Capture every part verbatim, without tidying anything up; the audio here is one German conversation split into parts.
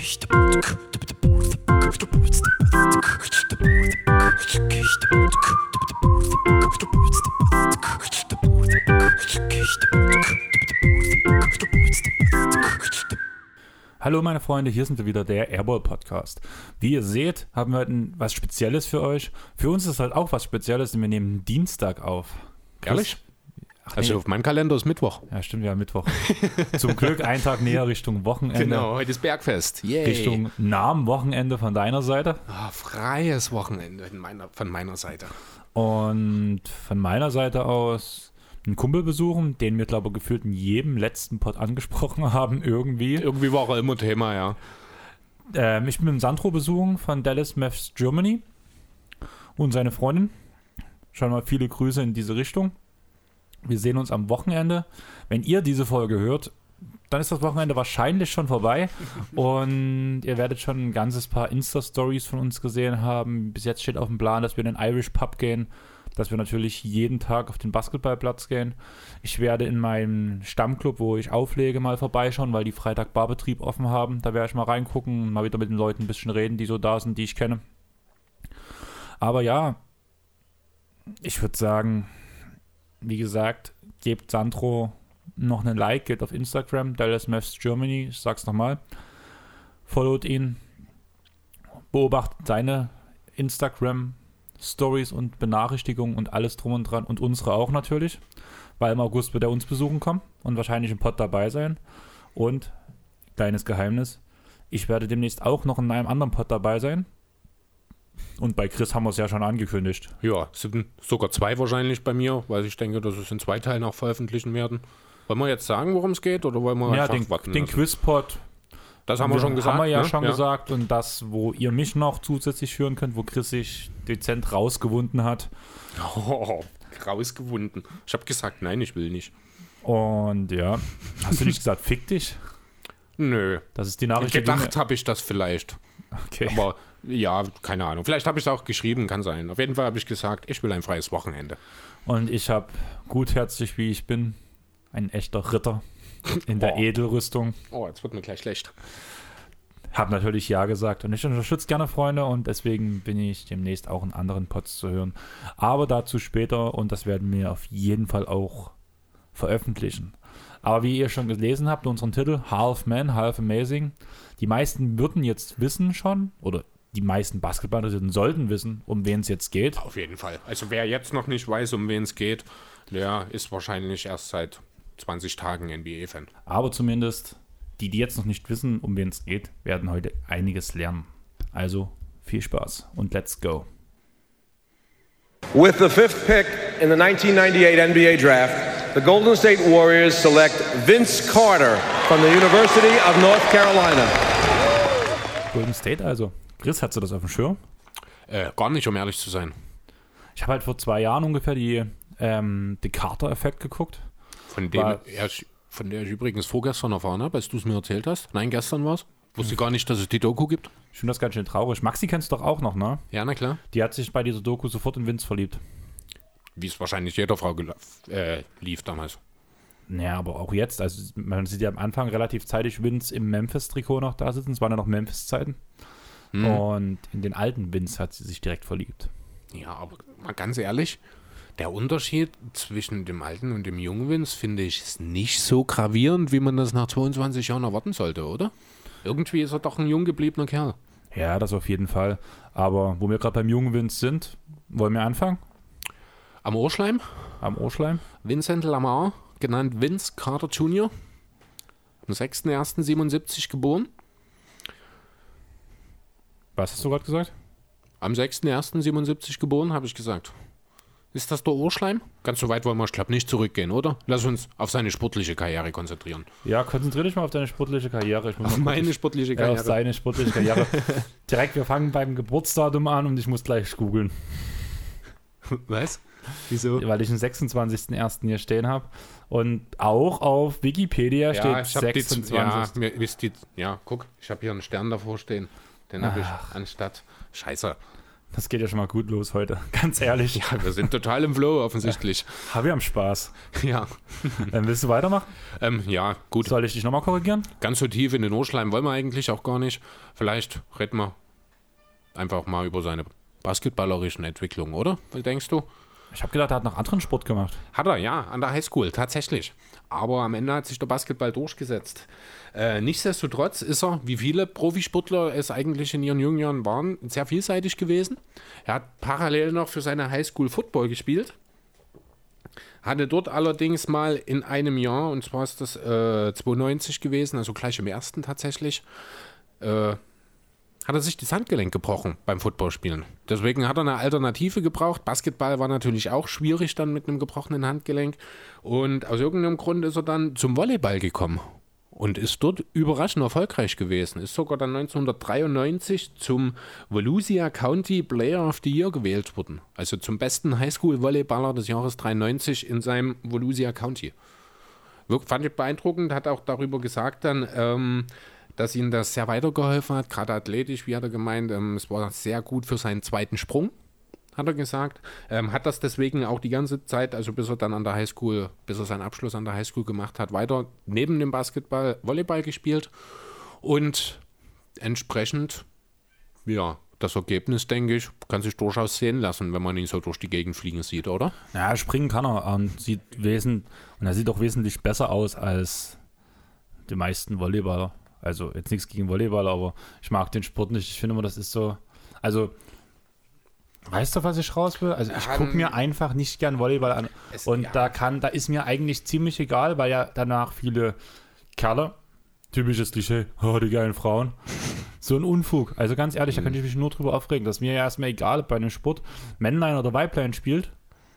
Hallo meine Freunde, hier sind wir wieder, der Airball Podcast. Wie ihr seht, haben wir heute was Spezielles für euch. Für uns ist es halt auch was Spezielles, denn wir nehmen Dienstag auf. Ehrlich? Ach, also nee. auf meinem Kalender ist Mittwoch. Ja, stimmt, ja, Mittwoch. Zum Glück ein Tag näher Richtung Wochenende. Genau, heute ist Bergfest. Yay. Richtung nahem Wochenende von deiner Seite. Oh, freies Wochenende in meiner, von meiner Seite. Und von meiner Seite aus einen Kumpel besuchen, den wir, glaube ich, gefühlt in jedem letzten Pod angesprochen haben, irgendwie. Irgendwie war er immer Thema, ja. Ähm, ich bin mit dem Sandro besuchen von Dallas Mavs Germany und seine Freundin. Schon mal viele Grüße in diese Richtung. Wir sehen uns am Wochenende. Wenn ihr diese Folge hört, dann ist das Wochenende wahrscheinlich schon vorbei und ihr werdet schon ein ganzes paar Insta-Stories von uns gesehen haben. Bis jetzt steht auf dem Plan, dass wir in den Irish Pub gehen, dass wir natürlich jeden Tag auf den Basketballplatz gehen. Ich werde in meinem Stammclub, wo ich auflege, mal vorbeischauen, weil die Freitag Barbetrieb offen haben. Da werde ich mal reingucken und mal wieder mit den Leuten ein bisschen reden, die so da sind, die ich kenne. Aber ja, ich würde sagen, wie gesagt, gebt Sandro noch einen Like, geht auf Instagram, Dallas Mavs Germany, ich sag's nochmal. Followt ihn, beobachtet seine Instagram-Stories und Benachrichtigungen und alles drum und dran und unsere auch natürlich, weil im August wird er uns besuchen kommen und wahrscheinlich im Pod dabei sein. Und, kleines Geheimnis, ich werde demnächst auch noch in einem anderen Pod dabei sein. Und bei Chris haben wir es ja schon angekündigt. Ja, es sind sogar zwei wahrscheinlich bei mir, weil ich denke, dass es in zwei Teilen auch veröffentlichen werden. Wollen wir jetzt sagen, worum es geht, oder wollen wir ja, einfach den, warten? den Quizpod. Das haben wir schon gesagt. Haben wir ja ne? schon ja. gesagt. Und das, wo ihr mich noch zusätzlich führen könnt, wo Chris sich dezent rausgewunden hat. Oh, rausgewunden. Ich habe gesagt, nein, ich will nicht. Und ja, hast du nicht gesagt, fick dich? Nö. Das ist die Nachricht. Gedacht habe ich das vielleicht. Okay. Aber ja, keine Ahnung. Vielleicht habe ich es auch geschrieben, kann sein. Auf jeden Fall habe ich gesagt, ich will ein freies Wochenende. Und ich habe, gutherzig wie ich bin, ein echter Ritter in der oh. Edelrüstung. Oh, jetzt wird mir gleich schlecht. Hab natürlich ja gesagt und ich unterstütze gerne Freunde und deswegen bin ich demnächst auch in anderen Pods zu hören. Aber dazu später und das werden wir auf jeden Fall auch veröffentlichen. Aber wie ihr schon gelesen habt, unseren Titel Half Man, Half Amazing. Die meisten würden jetzt wissen schon, oder die meisten Basketballinteressierten sollten wissen, um wen es jetzt geht. Auf jeden Fall. Also wer jetzt noch nicht weiß, um wen es geht, der ist wahrscheinlich erst seit zwanzig Tagen N B A-Fan. Aber zumindest die, die jetzt noch nicht wissen, um wen es geht, werden heute einiges lernen. Also viel Spaß und let's go. With the fifth pick in the nineteen ninety-eight N B A Draft, the Golden State Warriors select Vince Carter from the University of North Carolina. Golden State also. Chris, hast du das auf dem Schirm? Äh, gar nicht, um ehrlich zu sein. Ich habe halt vor zwei Jahren ungefähr die, ähm, die Carter-Effekt geguckt. Von dem War, er, von der ich übrigens vorgestern erfahren habe, als du es mir erzählt hast. Nein, gestern war es. Wusste hm. gar nicht, dass es die Doku gibt. Ich finde das ganz schön traurig. Maxi kennst du doch auch noch, ne? Ja, na klar. Die hat sich bei dieser Doku sofort in Vince verliebt. Wie es wahrscheinlich jeder Frau gelaf, äh, lief damals. Naja, aber auch jetzt. Also man sieht ja am Anfang relativ zeitig Vince im Memphis-Trikot noch da sitzen. Es waren ja noch Memphis-Zeiten. Hm. Und in den alten Vince hat sie sich direkt verliebt. Ja, aber mal ganz ehrlich, der Unterschied zwischen dem alten und dem jungen Vince, finde ich, ist nicht so gravierend, wie man das nach zweiundzwanzig Jahren erwarten sollte, oder? Irgendwie ist er doch ein jung gebliebener Kerl. Ja, das auf jeden Fall. Aber wo wir gerade beim jungen Vince sind, wollen wir anfangen? Am Ohrschleim? Am Ohrschleim? Vincent Lamar, genannt Vince Carter Junior Am sechster erster siebenundsiebzig geboren. Was hast du gerade gesagt? Am sechster erster siebenundsiebzig geboren, habe ich gesagt. Ist das der Ohrschleim? Ganz so weit wollen wir, ich glaube, nicht zurückgehen, oder? Lass uns auf seine sportliche Karriere konzentrieren. Ja, konzentriere dich mal auf deine sportliche Karriere. Ich muss auf meine sportliche Karriere. Ja, auf seine sportliche Karriere. Direkt, wir fangen beim Geburtsdatum an und ich muss gleich googeln. Was? Wieso? Weil ich den sechsundzwanzigster ersten hier stehen habe. Und auch auf Wikipedia ja, steht ich sechsundzwanzig. Die, ja, mir ist die, ja, guck, ich habe hier einen Stern davor stehen. Den habe ich anstatt. Scheiße. Das geht ja schon mal gut los heute, ganz ehrlich. Ja, wir sind total im Flow offensichtlich. Ja, wir haben Spaß. Ja. Dann willst du weitermachen? Ähm, ja, gut. Soll ich dich nochmal korrigieren? Ganz so tief in den Ohrschleim wollen wir eigentlich auch gar nicht. Vielleicht reden wir einfach mal über seine basketballerischen Entwicklungen, oder? Was denkst du? Ich habe gedacht, er hat noch anderen Sport gemacht. Hat er, ja, an der Highschool, tatsächlich. Aber am Ende hat sich der Basketball durchgesetzt. Äh, nichtsdestotrotz ist er, wie viele Profisportler es eigentlich in ihren jungen Jahren waren, sehr vielseitig gewesen. Er hat parallel noch für seine Highschool Football gespielt. Hatte dort allerdings mal in einem Jahr, und zwar ist das äh, zweiundneunzig gewesen, also gleich im ersten tatsächlich, äh, hat er sich das Handgelenk gebrochen beim Footballspielen. Deswegen hat er eine Alternative gebraucht. Basketball war natürlich auch schwierig dann mit einem gebrochenen Handgelenk. Und aus irgendeinem Grund ist er dann zum Volleyball gekommen und ist dort überraschend erfolgreich gewesen. Ist sogar dann neunzehnhundertdreiundneunzig zum Volusia County Player of the Year gewählt worden. Also zum besten Highschool-Volleyballer des Jahres dreiundneunzig in seinem Volusia County. Wirk, fand ich beeindruckend, hat auch darüber gesagt dann, ähm, dass ihm das sehr weitergeholfen hat, gerade athletisch, wie hat er gemeint, ähm, es war sehr gut für seinen zweiten Sprung, hat er gesagt. Ähm, hat das deswegen auch die ganze Zeit, also bis er dann an der Highschool, bis er seinen Abschluss an der Highschool gemacht hat, weiter neben dem Basketball Volleyball gespielt und entsprechend, ja, das Ergebnis, denke ich, kann sich durchaus sehen lassen, wenn man ihn so durch die Gegend fliegen sieht, oder? Ja, springen kann er und sieht wesen und er sieht auch wesentlich besser aus als die meisten Volleyballer. Also jetzt nichts gegen Volleyball, aber ich mag den Sport nicht. Ich finde immer, das ist so, also weißt du, was ich raus will? Also ich gucke mir einfach nicht gern Volleyball an. Es, und ja. da kann, da ist mir eigentlich ziemlich egal, weil ja danach viele Kerle, typisches Klischee, oh, die geilen Frauen, so ein Unfug. Also ganz ehrlich, mhm. da könnte ich mich nur drüber aufregen. Das ist mir ja erstmal egal, ob bei einem Sport Männlein oder Weiblein spielt,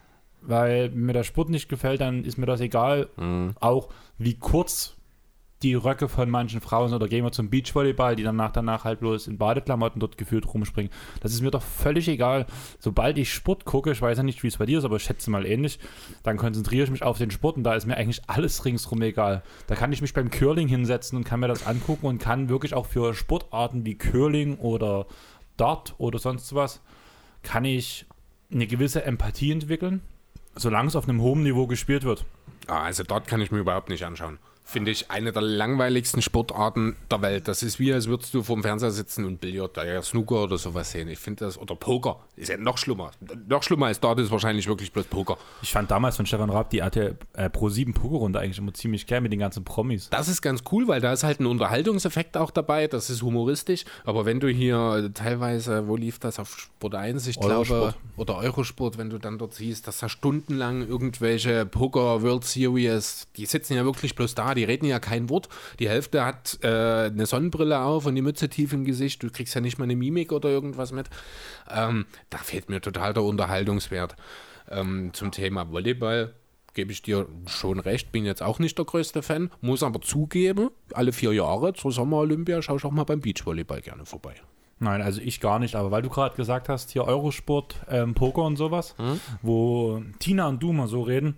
weil mir der Sport nicht gefällt, dann ist mir das egal. Mhm. Auch wie kurz die Röcke von manchen Frauen oder gehen wir zum Beachvolleyball, die danach danach halt bloß in Badeklamotten dort gefühlt rumspringen. Das ist mir doch völlig egal. Sobald ich Sport gucke, ich weiß ja nicht, wie es bei dir ist, aber ich schätze mal ähnlich, dann konzentriere ich mich auf den Sport und da ist mir eigentlich alles ringsrum egal. Da kann ich mich beim Curling hinsetzen und kann mir das angucken und kann wirklich auch für Sportarten wie Curling oder Dart oder sonst was, kann ich eine gewisse Empathie entwickeln, solange es auf einem hohen Niveau gespielt wird. Ah, also dort kann ich mir überhaupt nicht anschauen. Finde ich eine der langweiligsten Sportarten der Welt. Das ist wie, als würdest du vorm Fernseher sitzen und Billard, ja, Snooker oder sowas sehen. Ich finde das, oder Poker, ist ja noch schlimmer. Noch schlimmer als dort ist wahrscheinlich wirklich bloß Poker. Ich fand damals von Stefan Raab die R T L äh, Pro sieben Pokerrunde eigentlich immer ziemlich geil mit den ganzen Promis. Das ist ganz cool, weil da ist halt ein Unterhaltungseffekt auch dabei, das ist humoristisch. Aber wenn du hier teilweise, wo lief das, auf Sport eins, ich glaube, oder Eurosport, wenn du dann dort siehst, dass da stundenlang irgendwelche Poker World Series, die sitzen ja wirklich bloß da, die reden ja kein Wort. Die Hälfte hat äh, eine Sonnenbrille auf und die Mütze tief im Gesicht. Du kriegst ja nicht mal eine Mimik oder irgendwas mit. Ähm, da fehlt mir total der Unterhaltungswert. Ähm, zum Thema Volleyball gebe ich dir schon recht. Bin jetzt auch nicht der größte Fan. Muss aber zugeben, alle vier Jahre zur Sommer-Olympia schaue ich auch mal beim Beachvolleyball gerne vorbei. Nein, also ich gar nicht, aber weil du gerade gesagt hast, hier Eurosport, ähm, Poker und sowas, hm? wo Tina und du mal so reden,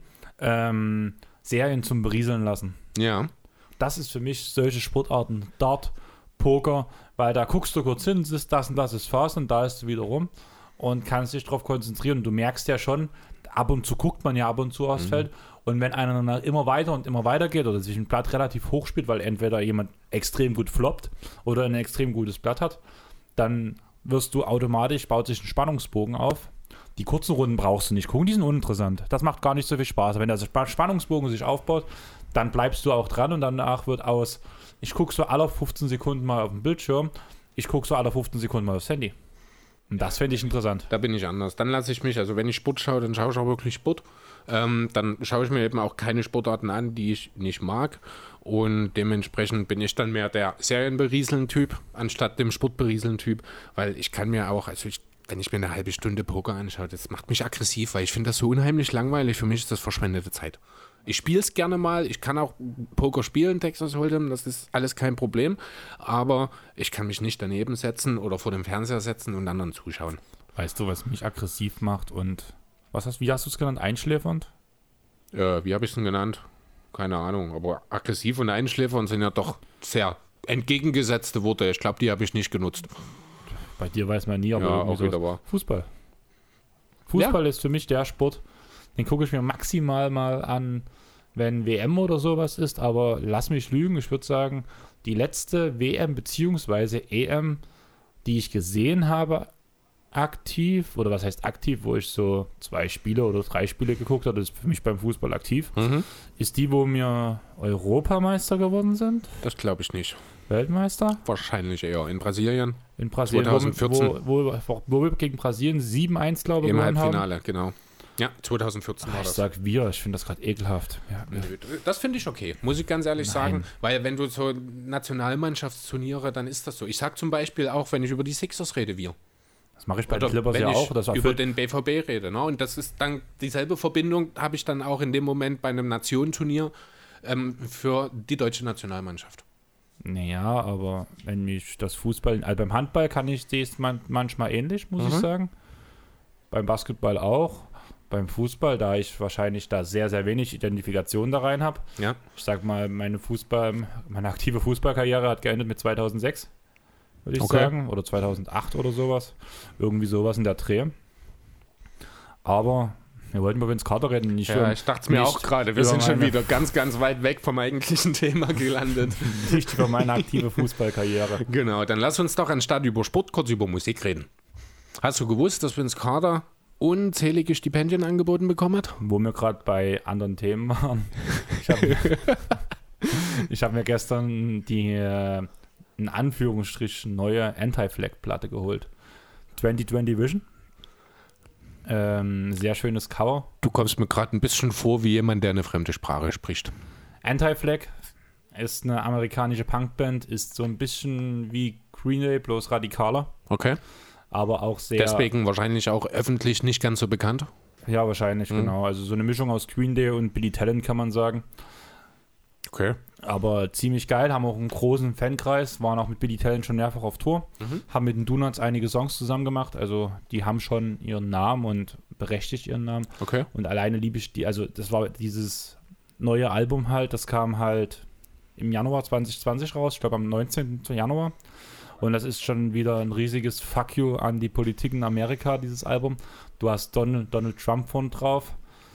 ähm, Serien zum Berieseln lassen. Ja. Das ist für mich solche Sportarten, Dart, Poker, weil da guckst du kurz hin, ist das und das ist Phase und da ist du wieder rum und kannst dich darauf konzentrieren. Und du merkst ja schon, ab und zu guckt man ja ab und zu aufs mhm. Feld und wenn einer dann immer weiter und immer weiter geht oder sich ein Blatt relativ hoch spielt, weil entweder jemand extrem gut floppt oder ein extrem gutes Blatt hat, dann wirst du automatisch, baut sich ein Spannungsbogen auf. Die kurzen Runden brauchst du nicht gucken, die sind uninteressant. Das macht gar nicht so viel Spaß. Wenn der Spannungsbogen sich aufbaut, dann bleibst du auch dran und danach wird aus, ich gucke so alle fünfzehn Sekunden mal auf den Bildschirm, ich gucke so alle fünfzehn Sekunden mal aufs Handy. Und das fände ich interessant. Da bin ich anders. Dann lasse ich mich, also wenn ich Sport schaue, dann schaue ich auch wirklich Sport. Ähm, dann schaue ich mir eben auch keine Sportarten an, die ich nicht mag. Und dementsprechend bin ich dann mehr der Serienberieseln-Typ, anstatt dem Sportberieseln-Typ, weil ich kann mir auch, also ich wenn ich mir eine halbe Stunde Poker anschaue, das macht mich aggressiv, weil ich finde das so unheimlich langweilig. Für mich ist das verschwendete Zeit. Ich spiele es gerne mal, ich kann auch Poker spielen, Texas Hold'em, das ist alles kein Problem. Aber ich kann mich nicht daneben setzen oder vor dem Fernseher setzen und anderen zuschauen. Weißt du, was mich aggressiv macht und was hast, wie hast du es genannt? Einschläfernd? Äh, wie habe ich es denn genannt? Keine Ahnung, aber aggressiv und einschläfernd sind ja doch sehr entgegengesetzte Worte. Ich glaube, die habe ich nicht genutzt. Bei dir weiß man nie, aber Ja, irgendwie auch wieder wahr. Fußball. Fußball Ja. ist für mich der Sport, den gucke ich mir maximal mal an, wenn W M oder sowas ist, aber lass mich lügen, ich würde sagen, die letzte W M bzw. E M, die ich gesehen habe, aktiv, oder was heißt aktiv, wo ich so zwei Spiele oder drei Spiele geguckt habe, das ist für mich beim Fußball aktiv, Mhm. ist die, wo wir Europameister geworden sind, Das glaube ich nicht. Weltmeister Wahrscheinlich eher in Brasilien. in Brasilien, zwanzig vierzehn. Wo, wo, wo wir gegen Brasilien sieben eins, glaube ich, Im gewonnen haben. Halbfinale, genau. Ja, zwanzig vierzehn war Ich das. sag wir, ich finde das gerade ekelhaft. Ja, ja. Nö, Das finde ich okay, muss ich ganz ehrlich Nein. sagen. Weil wenn du so Nationalmannschaftsturniere, dann ist das so. Ich sag zum Beispiel auch, wenn ich über die Sixers rede, wir. Das mache ich bei Oder den Clippers wenn ja ich auch. Das war über völlig- den B V B rede. Ne? Und das ist dann dieselbe Verbindung, habe ich dann auch in dem Moment bei einem Nationenturnier ähm, für die deutsche Nationalmannschaft. Naja, aber wenn mich das Fußball, also beim Handball kann ich das man, manchmal ähnlich, muss Mhm. ich sagen. Beim Basketball auch. Beim Fußball, da ich wahrscheinlich da sehr, sehr wenig Identifikation da rein habe. Ja. Ich sag mal, meine Fußball, meine aktive Fußballkarriere hat geendet mit zweitausendsechs, würde ich Okay. sagen. Oder zweitausendacht oder sowas. Irgendwie sowas in der Dreh. Aber wir wollten über Vince Carter reden. Nicht Ja, über, ich dachte es mir nicht auch gerade. Wir über sind schon meine- wieder ganz, ganz weit weg vom eigentlichen Thema gelandet. Nicht über meine aktive Fußballkarriere. Genau, dann lass uns doch anstatt über Sport kurz über Musik reden. Hast du gewusst, dass Vince Carter unzählige Stipendien angeboten bekommen hat? Wo wir gerade bei anderen Themen waren. Ich habe ich hab mir gestern die äh, in Anführungsstrichen neue Anti-Flag-Platte geholt. zwanzig zwanzig Vision. Ähm, sehr schönes Cover. Du kommst mir gerade ein bisschen vor wie jemand, der eine fremde Sprache spricht. Anti-Flag ist eine amerikanische Punkband, ist so ein bisschen wie Green Day, bloß radikaler, Okay. aber auch sehr... Deswegen wahrscheinlich auch öffentlich nicht ganz so bekannt. Ja, wahrscheinlich, Mhm. genau. Also so eine Mischung aus Green Day und Billy Talent, kann man sagen. Okay. Aber ziemlich geil, haben auch einen großen Fankreis, waren auch mit Billy Talent schon mehrfach auf Tour, Mhm. haben mit den Donuts einige Songs zusammen gemacht, also die haben schon ihren Namen und berechtigt ihren Namen. Okay. Und alleine liebe ich die, also das war dieses neue Album halt, das kam halt im Januar zwanzig zwanzig raus, ich glaube am neunzehnten Januar. Und das ist schon wieder ein riesiges Fuck you an die Politik in Amerika, dieses Album. Du hast Donald, Donald Trump von drauf.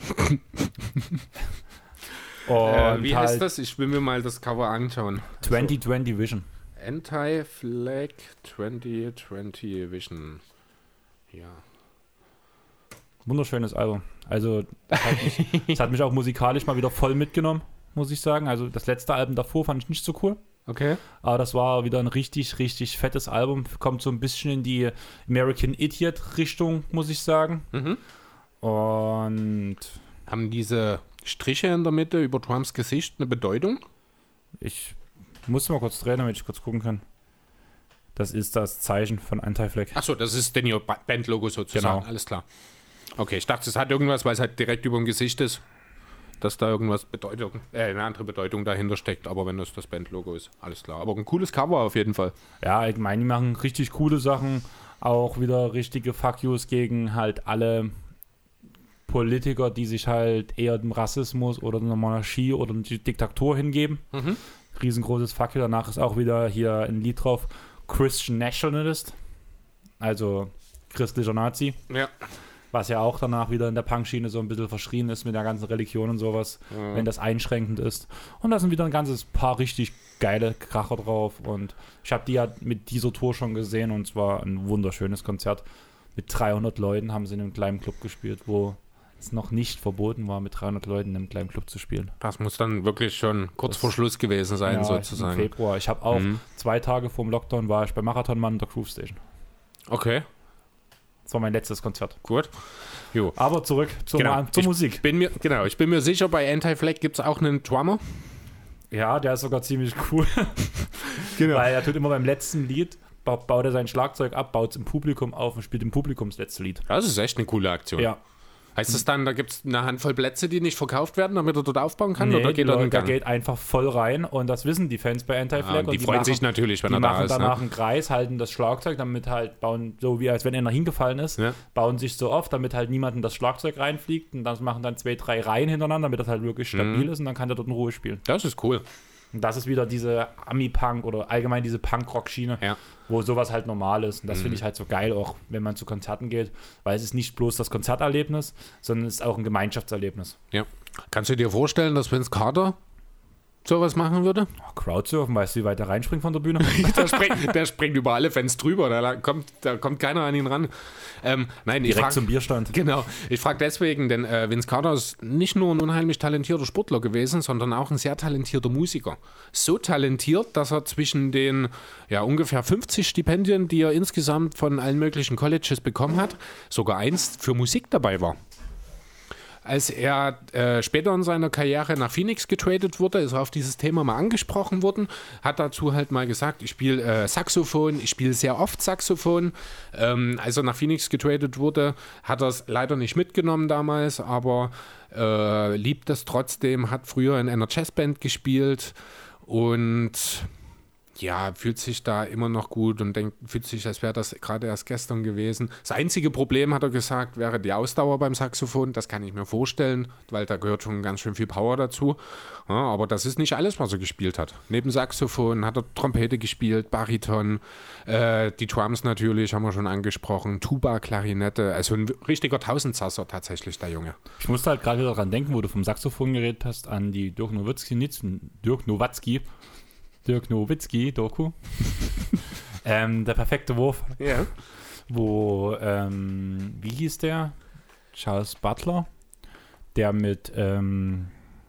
Und Äh, wie halt heißt das? Ich will mir mal das Cover anschauen. zwanzig zwanzig Vision. Anti-Flag zwanzig zwanzig Vision. Ja. Wunderschönes Album. Also, das hat, mich, das hat mich auch musikalisch mal wieder voll mitgenommen, muss ich sagen. Also, das letzte Album davor fand ich nicht so cool. Okay. Aber das war wieder ein richtig, richtig fettes Album. Kommt so ein bisschen in die American Idiot-Richtung, muss ich sagen. Mhm. Und Haben diese Striche in der Mitte über Trumps Gesicht eine Bedeutung? ich muss mal kurz drehen, damit ich kurz gucken kann. Das ist das Zeichen von Anti-Flag. Achso, das ist denn ihr Ba- Bandlogo sozusagen. Genau. Alles klar. Okay, ich dachte, es hat irgendwas, weil es halt direkt über dem Gesicht ist, dass da irgendwas Bedeutung, äh, eine andere Bedeutung dahinter steckt. Aber wenn das das Bandlogo ist, alles klar. Aber ein cooles Cover auf jeden Fall. Ja, ich meine, die machen richtig coole Sachen. Auch wieder richtige Fuck yous gegen halt alle Politiker, die sich halt eher dem Rassismus oder einer Monarchie oder einer Diktatur hingeben. Mhm. Riesengroßes Fuck you. Danach ist auch wieder hier ein Lied drauf. Christian Nationalist. Also christlicher Nazi. Ja. Was ja auch danach wieder in der Punkschiene so ein bisschen verschrien ist mit der ganzen Religion und sowas, Mhm. wenn das einschränkend ist. Und da sind wieder ein ganzes paar richtig geile Kracher drauf. Und ich habe die ja mit dieser Tour schon gesehen und es war ein wunderschönes Konzert. Mit dreihundert Leuten haben sie in einem kleinen Club gespielt, wo es noch nicht verboten war, mit dreihundert Leuten in einem kleinen Club zu spielen. Das muss dann wirklich schon kurz Das- vor Schluss gewesen sein, Ja, sozusagen. Im Februar. Ich habe auch Mhm. zwei Tage vor dem Lockdown war ich bei Marathon Mann in der Groove Station. Okay, Das war mein letztes Konzert. gut. Jo. Aber zurück zur, Genau. Ma- zur Ich Musik. Bin mir, genau, ich bin mir sicher, bei Anti-Flag gibt es auch einen Drummer. Ja, der ist sogar ziemlich cool. Genau. Weil er tut immer beim letzten Lied, ba baut er sein Schlagzeug ab, baut es im Publikum auf und spielt im Publikum das letzte Lied. Das ist echt eine coole Aktion. Ja. Heißt das dann, da gibt es eine Handvoll Plätze, die nicht verkauft werden, damit er dort aufbauen kann? Nee, oder geht die er in Leute, den der Gang? geht einfach voll rein und das wissen die Fans bei Ah, Anti-Flag. und die freuen machen, sich natürlich, wenn die er da machen ist. danach Ne? einen Kreis, halten das Schlagzeug, damit halt bauen, so wie als wenn einer hingefallen ist, Ja. bauen sich so oft, damit halt niemand in das Schlagzeug reinfliegt und dann machen dann zwei, drei Reihen hintereinander, damit das halt wirklich stabil Mhm. ist und dann kann der dort in Ruhe spielen. Das ist cool. Und das ist wieder diese Ami-Punk oder allgemein diese Punk-Rock-Schiene, Ja. wo sowas halt normal ist. Und das Mhm. finde ich halt so geil, auch wenn man zu Konzerten geht, weil es ist nicht bloß das Konzerterlebnis, sondern es ist auch ein Gemeinschaftserlebnis. Ja. Kannst du dir vorstellen, dass Vince Carter sowas machen würde? Oh, Crowdsurfen, weißt du, wie weit er reinspringt von der Bühne? der, springt, der springt über alle Fans drüber, da kommt, da kommt keiner an ihn ran. Ähm, nein, ich Direkt frag, zum Bierstand. Genau, ich frage deswegen, denn äh, Vince Carter ist nicht nur ein unheimlich talentierter Sportler gewesen, sondern auch ein sehr talentierter Musiker. So talentiert, dass er zwischen den ja, ungefähr fünfzig Stipendien, die er insgesamt von allen möglichen Colleges bekommen hat, sogar eins für Musik dabei war. Als er äh, später in seiner Karriere nach Phoenix getradet wurde, ist er auf dieses Thema mal angesprochen worden, hat dazu halt mal gesagt, ich spiele äh, Saxophon, ich spiele sehr oft Saxophon. Ähm, als er nach Phoenix getradet wurde, hat er es leider nicht mitgenommen damals, aber äh, liebt es trotzdem, hat früher in einer Jazzband gespielt und ja, fühlt sich da immer noch gut und denkt, fühlt sich, als wäre das gerade erst gestern gewesen. Das einzige Problem, hat er gesagt, wäre die Ausdauer beim Saxophon. Das kann ich mir vorstellen, weil da gehört schon ganz schön viel Power dazu. Ja, aber das ist nicht alles, was er gespielt hat. Neben Saxophon hat er Trompete gespielt, Bariton, äh, die Drums natürlich, haben wir schon angesprochen, Tuba, Klarinette, also ein richtiger Tausendsasser tatsächlich, der Junge. Ich musste halt gerade daran denken, wo du vom Saxophon geredet hast, an die Dirk Nowitzki, Dirk Nowitzki, Dirk Nowitzki-Doku. ähm, der perfekte Wurf. Ja. Wo, ähm, wie hieß der? Charles Butler, der mit, ähm,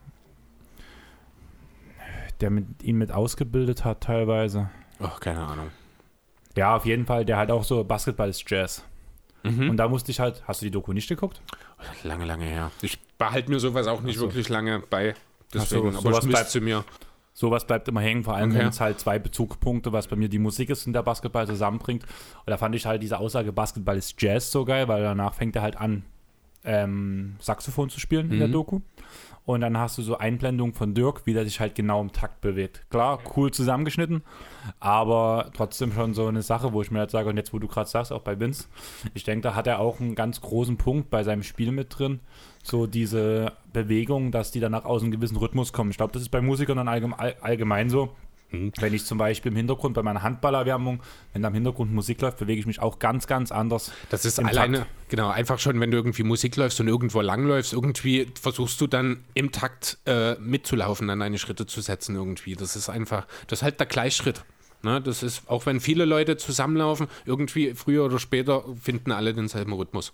der mit ihn mit ausgebildet hat teilweise. Ach, keine Ahnung. Ja, auf jeden Fall, der halt auch so Basketball ist Jazz. Mhm. Und da musste ich halt, hast du die Doku nicht geguckt? Lange, lange her. Ich behalte mir sowas auch nicht Ach so. wirklich lange bei. Deswegen, Ach so, aber sowas ich bleibt- müsste mir. Sowas bleibt immer hängen, vor allem Okay. wenn es halt zwei Bezugspunkte, was bei mir die Musik ist und der Basketball zusammenbringt. Und da fand ich halt diese Aussage, Basketball ist Jazz so geil, weil danach fängt er halt an, ähm, Saxophon zu spielen in der Mhm. Doku. Und dann hast du so Einblendungen von Dirk, wie der sich halt genau im Takt bewegt. Klar, cool zusammengeschnitten, aber trotzdem schon so eine Sache, wo ich mir halt sage, und jetzt, wo du gerade sagst, auch bei Vince, ich denke, da hat er auch einen ganz großen Punkt bei seinem Spiel mit drin. So diese Bewegung, dass die danach aus einem gewissen Rhythmus kommen. Ich glaube, das ist bei Musikern dann allgeme- all, allgemein so. Mhm. Wenn ich zum Beispiel im Hintergrund bei meiner Handballerwärmung, wenn da im Hintergrund Musik läuft, bewege ich mich auch ganz, ganz anders. Das ist im alleine, Takt. genau, einfach schon, wenn du irgendwie Musik läufst und irgendwo langläufst, irgendwie versuchst du dann im Takt äh, mitzulaufen, dann deine Schritte zu setzen irgendwie. Das ist einfach, das ist halt der Gleichschritt. Ne? Das ist, auch wenn viele Leute zusammenlaufen, irgendwie früher oder später finden alle denselben Rhythmus.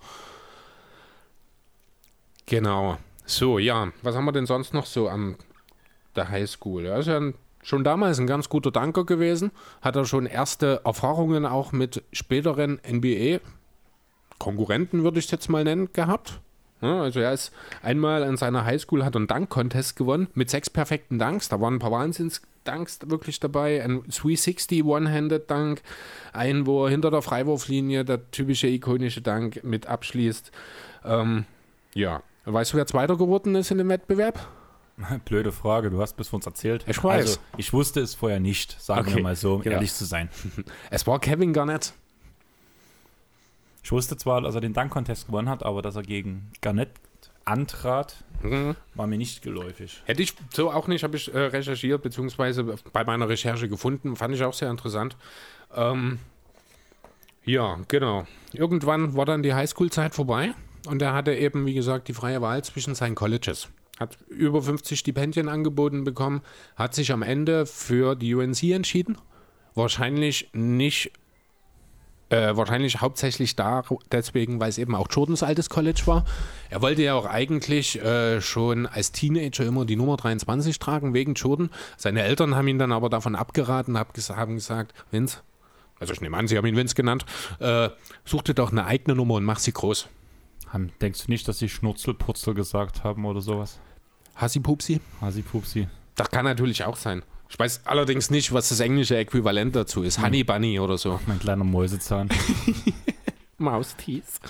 Genau. So, ja, was haben wir denn sonst noch so an der Highschool? Er ist ja ein, schon damals ein ganz guter Danker gewesen, hat er schon erste Erfahrungen auch mit späteren N B A-Konkurrenten, würde ich es jetzt mal nennen, gehabt. Ja, also er ist einmal an seiner Highschool, hat einen Dunk-Contest gewonnen mit sechs perfekten Dunks. Da waren ein paar Wahnsinns-Dunks wirklich dabei. Ein drei sechzig One-Handed-Dunk, ein, wo er hinter der Freiwurflinie der typische ikonische Dunk mit abschließt. Ähm, ja. Weißt du, wer Zweiter geworden ist in dem Wettbewerb? Blöde Frage, du hast bis uns erzählt. Ich weiß. Also, ich wusste es vorher nicht, sagen Okay, wir mal so, um genau. ehrlich zu sein. Es war Kevin Garnett. Ich wusste zwar, dass er den Dunk-Contest gewonnen hat, aber dass er gegen Garnett antrat, Mhm. war mir nicht geläufig. Hätte ich so auch nicht, habe ich äh, recherchiert, beziehungsweise bei meiner Recherche gefunden. Fand ich auch sehr interessant. Ähm, ja, genau. Irgendwann war dann die Highschool-Zeit vorbei und er hatte eben, wie gesagt, die freie Wahl zwischen seinen Colleges. Hat über fünfzig Stipendien angeboten bekommen, hat sich am Ende für die U N C entschieden. Wahrscheinlich nicht, äh, wahrscheinlich hauptsächlich da, deswegen, weil es eben auch Jordans altes College war. Er wollte ja auch eigentlich äh, schon als Teenager immer die Nummer dreiundzwanzig tragen, wegen Jordan. Seine Eltern haben ihn dann aber davon abgeraten, hab ges- haben gesagt, Vince, also ich nehme an, sie haben ihn Vince genannt, äh, such dir doch eine eigene Nummer und mach sie groß. Haben, denkst du nicht, dass sie Schnurzelpurzel gesagt haben oder sowas? Hassi Pupsi? Hasi Pupsi. Das kann natürlich auch sein. Ich weiß allerdings nicht, was das englische Äquivalent dazu ist. Honey Bunny oder so. Mein kleiner Mäusezahn. Mausteeth.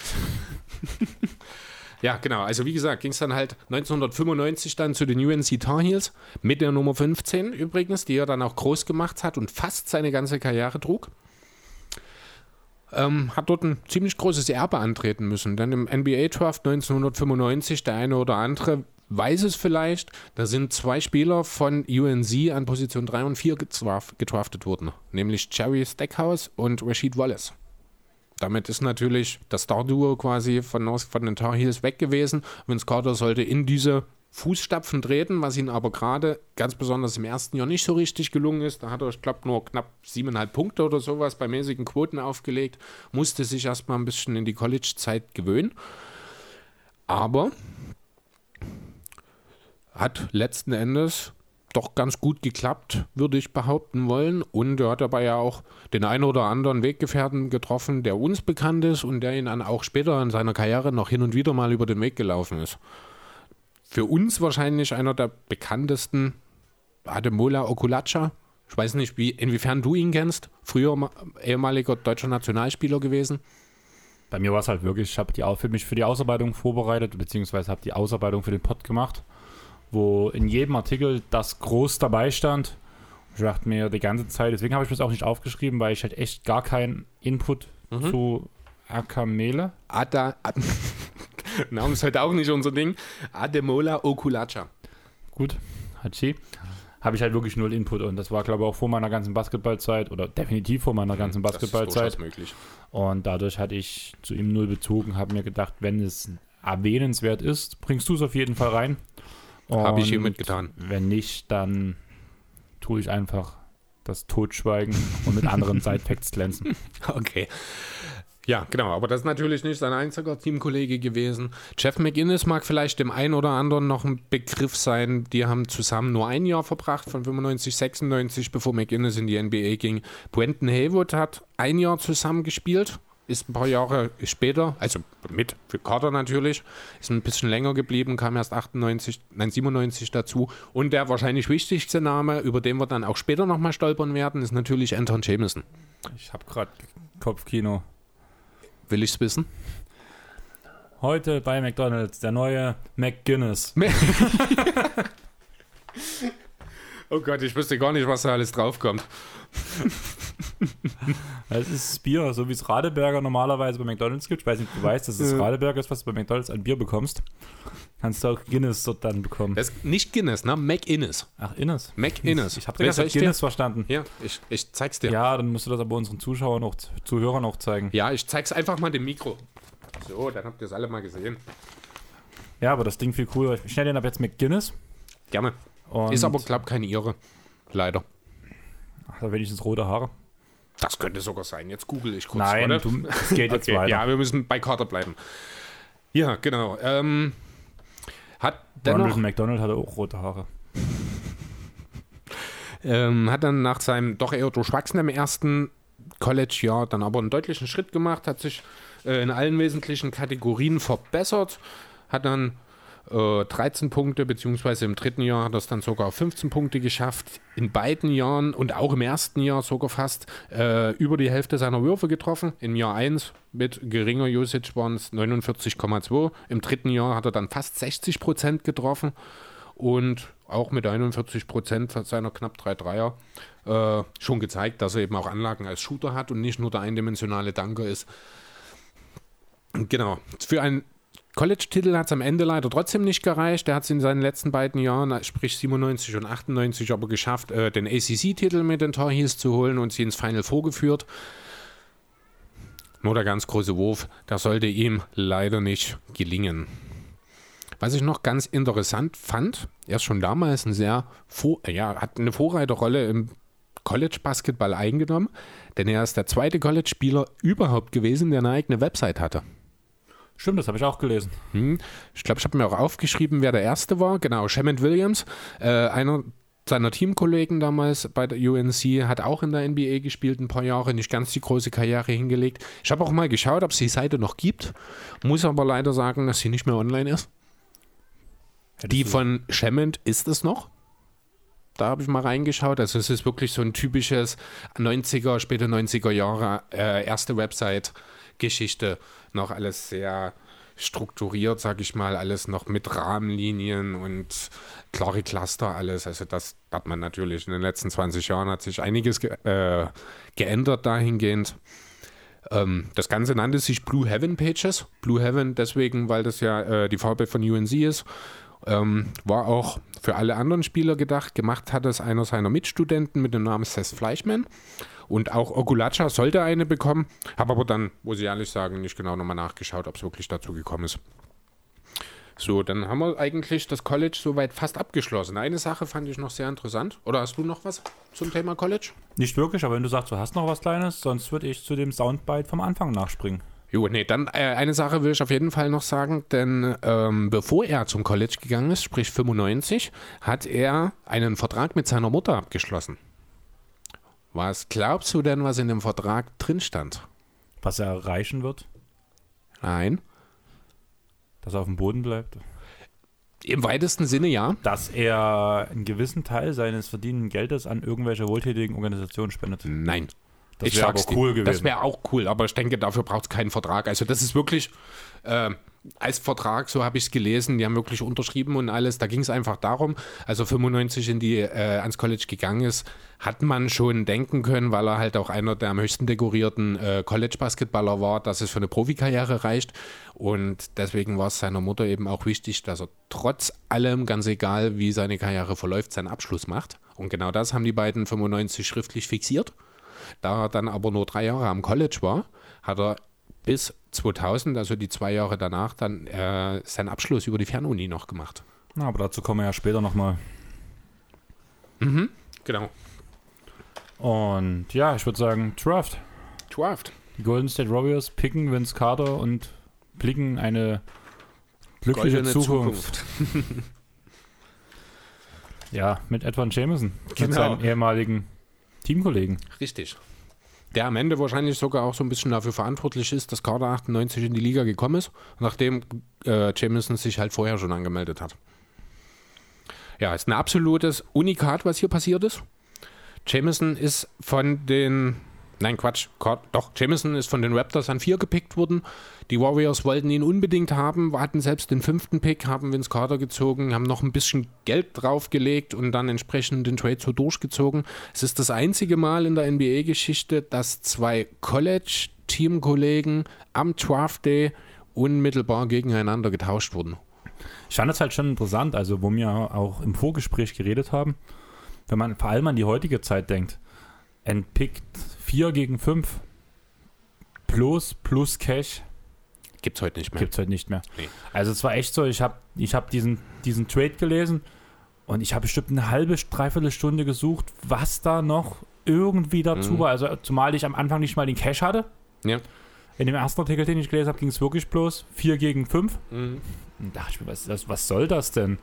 Ja, genau. Also wie gesagt, ging es dann halt neunzehnhundertfünfundneunzig dann zu den U N C Tar Heels mit der Nummer fünfzehn übrigens, die er dann auch groß gemacht hat und fast seine ganze Karriere trug. Ähm, hat dort ein ziemlich großes Erbe antreten müssen, denn im N B A-Draft neunzehnhundertfünfundneunzig der eine oder andere weiß es vielleicht, da sind zwei Spieler von U N C an Position drei und vier gedraft, gedraftet worden, nämlich Jerry Stackhouse und Rasheed Wallace. Damit ist natürlich das Star-Duo quasi von, von den Tar Heels weg gewesen. Vince Carter sollte in diese Fußstapfen treten, was ihm aber gerade ganz besonders im ersten Jahr nicht so richtig gelungen ist. Da hat er, ich glaube, nur knapp siebeneinhalb Punkte oder sowas bei mäßigen Quoten aufgelegt, musste sich erstmal ein bisschen in die College-Zeit gewöhnen. Aber hat letzten Endes doch ganz gut geklappt, würde ich behaupten wollen. Und er hat dabei ja auch den einen oder anderen Weggefährten getroffen, der uns bekannt ist und der ihn dann auch später in seiner Karriere noch hin und wieder mal über den Weg gelaufen ist. Für uns wahrscheinlich einer der bekanntesten, Ademola Okulacha. Ich weiß nicht, wie, inwiefern du ihn kennst. Früher ehemaliger deutscher Nationalspieler gewesen. Bei mir war es halt wirklich, ich habe die, für mich für die Ausarbeitung vorbereitet, beziehungsweise habe die Ausarbeitung für den Pod gemacht, wo in jedem Artikel das groß dabei stand. Ich dachte mir die ganze Zeit, deswegen habe ich mir das auch nicht aufgeschrieben, weil ich halt echt gar keinen Input mhm. zu Akamele. Ada, Ad, Name ist heute auch nicht unser Ding. Ademola Okulacha. Gut, Hachi. Habe ich halt wirklich null Input und das war, glaube ich, auch vor meiner ganzen Basketballzeit oder definitiv vor meiner ganzen Basketballzeit. Das ist möglich. Und dadurch hatte ich zu ihm null bezogen, habe mir gedacht, wenn es erwähnenswert ist, bringst du es auf jeden Fall rein. Habe ich hiermit getan. Wenn nicht, dann tue ich einfach das Totschweigen und mit anderen Side-Facts glänzen. Okay. Ja, genau, aber das ist natürlich nicht sein einziger Teamkollege gewesen. Jeff McInnes mag vielleicht dem einen oder anderen noch ein Begriff sein. Die haben zusammen nur ein Jahr verbracht, von fünfundneunzig, sechsundneunzig, bevor McInnes in die N B A ging. Brenton Haywood hat ein Jahr zusammen gespielt, ist ein paar Jahre später, also mit für Carter natürlich, ist ein bisschen länger geblieben, kam erst achtundneunzig, nein, siebenundneunzig dazu. Und der wahrscheinlich wichtigste Name, über den wir dann auch später nochmal stolpern werden, ist natürlich Anton Jamison. Ich habe gerade Kopfkino. Will ich's wissen? Heute bei McDonald's, der neue McGuinness. Oh Gott, ich wüsste gar nicht, was da alles draufkommt. Es ist Bier, so wie es Radeberger normalerweise bei McDonald's gibt. Ich weiß nicht, ob du weißt, dass es Radeberger ist, was du bei McDonald's an Bier bekommst. Kannst du auch Guinness dort dann bekommen. Das ist nicht Guinness, ne? McInnes. Ach, Innes. McInnes. Ich habe gerade Guinness verstanden. Ja, ich, ich zeig's dir. Ja, dann musst du das aber unseren Zuschauern auch, Zuhörern auch zeigen. Ja, ich zeig's einfach mal dem Mikro. So, dann habt ihr es alle mal gesehen. Ja, aber das Ding viel cooler. Ich stelle den ab jetzt McGuinness. Gerne. Und ist aber, glaub keine Ihre. Leider. Ach, da wenigstens rote Haare. Das könnte sogar sein. Jetzt google ich kurz. Nein, du, es geht jetzt okay, weiter. Ja, wir müssen bei Carter bleiben. Ja, genau. Ähm, hat dennoch, Ronald McDonald hatte auch rote Haare. Ähm, hat dann nach seinem doch eher durchwachsenen ersten College-Jahr dann aber einen deutlichen Schritt gemacht, hat sich äh, in allen wesentlichen Kategorien verbessert, hat dann äh, dreizehn Punkte, beziehungsweise im dritten Jahr hat er es dann sogar auf fünfzehn Punkte geschafft, in beiden Jahren und auch im ersten Jahr sogar fast äh, über die Hälfte seiner Würfe getroffen. Im Jahr eins mit geringer Usage waren es neunundvierzig Komma zwei, im dritten Jahr hat er dann fast sechzig Prozent getroffen und auch mit einundvierzig Prozent seiner knapp drei Dreier äh, schon gezeigt, dass er eben auch Anlagen als Shooter hat und nicht nur der eindimensionale Dunker ist. Genau. Für einen College-Titel hat es am Ende leider trotzdem nicht gereicht. Er hat es in seinen letzten beiden Jahren, sprich siebenundneunzig und achtundneunzig, aber geschafft, äh, den A C C-Titel mit den Tar Heels zu holen und sie ins Final vorgeführt. Nur der ganz große Wurf, der sollte ihm leider nicht gelingen. Was ich noch ganz interessant fand, er ist schon damals ein sehr vor, ja, hat eine Vorreiterrolle im College-Basketball eingenommen, denn er ist der zweite College-Spieler überhaupt gewesen, der eine eigene Website hatte. Stimmt, das habe ich auch gelesen. Hm. Ich glaube, ich habe mir auch aufgeschrieben, wer der Erste war. Genau, Shamond Williams, äh, einer seiner Teamkollegen damals bei der U N C, hat auch in der N B A gespielt, ein paar Jahre, nicht ganz die große Karriere hingelegt. Ich habe auch mal geschaut, ob es die Seite noch gibt, muss aber leider sagen, dass sie nicht mehr online ist. Hättest Die du- von Shamond ist es noch. Da habe ich mal reingeschaut. Also es ist wirklich so ein typisches neunziger, späte neunziger Jahre äh, erste Website-Geschichte. Noch alles sehr strukturiert, sage ich mal. Alles noch mit Rahmenlinien und klare Cluster, alles. Also das hat man natürlich in den letzten zwanzig Jahren hat sich einiges ge äh, geändert dahingehend. Ähm, das Ganze nannte sich Blue Heaven Pages. Blue Heaven deswegen, weil das ja äh, die Farbe von U N C ist. Ähm, war auch für alle anderen Spieler gedacht. Gemacht hat es einer seiner Mitstudenten mit dem Namen Seth Fleischman. Und auch Okulacha sollte eine bekommen. Habe aber dann, muss ich ehrlich sagen, nicht genau nochmal nachgeschaut, ob es wirklich dazu gekommen ist. So, dann haben wir eigentlich das College soweit fast abgeschlossen. Eine Sache fand ich noch sehr interessant. Oder hast du noch was zum Thema College? Nicht wirklich, aber wenn du sagst, du hast noch was Kleines, sonst würde ich zu dem Soundbite vom Anfang nachspringen. Jo, nee, dann äh, eine Sache will ich auf jeden Fall noch sagen, denn ähm, bevor er zum College gegangen ist, sprich fünfundneunzig, hat er einen Vertrag mit seiner Mutter abgeschlossen. Was glaubst du denn, was in dem Vertrag drin stand? Was er erreichen wird? Nein. Dass er auf dem Boden bleibt? Im weitesten Sinne ja. Dass er einen gewissen Teil seines verdienten Geldes an irgendwelche wohltätigen Organisationen spendet? Nein. Das Ich wäre aber sag's dir, cool gewesen. Das wäre auch cool, aber ich denke, dafür braucht es keinen Vertrag. Also das ist wirklich äh, als Vertrag, so habe ich es gelesen, die haben wirklich unterschrieben und alles. Da ging es einfach darum, als er fünfundneunzig in die, äh, ans College gegangen ist, hat man schon denken können, weil er halt auch einer der am höchsten dekorierten äh, College-Basketballer war, dass es für eine Profikarriere reicht. Und deswegen war es seiner Mutter eben auch wichtig, dass er trotz allem, ganz egal wie seine Karriere verläuft, seinen Abschluss macht. Und genau das haben die beiden fünfundneunzig schriftlich fixiert. Da er dann aber nur drei Jahre am College war, hat er bis zweitausend, also die zwei Jahre danach, dann äh, seinen Abschluss über die Fernuni noch gemacht. Na, aber dazu kommen wir ja später nochmal. Mhm, genau. Und ja, ich würde sagen, Draft. Draft. Die Golden State Warriors picken Vince Carter und blicken eine glückliche Goldene Zukunft. Zukunft. Ja, mit Edwin Jameson, Genau. mit seinem ehemaligen Teamkollegen. Richtig. Der am Ende wahrscheinlich sogar auch so ein bisschen dafür verantwortlich ist, dass Carter achtundneunzig in die Liga gekommen ist, nachdem äh, Jameson sich halt vorher schon angemeldet hat. Ja, ist ein absolutes Unikat, was hier passiert ist. Jameson ist von den, nein Quatsch, Car- doch, Jameson ist von den Raptors an vier gepickt worden. Die Warriors wollten ihn unbedingt haben, hatten selbst den fünften Pick, haben Vince Carter gezogen, haben noch ein bisschen Geld draufgelegt und dann entsprechend den Trade so durchgezogen. Es ist das einzige Mal in der N B A-Geschichte, dass zwei College-Teamkollegen am Draft Day unmittelbar gegeneinander getauscht wurden. Ich fand das halt schon interessant, also wo wir auch im Vorgespräch geredet haben, wenn man vor allem an die heutige Zeit denkt, ein Pick vier gegen fünf plus, plus Cash Gibt's heute nicht mehr. gibt es heute nicht mehr. Nee. Also es war echt so, ich habe ich hab diesen, diesen Trade gelesen und ich habe bestimmt eine halbe, dreiviertel Stunde gesucht, was da noch irgendwie dazu Mhm. war. Also zumal ich am Anfang nicht mal den Cash hatte. Ja. In dem ersten Artikel, den ich gelesen habe, ging es wirklich bloß vier gegen fünf. Mhm. Und dachte ich mir, was, das, was soll das denn?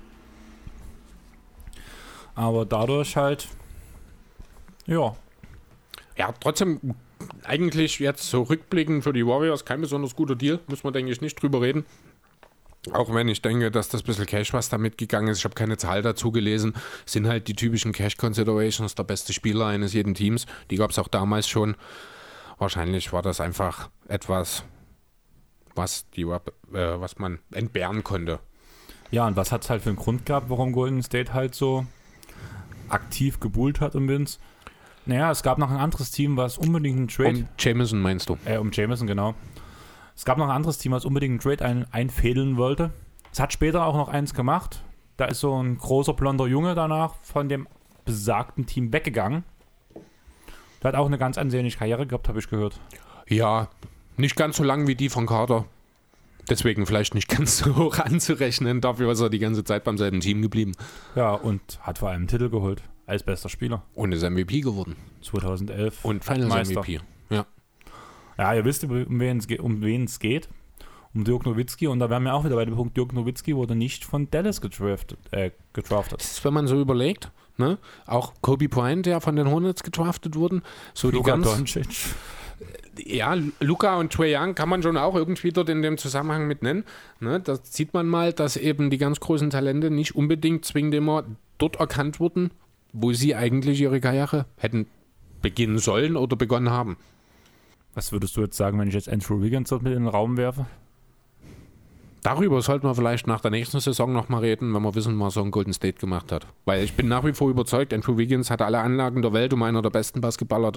Aber dadurch halt, ja, Ja, trotzdem eigentlich jetzt so rückblickend für die Warriors kein besonders guter Deal, muss man, denke ich, nicht drüber reden. Auch wenn ich denke, dass das bisschen Cash, was da mitgegangen ist, ich habe keine Zahl dazu gelesen, sind halt die typischen Cash-Considerations, der beste Spieler eines jeden Teams. Die gab es auch damals schon. Wahrscheinlich war das einfach etwas, was, die, äh, was man entbehren konnte. Ja, und was hat es halt für einen Grund gehabt, warum Golden State halt so aktiv gebuhlt hat um Vince? Naja, es gab noch ein anderes Team, was unbedingt einen Trade... Um Jameson meinst du? Äh, um Jameson, genau. Es gab noch ein anderes Team, was unbedingt einen Trade ein, einfädeln wollte. Es hat später auch noch eins gemacht. Da ist so ein großer, blonder Junge danach von dem besagten Team weggegangen. Der hat auch eine ganz ansehnliche Karriere gehabt, habe ich gehört. Ja, nicht ganz so lang wie die von Carter. Deswegen vielleicht nicht ganz so hoch anzurechnen. Dafür ist er die ganze Zeit beim selben Team geblieben. Ja, und hat vor allem einen Titel geholt als bester Spieler. Und ist M V P geworden. zweitausendelf. Und Finals Meister. M V P. Ja. Ja, ihr wisst, um wen es ge- um wen es geht. Um Dirk Nowitzki. Und da wären wir auch wieder bei dem Punkt, Dirk Nowitzki wurde nicht von Dallas gedraftet. Äh, gedraftet. Das ist, wenn man so überlegt, ne? Auch Kobe Bryant, der von den Hornets gedraftet wurden. So Luka die ganz, Doncic. Ja, Luka und Trae Young kann man schon auch irgendwie dort in dem Zusammenhang mit nennen. Ne? Da sieht man mal, dass eben die ganz großen Talente nicht unbedingt zwingend immer dort erkannt wurden, wo sie eigentlich ihre Karriere hätten beginnen sollen oder begonnen haben. Was würdest du jetzt sagen, wenn ich jetzt Andrew Wiggins dort mit in den Raum werfe? Darüber sollten wir vielleicht nach der nächsten Saison nochmal reden, wenn wir wissen, was er in Golden State gemacht hat. Weil ich bin nach wie vor überzeugt, Andrew Wiggins hat alle Anlagen der Welt, um einer der besten Basketballer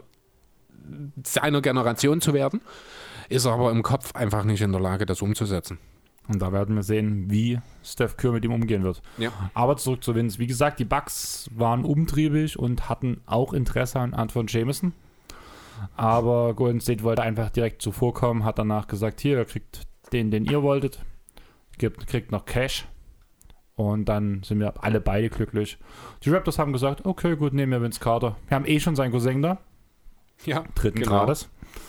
seiner Generation zu werden, ist aber im Kopf einfach nicht in der Lage, das umzusetzen. Und da werden wir sehen, wie Steph Curry mit ihm umgehen wird. Ja. Aber zurück zu Vince. Wie gesagt, die Bucks waren umtriebig und hatten auch Interesse an Antoine Jameson. Aber Golden State wollte einfach direkt zuvorkommen, hat danach gesagt, hier, ihr kriegt den, den ihr wolltet, kriegt, kriegt noch Cash. Und dann sind wir alle beide glücklich. Die Raptors haben gesagt, okay, gut, nehmen wir Vince Carter. Wir haben eh schon seinen Cousin da. Ja, dritten genau. Grades.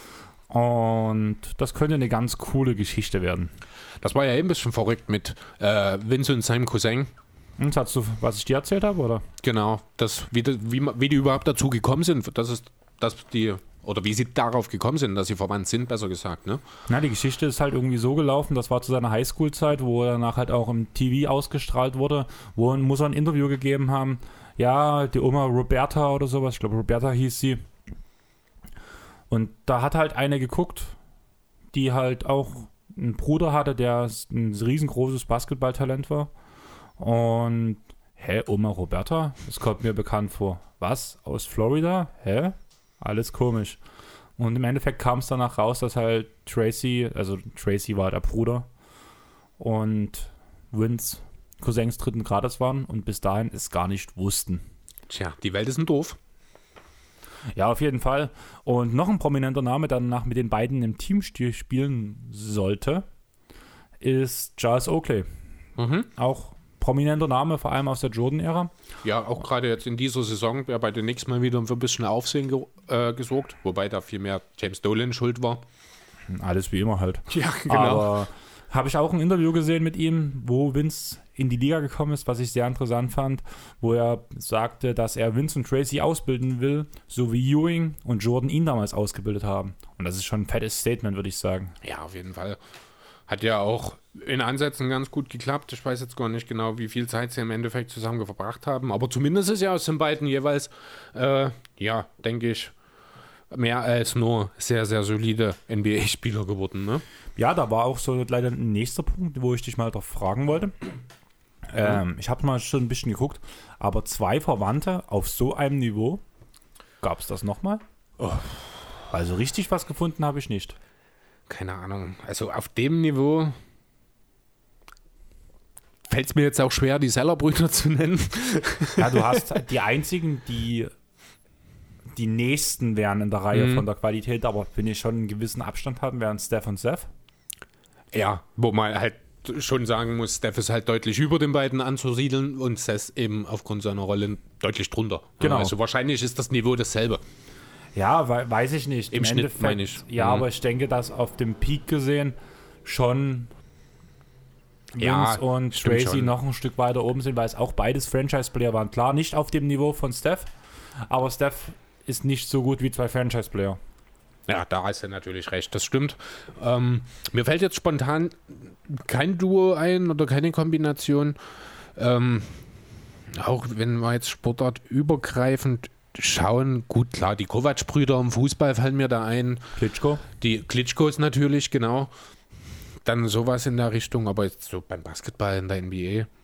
Und das könnte eine ganz coole Geschichte werden. Das war ja eben ein bisschen verrückt mit äh, Vince und seinem Cousin. Und hast du, was ich dir erzählt habe, oder? Genau, das, wie, wie, wie die überhaupt dazu gekommen sind, das ist, dass die, oder wie sie darauf gekommen sind, dass sie verwandt sind, besser gesagt, ne? Na, die Geschichte ist halt irgendwie so gelaufen, das war zu seiner Highschool-Zeit, wo er danach halt auch im T V ausgestrahlt wurde, wo muss er ein Interview gegeben haben. Ja, die Oma Roberta oder sowas, ich glaube Roberta hieß sie. Und da hat halt eine geguckt, die halt auch einen Bruder hatte, der ein riesengroßes Basketballtalent war. Und, hä, Oma Roberta? Das kommt mir bekannt vor. Was? Aus Florida? Hä? Alles komisch. Und im Endeffekt kam es danach raus, dass halt Tracy, also Tracy war der Bruder und Vince Cousins dritten Grades waren und bis dahin es gar nicht wussten. Tja, die Welt ist ein Doof. Ja, auf jeden Fall. Und noch ein prominenter Name, der danach mit den beiden im Team spielen sollte, ist Charles Oakley. Mhm. Auch prominenter Name, vor allem aus der Jordan-Ära. Ja, auch gerade jetzt in dieser Saison wäre bei den nächsten Mal wieder für ein bisschen Aufsehen ge äh, gesorgt, wobei da viel mehr James Dolan schuld war. Alles wie immer halt. Ja, genau. Aber habe ich auch ein Interview gesehen mit ihm, wo Vince in die Liga gekommen ist, was ich sehr interessant fand, wo er sagte, dass er Vince und Tracy ausbilden will, so wie Ewing und Jordan ihn damals ausgebildet haben. Und das ist schon ein fettes Statement, würde ich sagen. Ja, auf jeden Fall. Hat ja auch in Ansätzen ganz gut geklappt. Ich weiß jetzt gar nicht genau, wie viel Zeit sie im Endeffekt zusammen verbracht haben, aber zumindest ist ja aus den beiden jeweils, äh, ja, denke ich, mehr als nur sehr, sehr solide N B A-Spieler geworden, ne? Ja, da war auch so leider ein nächster Punkt, wo ich dich mal drauf fragen wollte. Ähm, ich habe mal schon ein bisschen geguckt, aber zwei Verwandte auf so einem Niveau, gab es das nochmal? Oh. Also richtig was gefunden habe ich nicht. Keine Ahnung. Also auf dem Niveau fällt es mir jetzt auch schwer, die Seller-Brüder zu nennen. Ja, du hast die einzigen, die die nächsten wären in der Reihe mhm. von der Qualität, aber finde ich schon einen gewissen Abstand haben, wären Steph und Seth. Ja, wo man halt schon sagen muss, Steph ist halt deutlich über den beiden anzusiedeln und Seth eben aufgrund seiner Rolle deutlich drunter. Genau. Also wahrscheinlich ist das Niveau dasselbe. Ja, we- weiß ich nicht. Im, Im Schnitt meine ich. Ja, mhm. aber ich denke, dass auf dem Peak gesehen schon Vince ja, und Tracy schon. noch ein Stück weiter oben sind, weil es auch beides Franchise-Player waren. Klar, nicht auf dem Niveau von Steph, aber Steph ist nicht so gut wie zwei Franchise-Player. Ja, da hast du natürlich recht, das stimmt. Ähm, mir fällt jetzt spontan kein Duo ein oder keine Kombination. Ähm, auch wenn wir jetzt sportartübergreifend schauen, gut, klar, die Kovac-Brüder im Fußball fallen mir da ein. Klitschko? Die Klitschkos natürlich, genau. Dann sowas in der Richtung, aber jetzt so beim Basketball in der N B A.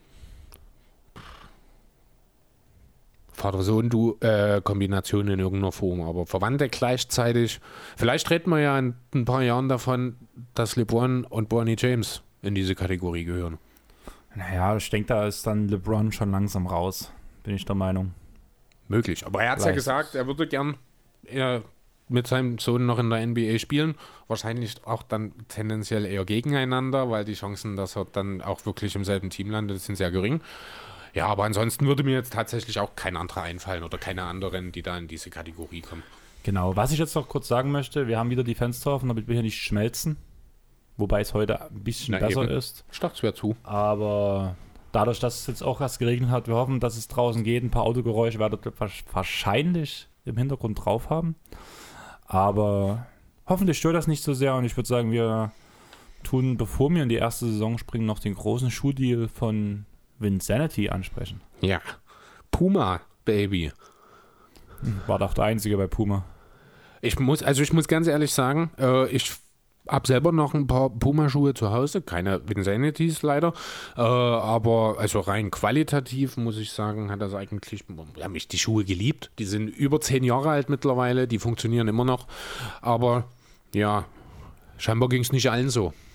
Vater-Sohn-Kombination in irgendeiner Form, aber Verwandte gleichzeitig. Vielleicht reden wir ja in ein paar Jahren davon, dass LeBron und Bronny James in diese Kategorie gehören. Naja, ich denke, da ist dann LeBron schon langsam raus, bin ich der Meinung. Möglich, aber er hat es ja gesagt, er würde gern eher mit seinem Sohn noch in der N B A spielen. Wahrscheinlich auch dann tendenziell eher gegeneinander, weil die Chancen, dass er dann auch wirklich im selben Team landet, sind sehr gering. Ja, aber ansonsten würde mir jetzt tatsächlich auch kein anderer einfallen oder keine anderen, die da in diese Kategorie kommen. Genau, was ich jetzt noch kurz sagen möchte, wir haben wieder die Fenster offen, damit wir hier nicht schmelzen. Wobei es heute ein bisschen Na besser eben. ist. Ich dachte, es wäre zu. Aber dadurch, dass es jetzt auch erst geregnet hat, wir hoffen, dass es draußen geht. Ein paar Autogeräusche werdet ihr wahrscheinlich im Hintergrund drauf haben. Aber hoffentlich stört das nicht so sehr. Und ich würde sagen, wir tun, bevor wir in die erste Saison springen, noch den großen Schuhdeal von Vinsanity ansprechen. Ja, Puma, Baby. War doch der Einzige bei Puma. Ich muss, also ich muss ganz ehrlich sagen, äh, ich habe selber noch ein paar Puma-Schuhe zu Hause, keine Vinsanities leider, äh, aber also rein qualitativ muss ich sagen, hat das eigentlich, ja, mich die Schuhe geliebt. Die sind über zehn Jahre alt mittlerweile, die funktionieren immer noch, aber ja, scheinbar ging es nicht allen so.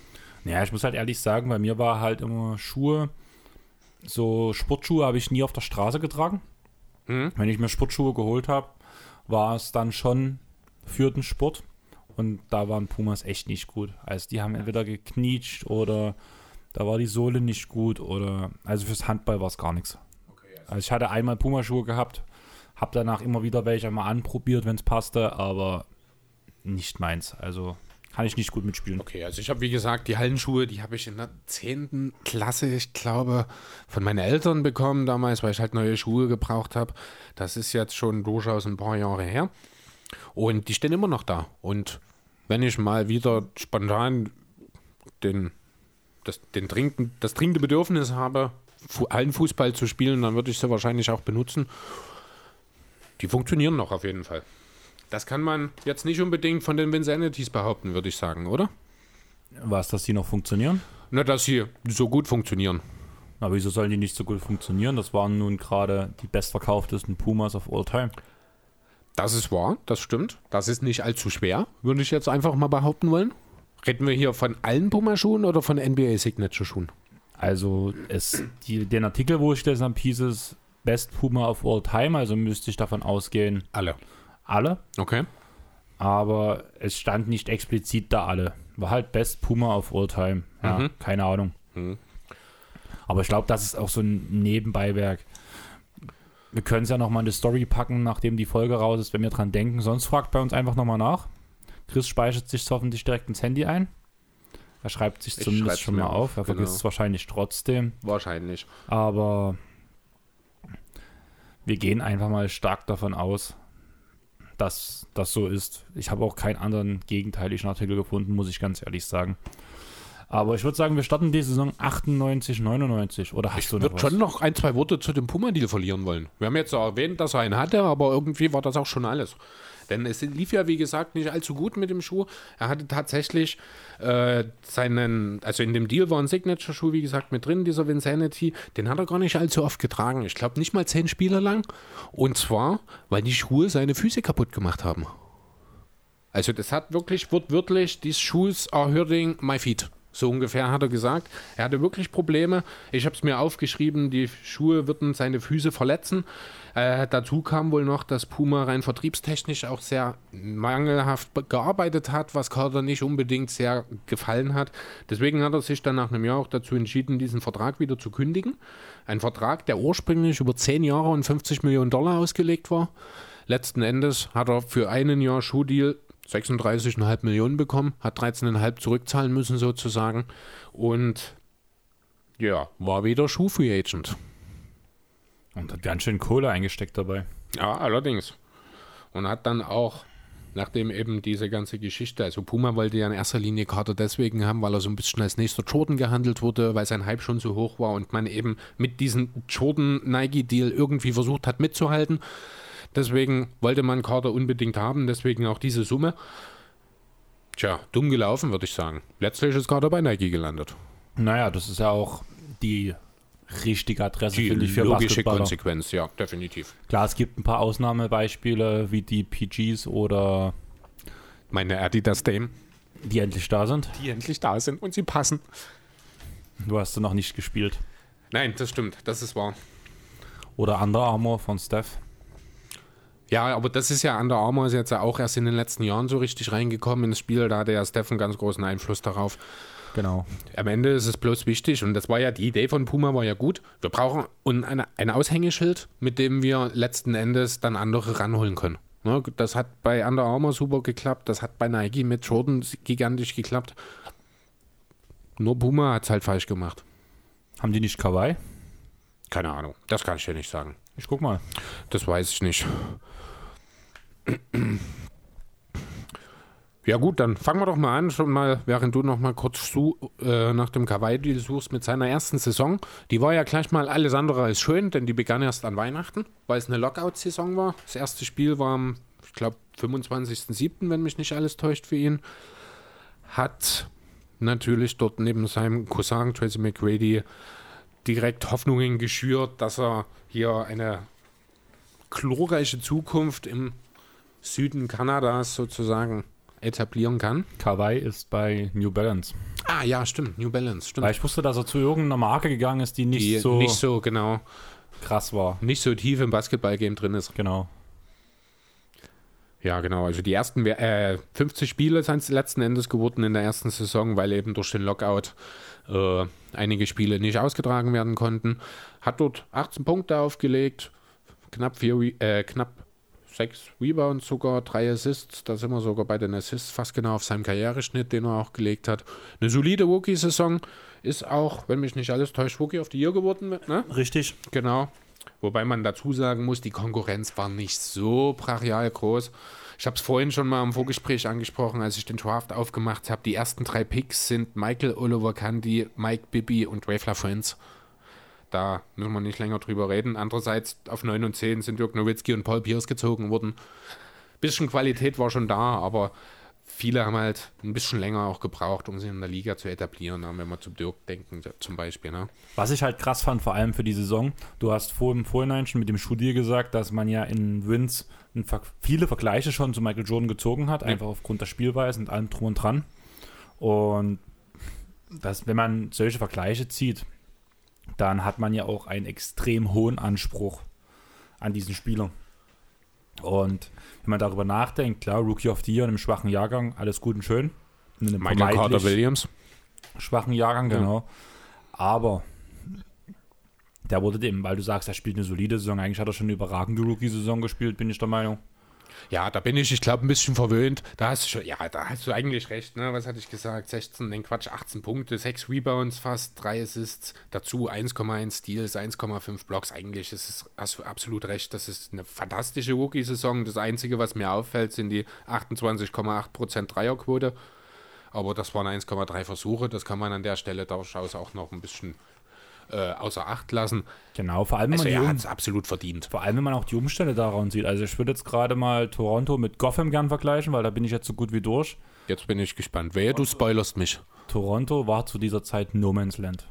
Ja, ich muss halt ehrlich sagen, bei mir war halt immer Schuhe, so Sportschuhe habe ich nie auf der Straße getragen. Mhm. Wenn ich mir Sportschuhe geholt habe, war es dann schon für den Sport. Und da waren Pumas echt nicht gut. Also die haben entweder geknietscht oder da war die Sohle nicht gut oder also fürs Handball war es gar nichts. Also ich hatte einmal Pumaschuhe gehabt, habe danach immer wieder welche mal anprobiert, wenn es passte, aber nicht meins. Also kann ich nicht gut mitspielen. Okay, also ich habe wie gesagt die Hallenschuhe, die habe ich in der zehnten Klasse, ich glaube, von meinen Eltern bekommen damals, weil ich halt neue Schuhe gebraucht habe. Das ist jetzt schon durchaus ein paar Jahre her. Und die stehen immer noch da. Und wenn ich mal wieder spontan den, das, den dringend, das dringende Bedürfnis habe, Fu- Hallenfußball zu spielen, dann würde ich sie wahrscheinlich auch benutzen. Die funktionieren noch auf jeden Fall. Das kann man jetzt nicht unbedingt von den Vincentities behaupten, würde ich sagen, oder? Was, dass die noch funktionieren? Na, dass sie so gut funktionieren. Aber wieso sollen die nicht so gut funktionieren? Das waren nun gerade die bestverkauftesten Pumas of all time. Das ist wahr, das stimmt. Das ist nicht allzu schwer, würde ich jetzt einfach mal behaupten wollen. Reden wir hier von allen Puma-Schuhen oder von N B A-Signature-Schuhen? Also es, die, den Artikel, wo ich gelesen habe, hieß es Best Puma of all time, also müsste ich davon ausgehen, Alle. alle. Okay. Aber es stand nicht explizit da alle. War halt Best Puma of all time. Ja, Mhm. keine Ahnung. Mhm. Aber ich glaube, das ist auch so ein Nebenbeiwerk. Wir können es ja nochmal in die Story packen, nachdem die Folge raus ist, wenn wir dran denken. Sonst fragt bei uns einfach nochmal nach. Chris speichert sich hoffentlich direkt ins Handy ein. Er schreibt sich Ich zumindest schreib's schon mir mal auf, auf. Er genau. vergisst es wahrscheinlich trotzdem. Wahrscheinlich. Aber wir gehen einfach mal stark davon aus, dass das so ist. Ich habe auch keinen anderen gegenteiligen Artikel gefunden, muss ich ganz ehrlich sagen. Aber ich würde sagen, wir starten die Saison achtundneunzig, neunundneunzig. Oder hast Ich du noch würde was? schon noch ein, zwei Worte zu dem Puma-Deal verlieren wollen. Wir haben jetzt ja erwähnt, dass er einen hatte, aber irgendwie war das auch schon alles. Denn es lief ja, wie gesagt, nicht allzu gut mit dem Schuh. Er hatte tatsächlich äh, seinen, also in dem Deal war ein Signature-Schuh, wie gesagt, mit drin, dieser Vincenity. Den hat er gar nicht allzu oft getragen. Ich glaube, nicht mal zehn Spiele lang. Und zwar, weil die Schuhe seine Füße kaputt gemacht haben. Also das hat wirklich, wortwörtlich, these shoes are hurting my feet. So ungefähr hat er gesagt. Er hatte wirklich Probleme. Ich habe es mir aufgeschrieben, die Schuhe würden seine Füße verletzen. Äh, dazu kam wohl noch, dass Puma rein vertriebstechnisch auch sehr mangelhaft gearbeitet hat, was Carter nicht unbedingt sehr gefallen hat. Deswegen hat er sich dann nach einem Jahr auch dazu entschieden, diesen Vertrag wieder zu kündigen. Ein Vertrag, der ursprünglich über zehn Jahre und fünfzig Millionen Dollar ausgelegt war. Letzten Endes hat er für einen Jahr Schuhdeal sechsunddreißig Komma fünf Millionen bekommen, hat dreizehn Komma fünf zurückzahlen müssen sozusagen und ja, war wieder Schuh-Free Agent. Und hat ganz schön Kohle eingesteckt dabei. Ja, allerdings. Und hat dann auch, nachdem eben diese ganze Geschichte, also Puma wollte ja in erster Linie Carter deswegen haben, weil er so ein bisschen als nächster Jordan gehandelt wurde, weil sein Hype schon so hoch war und man eben mit diesem Jordan-Nike-Deal irgendwie versucht hat mitzuhalten. Deswegen wollte man Carter unbedingt haben, deswegen auch diese Summe. Tja, dumm gelaufen, würde ich sagen. Letztlich ist Carter bei Nike gelandet. Naja, das ist ja auch die richtige Adresse, Die finde ich, für logische Basketballer. Konsequenz, ja, definitiv. Klar, es gibt ein paar Ausnahmebeispiele, wie die P Gs oder Meine Adidas Dame, die endlich da sind. die endlich da sind und sie passen. Du hast sie noch nicht gespielt. Nein, das stimmt, das ist wahr. Oder Under Armour von Steph. Ja, aber das ist ja, Under Armour ist jetzt ja auch erst in den letzten Jahren so richtig reingekommen ins Spiel. Da hatte ja Steph einen ganz großen Einfluss darauf. Genau. Am Ende ist es bloß wichtig, und das war ja die Idee von Puma, war ja gut. Wir brauchen eine, ein Aushängeschild, mit dem wir letzten Endes dann andere ranholen können. Ne, das hat bei Under Armour super geklappt, das hat bei Nike mit Jordan gigantisch geklappt. Nur Puma hat es halt falsch gemacht. Haben die nicht Kawaii? Keine Ahnung, das kann ich dir nicht sagen. Ich guck mal. Das weiß ich nicht. Ja gut, dann fangen wir doch mal an, schon mal, während du noch mal kurz zu, äh, nach dem Kawaii-Deal suchst mit seiner ersten Saison. Die war ja gleich mal alles andere als schön, denn die begann erst an Weihnachten, weil es eine Lockout-Saison war. Das erste Spiel war am, ich glaube, fünfundzwanzigsten siebten, wenn mich nicht alles täuscht für ihn. Hat natürlich dort neben seinem Cousin Tracy McGrady direkt Hoffnungen geschürt, dass er hier eine glorreiche Zukunft im Süden Kanadas sozusagen etablieren kann. Kawhi ist bei New Balance. Ah, ja, stimmt. New Balance, stimmt. Weil ich wusste, dass er zu irgendeiner Marke gegangen ist, die nicht die so nicht so, genau, krass war. nicht so tief im Basketball-Game drin ist. Genau. Ja, genau. Also die ersten äh, fünfzig Spiele sind es letzten Endes geworden in der ersten Saison, weil eben durch den Lockout äh, einige Spiele nicht ausgetragen werden konnten. Hat dort achtzehn Punkte aufgelegt, knapp, vier, äh, knapp sechs Rebounds sogar, drei Assists. Da sind wir sogar bei den Assists fast genau auf seinem Karriereschnitt, den er auch gelegt hat. Eine solide Rookie-Saison ist auch, wenn mich nicht alles täuscht, Rookie of the Year geworden. Ne? Richtig. Genau. Wobei man dazu sagen muss, die Konkurrenz war nicht so brachial groß. Ich habe es vorhin schon mal im Vorgespräch angesprochen, als ich den Draft aufgemacht habe. Die ersten drei Picks sind Michael Olowokandi, Mike Bibby und Ray LaFrance. Da müssen wir nicht länger drüber reden. Andererseits auf neun und zehn sind Dirk Nowitzki und Paul Pierce gezogen worden. Bisschen Qualität war schon da, aber viele haben halt ein bisschen länger auch gebraucht, um sich in der Liga zu etablieren, wenn wir zu Dirk denken zum Beispiel. Ne? Was ich halt krass fand, vor allem für die Saison, du hast vor, im Vorhinein schon mit dem Studier gesagt, dass man ja in Wins viele Vergleiche schon zu Michael Jordan gezogen hat, ja. Einfach aufgrund der Spielweise und allem drum und dran. Und das, wenn man solche Vergleiche zieht, dann hat man ja auch einen extrem hohen Anspruch an diesen Spieler. Und wenn man darüber nachdenkt, klar, Rookie of the Year in einem schwachen Jahrgang, alles gut und schön. In einem Michael Carter Williams. Schwachen Jahrgang, genau. Ja. Aber der wurde dem, weil du sagst, er spielt eine solide Saison, eigentlich hat er schon eine überragende Rookie-Saison gespielt, bin ich der Meinung. Ja, da bin ich, ich glaube, ein bisschen verwöhnt. Da hast du schon, ja, da hast du eigentlich recht, ne? Was hatte ich gesagt? sechzehn, nein, Quatsch, achtzehn Punkte, sechs Rebounds fast, drei Assists, dazu eins Komma eins Steals, eins Komma fünf Blocks. Eigentlich ist es, hast du absolut recht, das ist eine fantastische Rookie-Saison. Das Einzige, was mir auffällt, sind die achtundzwanzig Komma acht Prozent Dreierquote. Aber das waren eins Komma drei Versuche, das kann man an der Stelle durchaus auch noch ein bisschen Äh, außer Acht lassen. Genau, vor allem, also wenn man er hat es absolut verdient. Vor allem, wenn man auch die Umstände daran sieht. Also ich würde jetzt gerade mal Toronto mit Gotham gern vergleichen, weil da bin ich jetzt so gut wie durch. Jetzt bin ich gespannt. Wer, du spoilerst mich. Toronto war zu dieser Zeit No Man's Land.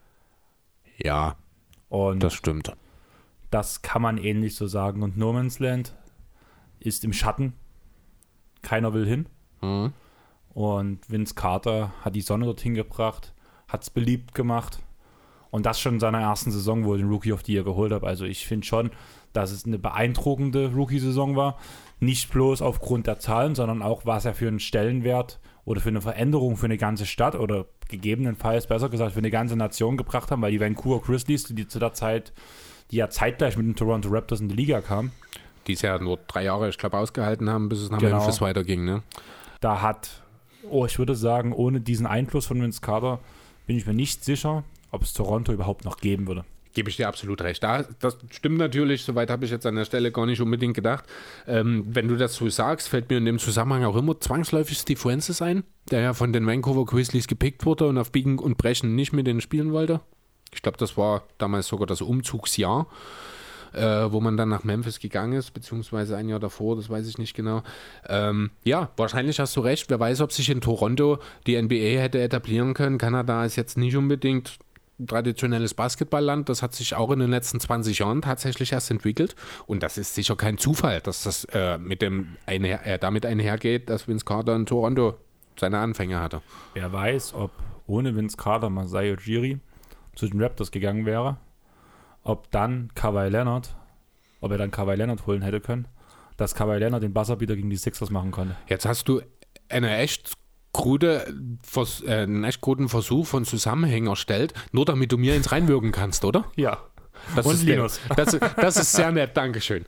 Ja, und das stimmt. Das kann man ähnlich so sagen. Und No Man's Land ist im Schatten. Keiner will hin. Mhm. Und Vince Carter hat die Sonne dorthin gebracht, hat es beliebt gemacht. Und das schon in seiner ersten Saison, wo er den Rookie of the Year geholt hat. Also ich finde schon, dass es eine beeindruckende Rookie-Saison war. Nicht bloß aufgrund der Zahlen, sondern auch, was er für einen Stellenwert oder für eine Veränderung für eine ganze Stadt oder gegebenenfalls, besser gesagt, für eine ganze Nation gebracht haben, weil die Vancouver Grizzlies, die zu der Zeit, die ja zeitgleich mit den Toronto Raptors in die Liga kamen. Die es ja nur drei Jahre, ich glaube, ausgehalten haben, bis es nach genau. Memphis weiterging. Ne? Da hat, oh, ich würde sagen, ohne diesen Einfluss von Vince Carter bin ich mir nicht sicher, ob es Toronto überhaupt noch geben würde. Gebe ich dir absolut recht. Da, das stimmt natürlich, soweit habe ich jetzt an der Stelle gar nicht unbedingt gedacht. Ähm, wenn du das so sagst, fällt mir in dem Zusammenhang auch immer zwangsläufig Steve Francis ein, der ja von den Vancouver Grizzlies gepickt wurde und auf Biegen und Brechen nicht mit denen spielen wollte. Ich glaube, das war damals sogar das Umzugsjahr, äh, wo man dann nach Memphis gegangen ist, beziehungsweise ein Jahr davor, das weiß ich nicht genau. Ähm, ja, wahrscheinlich hast du recht. Wer weiß, ob sich in Toronto die N B A hätte etablieren können. Kanada ist jetzt nicht unbedingt traditionelles Basketballland, das hat sich auch in den letzten zwanzig Jahren tatsächlich erst entwickelt und das ist sicher kein Zufall, dass das äh, mit dem einher, äh, damit einhergeht, dass Vince Carter in Toronto seine Anfänge hatte. Wer weiß, ob ohne Vince Carter Masai Ujiri zu den Raptors gegangen wäre, ob dann Kawhi Leonard, ob er dann Kawhi Leonard holen hätte können, dass Kawhi Leonard den Buzzerbeater gegen die Sixers machen konnte. Jetzt hast du eine echt Krude, vers, äh, einen echt kruden Versuch von Zusammenhängen erstellt, nur damit du mir ins reinwirken kannst, oder? Ja. Das und ist Linus. Der, das, das ist sehr nett, Dankeschön.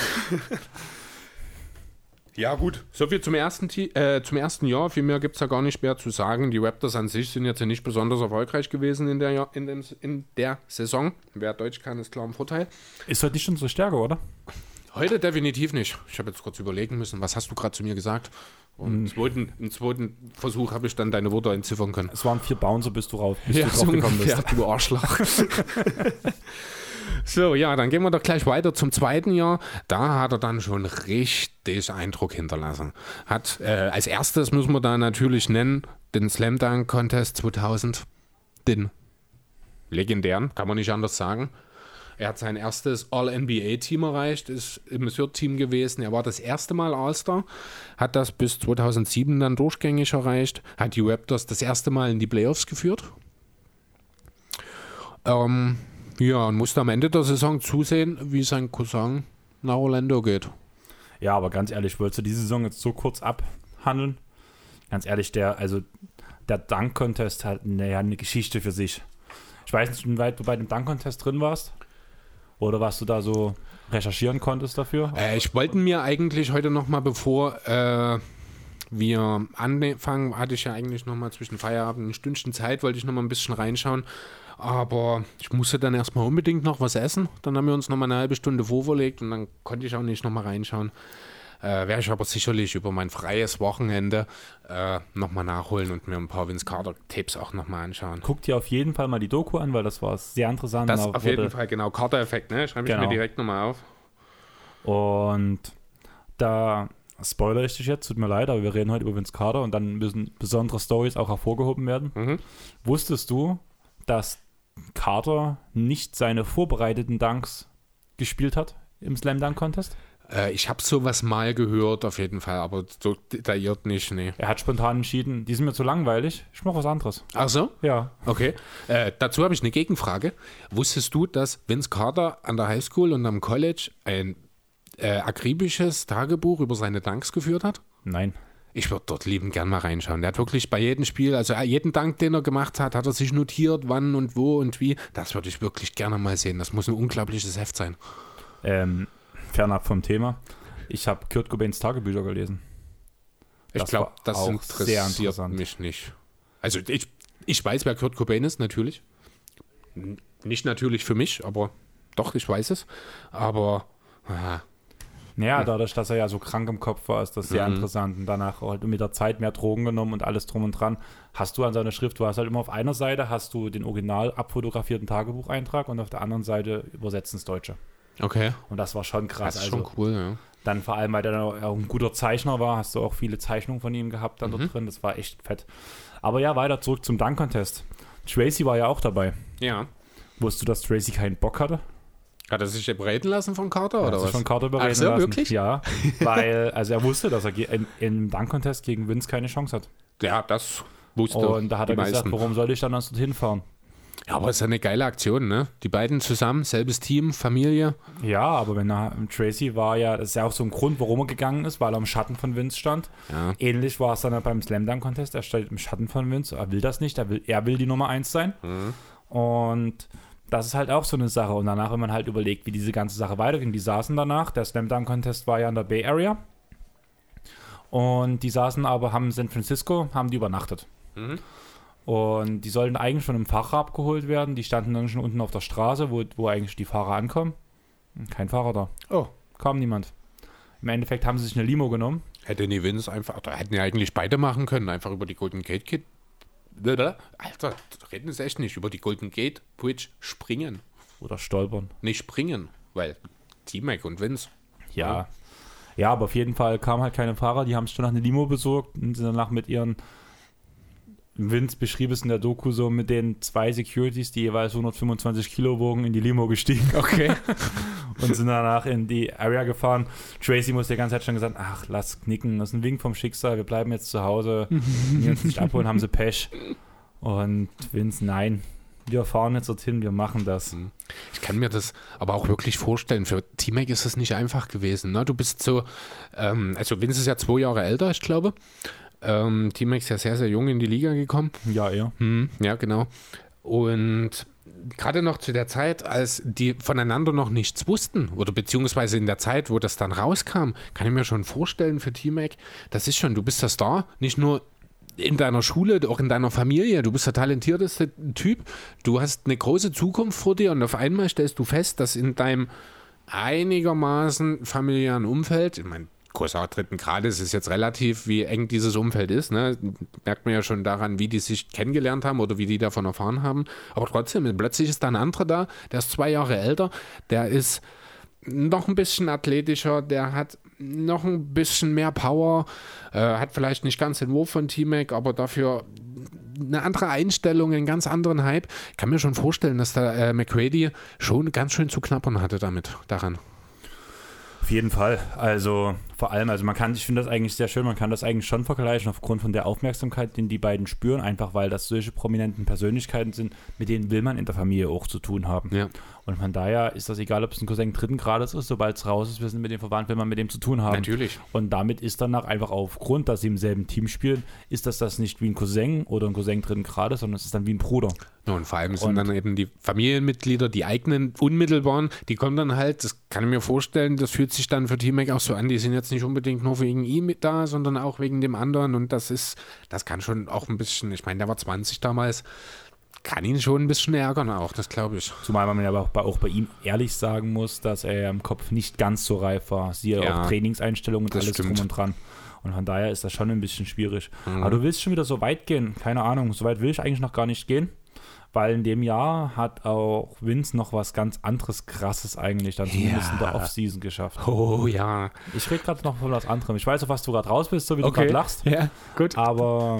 Ja gut, soviel zum ersten, äh, zum ersten Jahr. Viel mehr gibt es da gar nicht mehr zu sagen. Die Raptors an sich sind jetzt ja nicht besonders erfolgreich gewesen in der, in dem, in der Saison. Wer Deutsch kann, ist klar im Vorteil. Ist heute nicht unsere Stärke, oder? Heute definitiv nicht. Ich habe jetzt kurz überlegen müssen, was hast du gerade zu mir gesagt? Und im zweiten, im zweiten Versuch habe ich dann deine Worte entziffern können. Es waren vier Bouncer, bis du rauf, bis ja, du drauf gekommen bist. Ja, du Arschloch. So, ja, dann gehen wir doch gleich weiter zum zweiten Jahr. Da hat er dann schon richtig Eindruck hinterlassen. Hat äh, als erstes müssen wir da natürlich nennen, den Slam Dunk Contest zweitausend, den legendären, kann man nicht anders sagen. Er hat sein erstes All-N B A-Team erreicht, ist im Third-Team gewesen. Er war das erste Mal All-Star, hat das bis zweitausendsieben dann durchgängig erreicht, hat die Raptors das erste Mal in die Playoffs geführt. Ähm, ja, und musste am Ende der Saison zusehen, wie sein Cousin nach Orlando geht. Ja, aber ganz ehrlich, wolltest du die Saison jetzt so kurz abhandeln? Ganz ehrlich, der, also der Dunk-Contest hat naja, eine Geschichte für sich. Ich weiß nicht, wie weit du bei dem Dunk-Contest drin warst oder was du da so recherchieren konntest dafür. Äh, ich wollte mir eigentlich heute nochmal, bevor äh, wir anfangen, hatte ich ja eigentlich nochmal zwischen Feierabend ein Stündchen Zeit, wollte ich nochmal ein bisschen reinschauen. Aber ich musste dann erstmal unbedingt noch was essen. Dann haben wir uns nochmal eine halbe Stunde vorverlegt und dann konnte ich auch nicht nochmal reinschauen. Äh, werde ich aber sicherlich über mein freies Wochenende äh, nochmal nachholen und mir ein paar Vince Carter-Tapes auch nochmal anschauen. Guck dir auf jeden Fall mal die Doku an, weil das war sehr interessant. Das da auf wurde, jeden Fall, genau. Carter-Effekt, ne? Schreibe ich Genau. mir direkt nochmal auf. Und da spoilere ich dich jetzt, tut mir leid, aber wir reden heute über Vince Carter und dann müssen besondere Storys auch hervorgehoben werden. Mhm. Wusstest du, dass Carter nicht seine vorbereiteten Dunks gespielt hat im Slam Dunk Contest? Äh, ich habe sowas mal gehört, auf jeden Fall, aber so detailliert nicht, nee. Er hat spontan entschieden, die sind mir zu langweilig, ich mache was anderes. Ach so? Ja. Okay. Äh, dazu habe ich eine Gegenfrage. Wusstest du, dass Vince Carter an der Highschool und am College ein äh, akribisches Tagebuch über seine Dunks geführt hat? Nein. Ich würde dort liebend gern mal reinschauen. Der hat wirklich bei jedem Spiel, also jeden Dunk, den er gemacht hat, hat er sich notiert, wann und wo und wie. Das würde ich wirklich gerne mal sehen. Das muss ein unglaubliches Heft sein. Ähm, fernab vom Thema. Ich habe Kurt Cobains Tagebücher gelesen. Ich Das glaube, war das auch sehr interessiert interessant. mich nicht. Also ich, ich weiß, wer Kurt Cobain ist, natürlich. N- Nicht natürlich für mich, aber doch, ich weiß es. Aber ah, Naja, dadurch, dass er ja so krank im Kopf war, ist das sehr Mhm. interessant. Und danach halt mit der Zeit mehr Drogen genommen und alles drum und dran. Hast du an seiner Schrift, du hast halt immer auf einer Seite hast du den original abfotografierten Tagebucheintrag und auf der anderen Seite übersetzt ins Deutsche. okay. Und das war schon krass. Das ist Also schon cool, ja. dann vor allem, weil er auch ein guter Zeichner war, hast du auch viele Zeichnungen von ihm gehabt dann Mhm. dort drin. Das war echt fett. Aber ja, weiter zurück zum Dunk-Contest. Tracy war ja auch dabei. Ja. Wusstest du, dass Tracy keinen Bock hatte? Hat er sich überreden lassen von Carter, oder Hat sich was? von Carter überreden Ach so, lassen. wirklich? Ja, weil also er wusste, dass er ge- in, im Dunk-Contest gegen Vince keine Chance hat. Ja, das wusste Und da hat die er gesagt, meisten. warum soll ich dann erst dorthin fahren? Ja, aber es ist ja eine geile Aktion, ne? Die beiden zusammen, selbes Team, Familie. Ja, aber wenn er, Tracy war ja, das ist ja auch so ein Grund, warum er gegangen ist, weil er im Schatten von Vince stand. Ja. Ähnlich war es dann beim Slam Dunk Contest, er steht im Schatten von Vince, er will das nicht, er will, er will die Nummer eins sein. Mhm. Und das ist halt auch so eine Sache. Und danach, wenn man halt überlegt, wie diese ganze Sache weiterging, die saßen danach, der Slam Dunk Contest war ja in der Bay Area. Und die saßen aber, haben in San Francisco, haben die übernachtet. Mhm. Und die sollten eigentlich von einem Fahrer abgeholt werden. Die standen dann schon unten auf der Straße, wo, wo eigentlich die Fahrer ankommen. Kein Fahrer da. Oh. Kam niemand. Im Endeffekt haben sie sich eine Limo genommen. Hätte nie Vince einfach, oder hätten ja eigentlich beide machen können, einfach über die Golden Gate Kid. Alter, reden es echt nicht, über die Golden Gate Bridge springen. Oder stolpern. Nicht springen, weil T-Mac und Vince. Ja. Ja, aber auf jeden Fall kamen halt keine Fahrer. Die haben sich dann nach eine Limo besorgt und sind danach mit ihren, Vince beschrieb es in der Doku so, mit den zwei Securities, die jeweils hundertfünfundzwanzig Kilo wogen, in die Limo gestiegen. Okay. Und sind danach in die Area gefahren. Tracy muss die ganze Zeit schon gesagt, ach, lass knicken, das ist ein Wink vom Schicksal, wir bleiben jetzt zu Hause. Wenn die uns nicht abholen, haben sie Pech. Und Vince, nein, wir fahren jetzt dorthin, wir machen das. Ich kann mir das aber auch wirklich vorstellen. Für T-Mac ist das nicht einfach gewesen. Ne? Du bist so, ähm, also Vince ist ja zwei Jahre älter, ich glaube. Ähm, T-Mac ist ja sehr, sehr jung in die Liga gekommen. Ja, eher. Hm, ja, genau. Und gerade noch zu der Zeit, als die voneinander noch nichts wussten, oder beziehungsweise in der Zeit, wo das dann rauskam, kann ich mir schon vorstellen für T-Mac, das ist schon, du bist der Star, nicht nur in deiner Schule, auch in deiner Familie, du bist der talentierteste Typ, du hast eine große Zukunft vor dir und auf einmal stellst du fest, dass in deinem einigermaßen familiären Umfeld, ich meine, großer dritten Grades ist jetzt relativ, wie eng dieses Umfeld ist, ne? Merkt man ja schon daran, wie die sich kennengelernt haben oder wie die davon erfahren haben, aber trotzdem, plötzlich ist da ein anderer da, der ist zwei Jahre älter, der ist noch ein bisschen athletischer, der hat noch ein bisschen mehr Power, äh, hat vielleicht nicht ganz den Wurf von T-Mac, aber dafür eine andere Einstellung, einen ganz anderen Hype. Ich kann mir schon vorstellen, dass der äh, McGrady schon ganz schön zu knabbern hatte damit, daran. Auf jeden Fall. Also vor allem, also man kann, ich finde das eigentlich sehr schön, man kann das eigentlich schon vergleichen aufgrund von der Aufmerksamkeit, die die beiden spüren, einfach weil das solche prominenten Persönlichkeiten sind, mit denen will man in der Familie auch zu tun haben. Ja. Und von daher ist das egal, ob es ein Cousin dritten Grades ist, sobald es raus ist, wir sind mit dem verwandt, will man mit dem zu tun haben. Natürlich. Und damit ist danach einfach aufgrund, dass sie im selben Team spielen, ist das das nicht wie ein Cousin oder ein Cousin dritten Grades, sondern es ist dann wie ein Bruder. Ja, und vor allem sind Und dann eben die Familienmitglieder, die eigenen, unmittelbaren, die kommen dann halt, das kann ich mir vorstellen, das fühlt sich dann für T-Mac auch so an, die sind jetzt nicht unbedingt nur wegen ihm mit da, sondern auch wegen dem anderen und das ist, das kann schon auch ein bisschen, ich meine, der war zwanzig damals, kann ihn schon ein bisschen ärgern auch, das glaube ich. Zumal man aber auch bei, auch bei ihm ehrlich sagen muss, dass er im Kopf nicht ganz so reif war. Siehe Ja, auch Trainingseinstellungen und das alles stimmt. drum und dran. Und von daher ist das schon ein bisschen schwierig. Mhm. Aber du willst schon wieder so weit gehen. Keine Ahnung, so weit will ich eigentlich noch gar nicht gehen. Weil in dem Jahr hat auch Vince noch was ganz anderes Krasses eigentlich dann zumindest Ja. in der Offseason geschafft. Oh ja. Ich rede gerade noch von was anderem. Ich weiß, auf was du gerade raus bist, so wie du Okay. gerade lachst. Ja, gut. Aber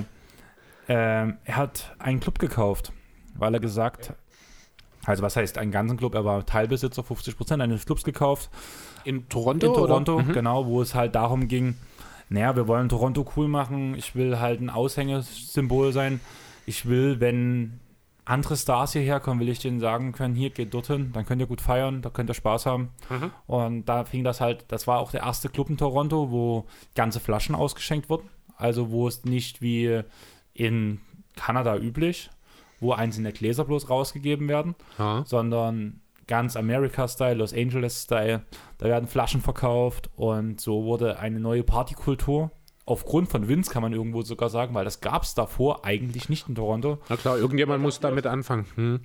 ähm, er hat einen Club gekauft, weil er gesagt hat, also was heißt einen ganzen Club, er war Teilbesitzer, fünfzig Prozent eines Clubs gekauft. In Toronto? In Toronto, oder? Mhm. genau, wo es halt darum ging, naja, wir wollen Toronto cool machen, ich will halt ein Aushängesymbol sein. Ich will, wenn andere Stars hierher kommen, will ich denen sagen können, hier, geht dorthin, dann könnt ihr gut feiern, da könnt ihr Spaß haben. Mhm. Und da fing das halt, das war auch der erste Club in Toronto, wo ganze Flaschen ausgeschenkt wurden. Also wo es nicht wie in Kanada üblich, wo einzelne Gläser bloß rausgegeben werden, Ja. sondern ganz America-Style, Los Angeles-Style. Da werden Flaschen verkauft und so wurde eine neue Partykultur. Aufgrund von Vince kann man irgendwo sogar sagen, weil das gab es davor eigentlich nicht in Toronto, Na klar, irgendjemand muss damit anfangen. Hm.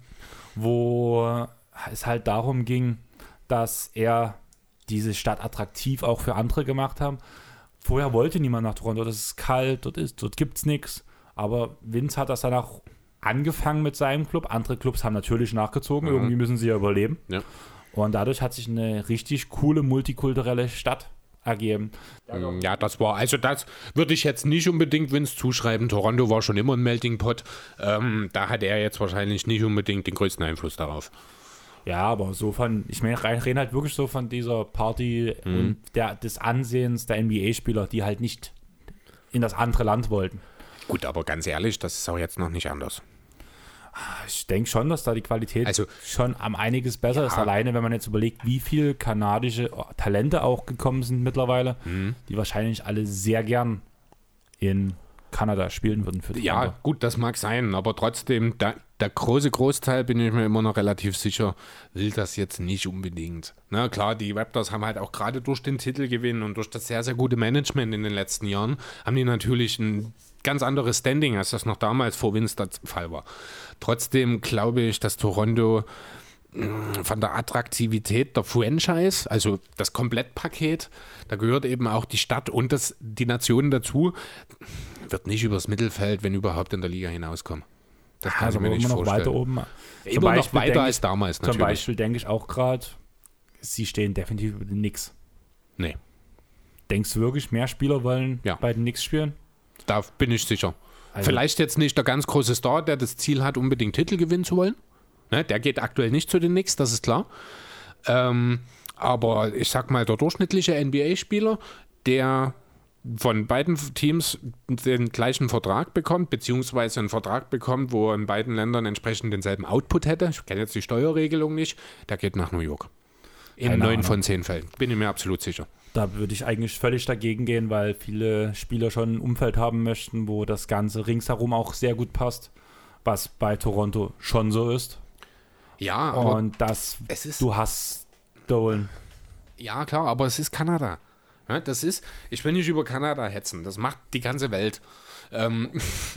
wo es halt darum ging, dass er diese Stadt attraktiv auch für andere gemacht haben. Vorher wollte niemand nach Toronto, das ist kalt, dort, ist, dort gibt es nichts. Aber Vince hat das dann auch angefangen mit seinem Club. Andere Clubs haben natürlich nachgezogen, Mhm. irgendwie müssen sie ja überleben. Ja. Und dadurch hat sich eine richtig coole multikulturelle Stadt ergeben. Ja, das war, also das würde ich jetzt nicht unbedingt Vince zuschreiben. Toronto war schon immer ein Melting Pot. Ähm, da hat er jetzt wahrscheinlich nicht unbedingt den größten Einfluss darauf. Ja, aber so von, ich meine, ich rede halt wirklich so von dieser Party Mhm. und der, des Ansehens der N B A-Spieler, die halt nicht in das andere Land wollten. Gut, aber ganz ehrlich, das ist auch jetzt noch nicht anders. Ich denke schon, dass da die Qualität Also- schon am einiges besser Ja. ist. Alleine, wenn man jetzt überlegt, wie viele kanadische Talente auch gekommen sind mittlerweile, Mhm. die wahrscheinlich alle sehr gern in Kanada spielen würden für die Ja, Toronto. gut, das mag sein, aber trotzdem, da, der große Großteil, bin ich mir immer noch relativ sicher, will das jetzt nicht unbedingt. Na klar, die Raptors haben halt auch gerade durch den Titelgewinn und durch das sehr, sehr gute Management in den letzten Jahren, haben die natürlich ein ganz anderes Standing, als das noch damals vor Vince der Fall war. Trotzdem glaube ich, dass Toronto mh, von der Attraktivität der Franchise, also das Komplettpaket, da gehört eben auch die Stadt und das, die Nation dazu, wird nicht übers Mittelfeld, wenn überhaupt, in der Liga hinauskommen. Das kann Also ich mir nicht immer noch vorstellen. weiter oben. Immer noch weiter denke als ich, damals Zum natürlich. Beispiel denke ich auch gerade, sie stehen definitiv über den Knicks. Nee, Denkst du wirklich, mehr Spieler wollen Ja. bei den Knicks spielen? da bin ich sicher. Also- Vielleicht jetzt nicht der ganz große Star, der das Ziel hat, unbedingt Titel gewinnen zu wollen. Ne, der geht aktuell nicht zu den Knicks, das ist klar. Ähm, aber ich sag mal, der durchschnittliche N B A-Spieler, der von beiden Teams den gleichen Vertrag bekommt, beziehungsweise einen Vertrag bekommt, wo er in beiden Ländern entsprechend denselben Output hätte, ich kenne jetzt die Steuerregelung nicht, der geht nach New York. In Keine neun Ahnung. von zehn Fällen, bin ich mir absolut sicher. Da würde ich eigentlich völlig dagegen gehen, weil viele Spieler schon ein Umfeld haben möchten, wo das Ganze ringsherum auch sehr gut passt, was bei Toronto schon so ist. Ja, aber Und das, es ist- du hast Dolan. Ja, klar, aber es ist Kanada. Ja, das ist, ich will nicht über Kanada hetzen, das macht die ganze Welt. Ähm,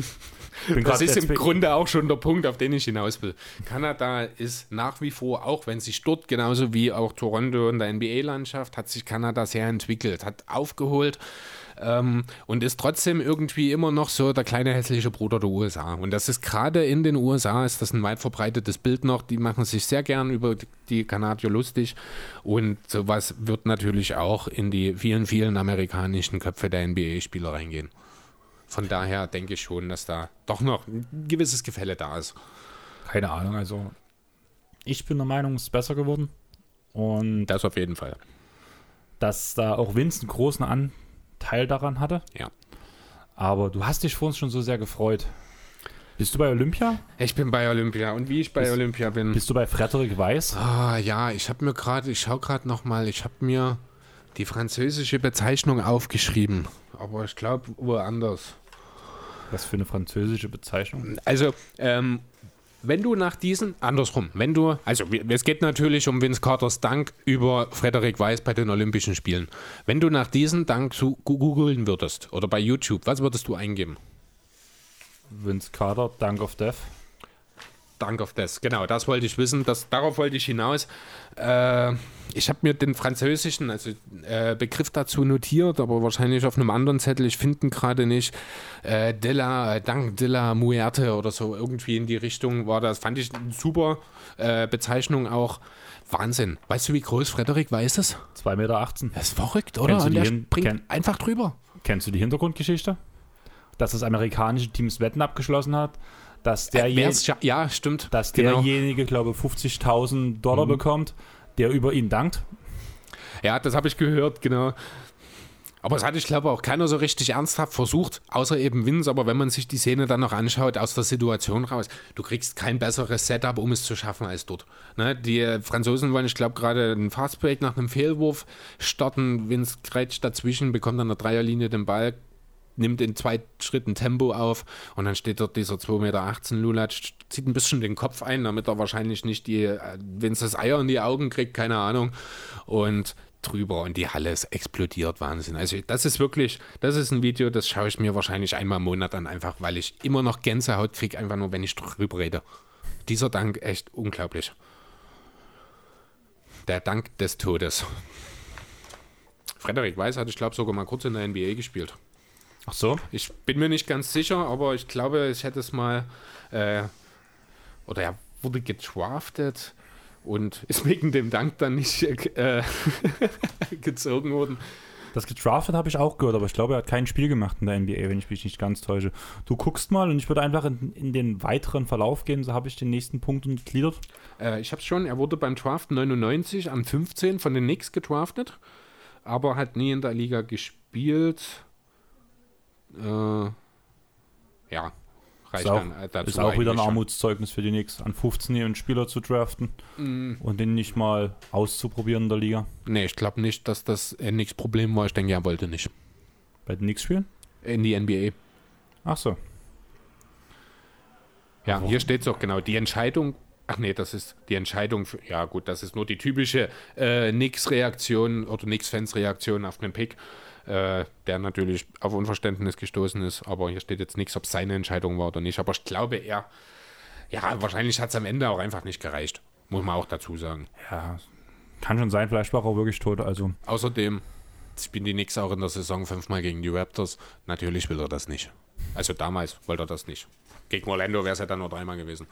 Bin das grad ist im deswegen- Grunde auch schon der Punkt, auf den ich hinaus will. Kanada ist nach wie vor, auch wenn sich dort genauso wie auch Toronto in der N B A-Landschaft, hat sich Kanada sehr entwickelt, hat aufgeholt ähm, und ist trotzdem irgendwie immer noch so der kleine hässliche Bruder der U S A. Und das ist gerade in den U S A, ist das ein weit verbreitetes Bild noch. Die machen sich sehr gern über die Kanadier lustig und sowas wird natürlich auch in die vielen, vielen amerikanischen Köpfe der N B A-Spieler reingehen. von daher denke ich schon, dass da doch noch ein gewisses Gefälle da ist. Keine Ahnung, also ich bin der Meinung, es ist besser geworden. Und das auf jeden Fall. Dass da auch Vince einen großen Anteil daran hatte. Ja. Aber du hast dich vor uns schon so sehr gefreut. Bist du bei Olympia? Ich bin bei Olympia. Und wie ich bei bist, Olympia bin... Bist du bei Frederik Weiss? Ah, ja, ich habe mir gerade, ich schaue gerade nochmal, ich habe mir die französische Bezeichnung aufgeschrieben. Aber ich glaube, woanders. Was für eine französische Bezeichnung? Also, ähm... wenn du nach diesen, andersrum, wenn du, also es geht natürlich um Vince Carters Dank über Frederik Weiss bei den Olympischen Spielen. Wenn du nach diesem Dank zu googeln würdest oder bei YouTube, was würdest du eingeben? Vince Carter, Dank of Death. Dank of Death, genau, das wollte ich wissen, das, darauf wollte ich hinaus. Äh, ich habe mir den französischen also, äh, Begriff dazu notiert, aber wahrscheinlich auf einem anderen Zettel, ich finde ihn gerade nicht. Äh, de la, Dank de la Muerte oder so, irgendwie in die Richtung war das. Fand ich eine super äh, Bezeichnung auch. Wahnsinn. Weißt du, wie groß Frederik Weiss ist? zwei Meter achtzehn. Das ist verrückt, oder? Und der springt kenn, einfach drüber. Kennst du die Hintergrundgeschichte? Dass das amerikanische Team das Wetten abgeschlossen hat, dass derjenige, äh, ja, stimmt. Dass genau. derjenige, glaube ich, fünfzigtausend Dollar mhm. bekommt, der über ihn dankt. Ja, das habe ich gehört, genau. Aber es hat, ich glaube, auch keiner so richtig ernsthaft versucht, außer eben Vince. Aber wenn man sich die Szene dann noch anschaut, aus der Situation raus, du kriegst kein besseres Setup, um es zu schaffen, als dort. Ne? Die Franzosen wollen, ich glaube, gerade einen Fastbreak nach einem Fehlwurf starten. Vince grätscht dazwischen, bekommt an der Dreierlinie den Ball, nimmt in zwei Schritten Tempo auf und dann steht dort dieser zwei Meter achtzehn Lulatsch, zieht ein bisschen den Kopf ein, damit er wahrscheinlich nicht die, wenn es das Eier in die Augen kriegt, keine Ahnung, und drüber und die Halle ist explodiert, Wahnsinn. Also das ist wirklich, das ist ein Video, das schaue ich mir wahrscheinlich einmal im Monat an, einfach weil ich immer noch Gänsehaut kriege, einfach nur, wenn ich drüber rede. Dieser Dank, echt unglaublich. Der Dank des Todes. Frederik Weiss hat, ich glaube, sogar mal kurz in der N B A gespielt. Ach so? Ich bin mir nicht ganz sicher, aber ich glaube, ich hätte es mal, äh, oder er wurde gedraftet und ist wegen dem Dank dann nicht äh, gezogen worden. Das gedraftet habe ich auch gehört, aber ich glaube, er hat kein Spiel gemacht in der N B A, wenn ich mich nicht ganz täusche. Du guckst mal und ich würde einfach in, in den weiteren Verlauf gehen, so habe ich den nächsten Punkt untergliedert. Äh, ich habe es schon, er wurde beim Draft neunundneunzig an fünfzehn von den Knicks gedraftet, aber hat nie in der Liga gespielt. Äh, ja, reicht ist auch, dann dazu. Ist auch wieder ein Armutszeugnis für die Knicks, an fünfzehn einen Spieler zu draften mm. und den nicht mal auszuprobieren in der Liga. Nee, ich glaube nicht, dass das ein Knicks Problem war. Ich denke, er wollte nicht. Bei den Knicks spielen? In die N B A. Ach so. Ja, Warum? Hier steht es auch genau. Die Entscheidung, ach nee, das ist die Entscheidung, für, ja gut, das ist nur die typische äh, Knicks-Reaktion oder Knicks-Fans-Reaktion auf einen Pick. Äh, der natürlich auf Unverständnis gestoßen ist, aber hier steht jetzt nichts, ob es seine Entscheidung war oder nicht, aber ich glaube er, ja, wahrscheinlich hat es am Ende auch einfach nicht gereicht, muss man auch dazu sagen. Ja, kann schon sein, vielleicht war er auch wirklich tot, also. Außerdem spielen die Knicks auch in der Saison fünfmal gegen die Raptors, natürlich will er das nicht. Also damals wollte er das nicht. Gegen Orlando wäre es ja dann nur dreimal gewesen.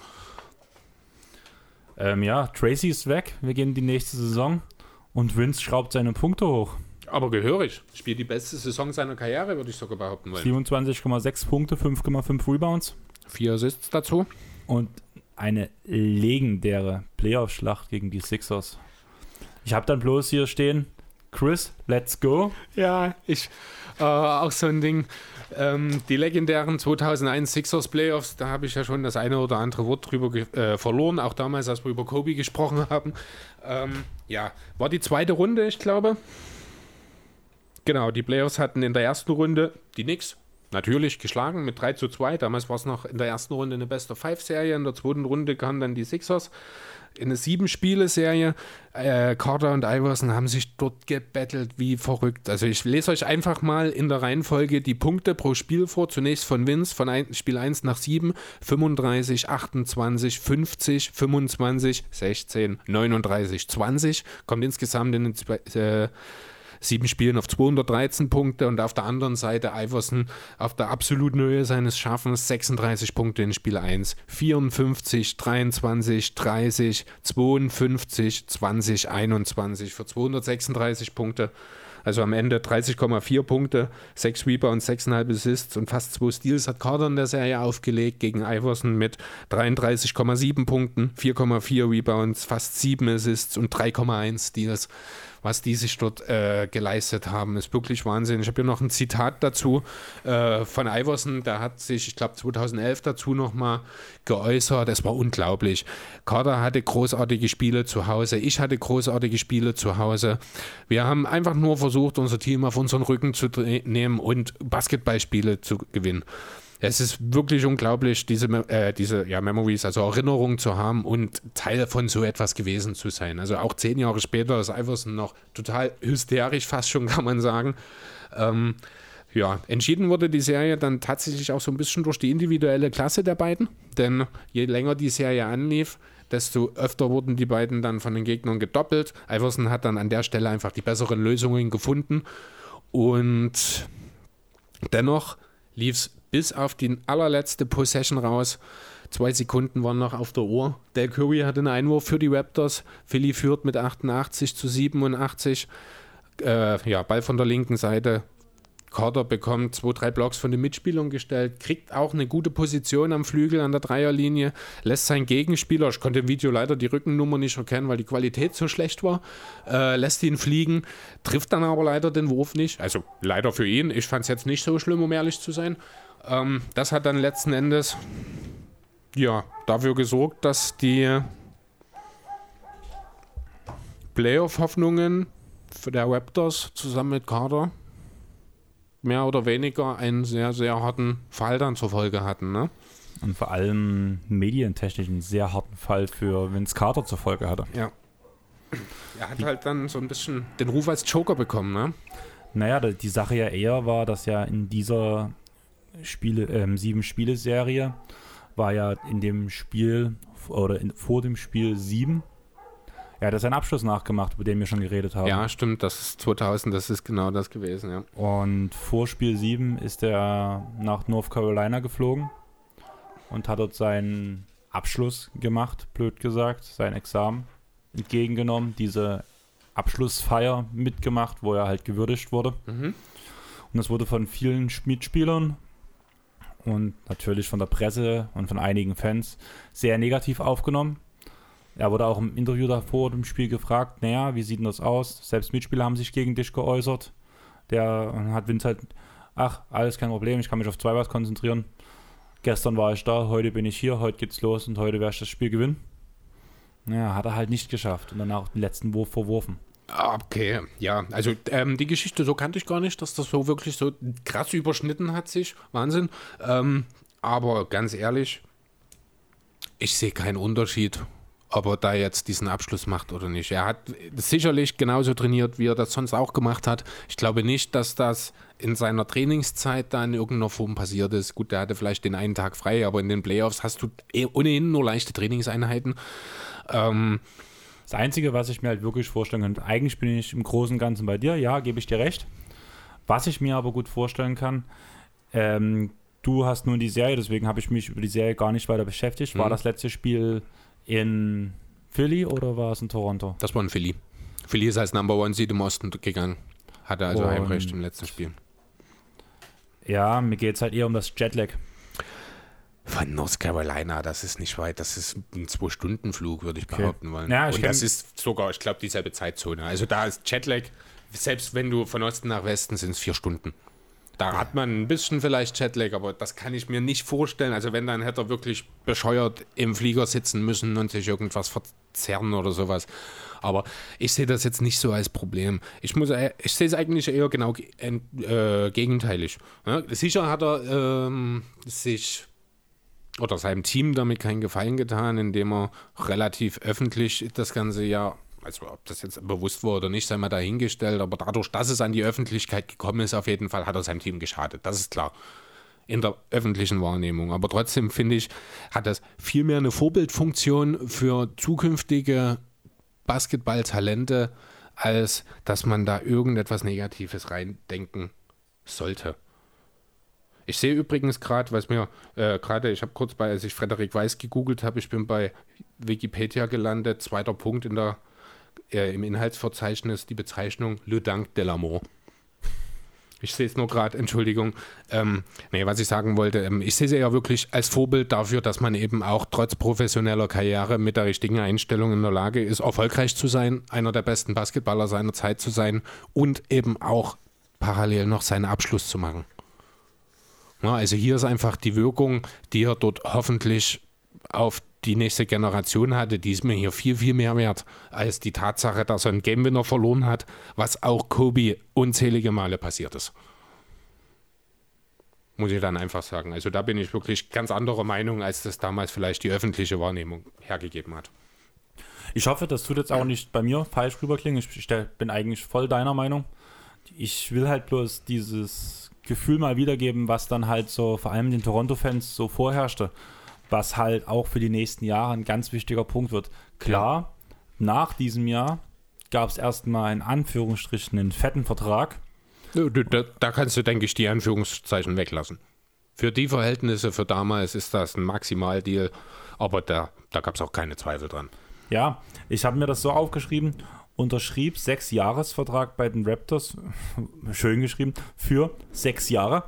Ähm, ja, Tracy ist weg, wir gehen in die nächste Saison und Vince schraubt seine Punkte hoch. Aber gehörig. Spielt die beste Saison seiner Karriere, würde ich sogar behaupten wollen. siebenundzwanzig Komma sechs Punkte, fünf Komma fünf Rebounds. Vier Assists dazu. Und eine legendäre Playoff-Schlacht gegen die Sixers. Ich habe dann bloß hier stehen, Chris, let's go. Ja, ich, äh, auch so ein Ding. Ähm, die legendären zweitausendeins Sixers Playoffs, da habe ich ja schon das eine oder andere Wort drüber ge- äh, verloren, auch damals, als wir über Kobe gesprochen haben. Ähm, ja, war die zweite Runde, ich glaube. Genau, die Playoffs hatten in der ersten Runde die Knicks natürlich geschlagen mit drei zu zwei. Damals war es noch in der ersten Runde eine Best-of-Five-Serie. In der zweiten Runde kamen dann die Sixers in eine Sieben-Spiele-Serie. Äh, Carter und Iverson haben sich dort gebettelt wie verrückt. Also ich lese euch einfach mal in der Reihenfolge die Punkte pro Spiel vor. Zunächst von Vince, von ein, Spiel eins nach sieben, fünfunddreißig, achtundzwanzig, fünfzig, fünfundzwanzig, sechzehn, neununddreißig, zwanzig. Kommt insgesamt in den äh, sieben Spielen auf zweihundertdreizehn Punkte und auf der anderen Seite Iverson auf der absoluten Höhe seines Schaffens sechsunddreißig Punkte in Spiel eins, vierundfünfzig, dreiundzwanzig, dreißig, zweiundfünfzig, zwanzig, einundzwanzig für zweihundertsechsunddreißig Punkte. Also am Ende dreißig Komma vier Punkte, sechs Rebounds, sechs Komma fünf Assists und fast zwei Steals hat Carter in der Serie aufgelegt gegen Iverson mit dreiunddreißig Komma sieben Punkten, vier Komma vier Rebounds, fast sieben Assists und drei Komma eins Steals. Was die sich dort äh, geleistet haben, ist wirklich Wahnsinn. Ich habe hier noch ein Zitat dazu äh, von Iverson, der hat sich, ich glaube zweitausendelf dazu nochmal geäußert. Es war unglaublich. Carter hatte großartige Spiele zu Hause, ich hatte großartige Spiele zu Hause. Wir haben einfach nur versucht, unser Team auf unseren Rücken zu nehmen und Basketballspiele zu gewinnen. Es ist wirklich unglaublich, diese, äh, diese ja, Memories, also Erinnerungen zu haben und Teil von so etwas gewesen zu sein. Also auch zehn Jahre später ist Iverson noch total hysterisch, fast schon, kann man sagen. Ähm, ja, entschieden wurde die Serie dann tatsächlich auch so ein bisschen durch die individuelle Klasse der beiden, denn je länger die Serie anlief, desto öfter wurden die beiden dann von den Gegnern gedoppelt. Iverson hat dann an der Stelle einfach die besseren Lösungen gefunden und dennoch lief es bis auf die allerletzte Possession raus. Zwei Sekunden waren noch auf der Uhr. Del Curry hatte einen Einwurf für die Raptors. Philly führt mit achtundachtzig zu siebenundachtzig. Äh, ja, Ball von der linken Seite. Carter bekommt zwei, drei Blocks von den Mitspielern gestellt, kriegt auch eine gute Position am Flügel an der Dreierlinie, lässt seinen Gegenspieler, ich konnte im Video leider die Rückennummer nicht erkennen, weil die Qualität so schlecht war, äh, lässt ihn fliegen, trifft dann aber leider den Wurf nicht. Also leider für ihn, ich fand es jetzt nicht so schlimm, um ehrlich zu sein. Ähm, das hat dann letzten Endes ja, dafür gesorgt, dass die Playoff-Hoffnungen für der Raptors zusammen mit Carter mehr oder weniger einen sehr, sehr harten Fall dann zur Folge hatten, ne? Und vor allem medientechnisch einen sehr harten Fall für Vince Carter zur Folge hatte. Ja. Er hat halt dann so ein bisschen den Ruf als Joker bekommen, ne? Naja, die Sache ja eher war, dass ja in dieser Spiele, ähm, Sieben-Spiele-Serie war ja in dem Spiel oder in, vor dem Spiel sieben. Er hat seinen Abschluss nachgemacht, über den wir schon geredet haben. Ja, stimmt, das ist zweitausend, das ist genau das gewesen, ja. Und vor Spiel sieben ist er nach North Carolina geflogen und hat dort seinen Abschluss gemacht, blöd gesagt, sein Examen entgegengenommen, diese Abschlussfeier mitgemacht, wo er halt gewürdigt wurde. Mhm. Und das wurde von vielen Mitspielern und natürlich von der Presse und von einigen Fans sehr negativ aufgenommen. Er wurde auch im Interview davor im Spiel gefragt, naja, wie sieht denn das aus? Selbst Mitspieler haben sich gegen dich geäußert. Der hat Vince halt, ach, alles kein Problem, ich kann mich auf zwei was konzentrieren. Gestern war ich da, heute bin ich hier, heute geht's los und heute werde ich das Spiel gewinnen. Naja, hat er halt nicht geschafft und danach den letzten Wurf verworfen. Okay, ja, also ähm, die Geschichte, so kannte ich gar nicht, dass das so wirklich so krass überschnitten hat sich, Wahnsinn. Ähm, aber ganz ehrlich, ich sehe keinen Unterschied, ob er da jetzt diesen Abschluss macht oder nicht. Er hat sicherlich genauso trainiert, wie er das sonst auch gemacht hat. Ich glaube nicht, dass das in seiner Trainingszeit da in irgendeiner Form passiert ist. Gut, der hatte vielleicht den einen Tag frei, aber in den Playoffs hast du ohnehin nur leichte Trainingseinheiten. Ähm, das Einzige, was ich mir halt wirklich vorstellen könnte, eigentlich bin ich im Großen und Ganzen bei dir, ja, gebe ich dir recht. Was ich mir aber gut vorstellen kann, ähm, du hast nur die Serie, deswegen habe ich mich über die Serie gar nicht weiter beschäftigt. War mhm. das letzte Spiel in Philly oder war es in Toronto? Das war in Philly. Philly ist als Number One Seed im Osten gegangen. Hatte also und Heimrecht im letzten Spiel. Ja, mir geht es halt eher um das Jetlag. Von North Carolina, das ist nicht weit. Das ist ein Zwei-Stunden-Flug, würde ich okay. behaupten wollen. Ja, und das ist sogar, ich glaube, dieselbe Zeitzone. Also da ist Jetlag, selbst wenn du von Osten nach Westen sind es vier Stunden. Da hat man ein bisschen vielleicht Jetlag, aber das kann ich mir nicht vorstellen. Also wenn, dann hätte er wirklich bescheuert im Flieger sitzen müssen und sich irgendwas verzerren oder sowas. Aber ich sehe das jetzt nicht so als Problem. Ich, muss, ich sehe es eigentlich eher genau äh, gegenteilig. Ja, sicher hat er ähm, sich oder seinem Team damit keinen Gefallen getan, indem er relativ öffentlich das ganze Jahr, also ob das jetzt bewusst war oder nicht, sei mal dahingestellt, aber dadurch, dass es an die Öffentlichkeit gekommen ist, auf jeden Fall hat er seinem Team geschadet. Das ist klar. In der öffentlichen Wahrnehmung. Aber trotzdem, finde ich, hat das viel mehr eine Vorbildfunktion für zukünftige Basketballtalente, als dass man da irgendetwas Negatives reindenken sollte. Ich sehe übrigens gerade, was mir äh, gerade, ich habe kurz bei, als ich Frederik Weiß gegoogelt habe, ich bin bei Wikipedia gelandet, zweiter Punkt in der äh, im Inhaltsverzeichnis die Bezeichnung Le Dank de l'Amour. Ich sehe es nur gerade, Entschuldigung. Ähm, nee, was ich sagen wollte, ähm, ich sehe sie ja wirklich als Vorbild dafür, dass man eben auch trotz professioneller Karriere mit der richtigen Einstellung in der Lage ist, erfolgreich zu sein, einer der besten Basketballer seiner Zeit zu sein und eben auch parallel noch seinen Abschluss zu machen. Ja, also hier ist einfach die Wirkung, die er dort hoffentlich auf die nächste Generation hatte, die ist mir hier viel, viel mehr wert als die Tatsache, dass er einen Game-Winner verloren hat, was auch Kobe unzählige Male passiert ist. Muss ich dann einfach sagen. Also da bin ich wirklich ganz anderer Meinung, als das damals vielleicht die öffentliche Wahrnehmung hergegeben hat. Ich hoffe, das tut jetzt auch nicht bei mir falsch rüberklingen. Ich, ich bin eigentlich voll deiner Meinung. Ich will halt bloß dieses Gefühl mal wiedergeben, was dann halt so vor allem den Toronto-Fans so vorherrschte. Was halt auch für die nächsten Jahre ein ganz wichtiger Punkt wird. Klar, ja. Nach diesem Jahr gab es erstmal in Anführungsstrichen einen fetten Vertrag. Da, da, da kannst du, denke ich, die Anführungszeichen weglassen. Für die Verhältnisse für damals ist das ein Maximaldeal, aber da, da gab es auch keine Zweifel dran. Ja, ich habe mir das so aufgeschrieben, unterschrieb Sechs-Jahres-Vertrag bei den Raptors, schön geschrieben, für sechs Jahre.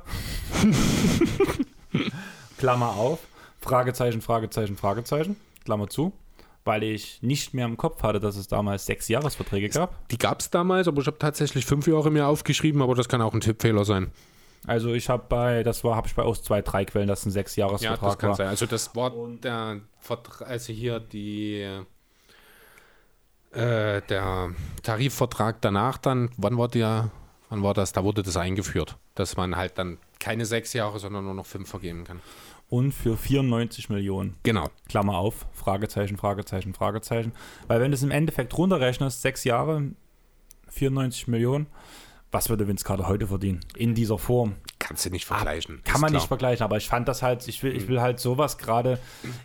Klammer auf. Fragezeichen, Fragezeichen, Fragezeichen, Klammer zu, weil ich nicht mehr im Kopf hatte, dass es damals sechs Jahresverträge gab. Die gab es damals, aber ich habe tatsächlich fünf Jahre mir aufgeschrieben, aber das kann auch ein Tippfehler sein. Also ich habe bei, das war, habe ich bei aus zwei, drei Quellen, dass ein sechs Jahresvertrag war. Ja, das kann war. sein. Also das war der Vertrag, also hier die, äh, der Tarifvertrag danach dann, wann war der, wann war das, da wurde das eingeführt, dass man halt dann keine sechs Jahre, sondern nur noch fünf vergeben kann. Und für vierundneunzig Millionen. Genau. Klammer auf, Fragezeichen, Fragezeichen, Fragezeichen. Weil wenn du es im Endeffekt runterrechnest, sechs Jahre, vierundneunzig Millionen, was würde Vince Carter heute verdienen? In dieser Form. Kannst du nicht vergleichen. Kann man klar. nicht vergleichen, aber ich fand das halt, ich will, ich will halt sowas gerade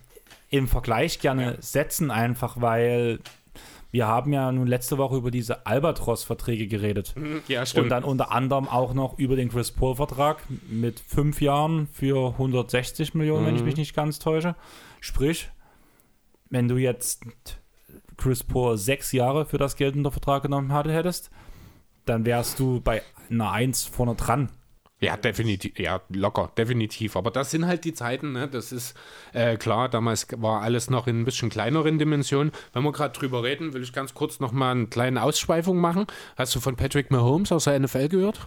im Vergleich gerne ja. setzen, einfach weil wir haben ja nun letzte Woche über diese Albatros-Verträge geredet. Ja, stimmt. Und dann unter anderem auch noch über den Chris Paul-Vertrag mit fünf Jahren für hundertsechzig Millionen, mhm. wenn ich mich nicht ganz täusche. Sprich, wenn du jetzt Chris Paul sechs Jahre für das Geld unter Vertrag genommen hättest, dann wärst du bei einer eins vorne dran. Ja, definitiv, ja, locker, definitiv. Aber das sind halt die Zeiten, ne? Das ist äh, klar, damals war alles noch in ein bisschen kleineren Dimensionen. Wenn wir gerade drüber reden, will ich ganz kurz nochmal eine kleine Ausschweifung machen. Hast du von Patrick Mahomes aus der N F L gehört?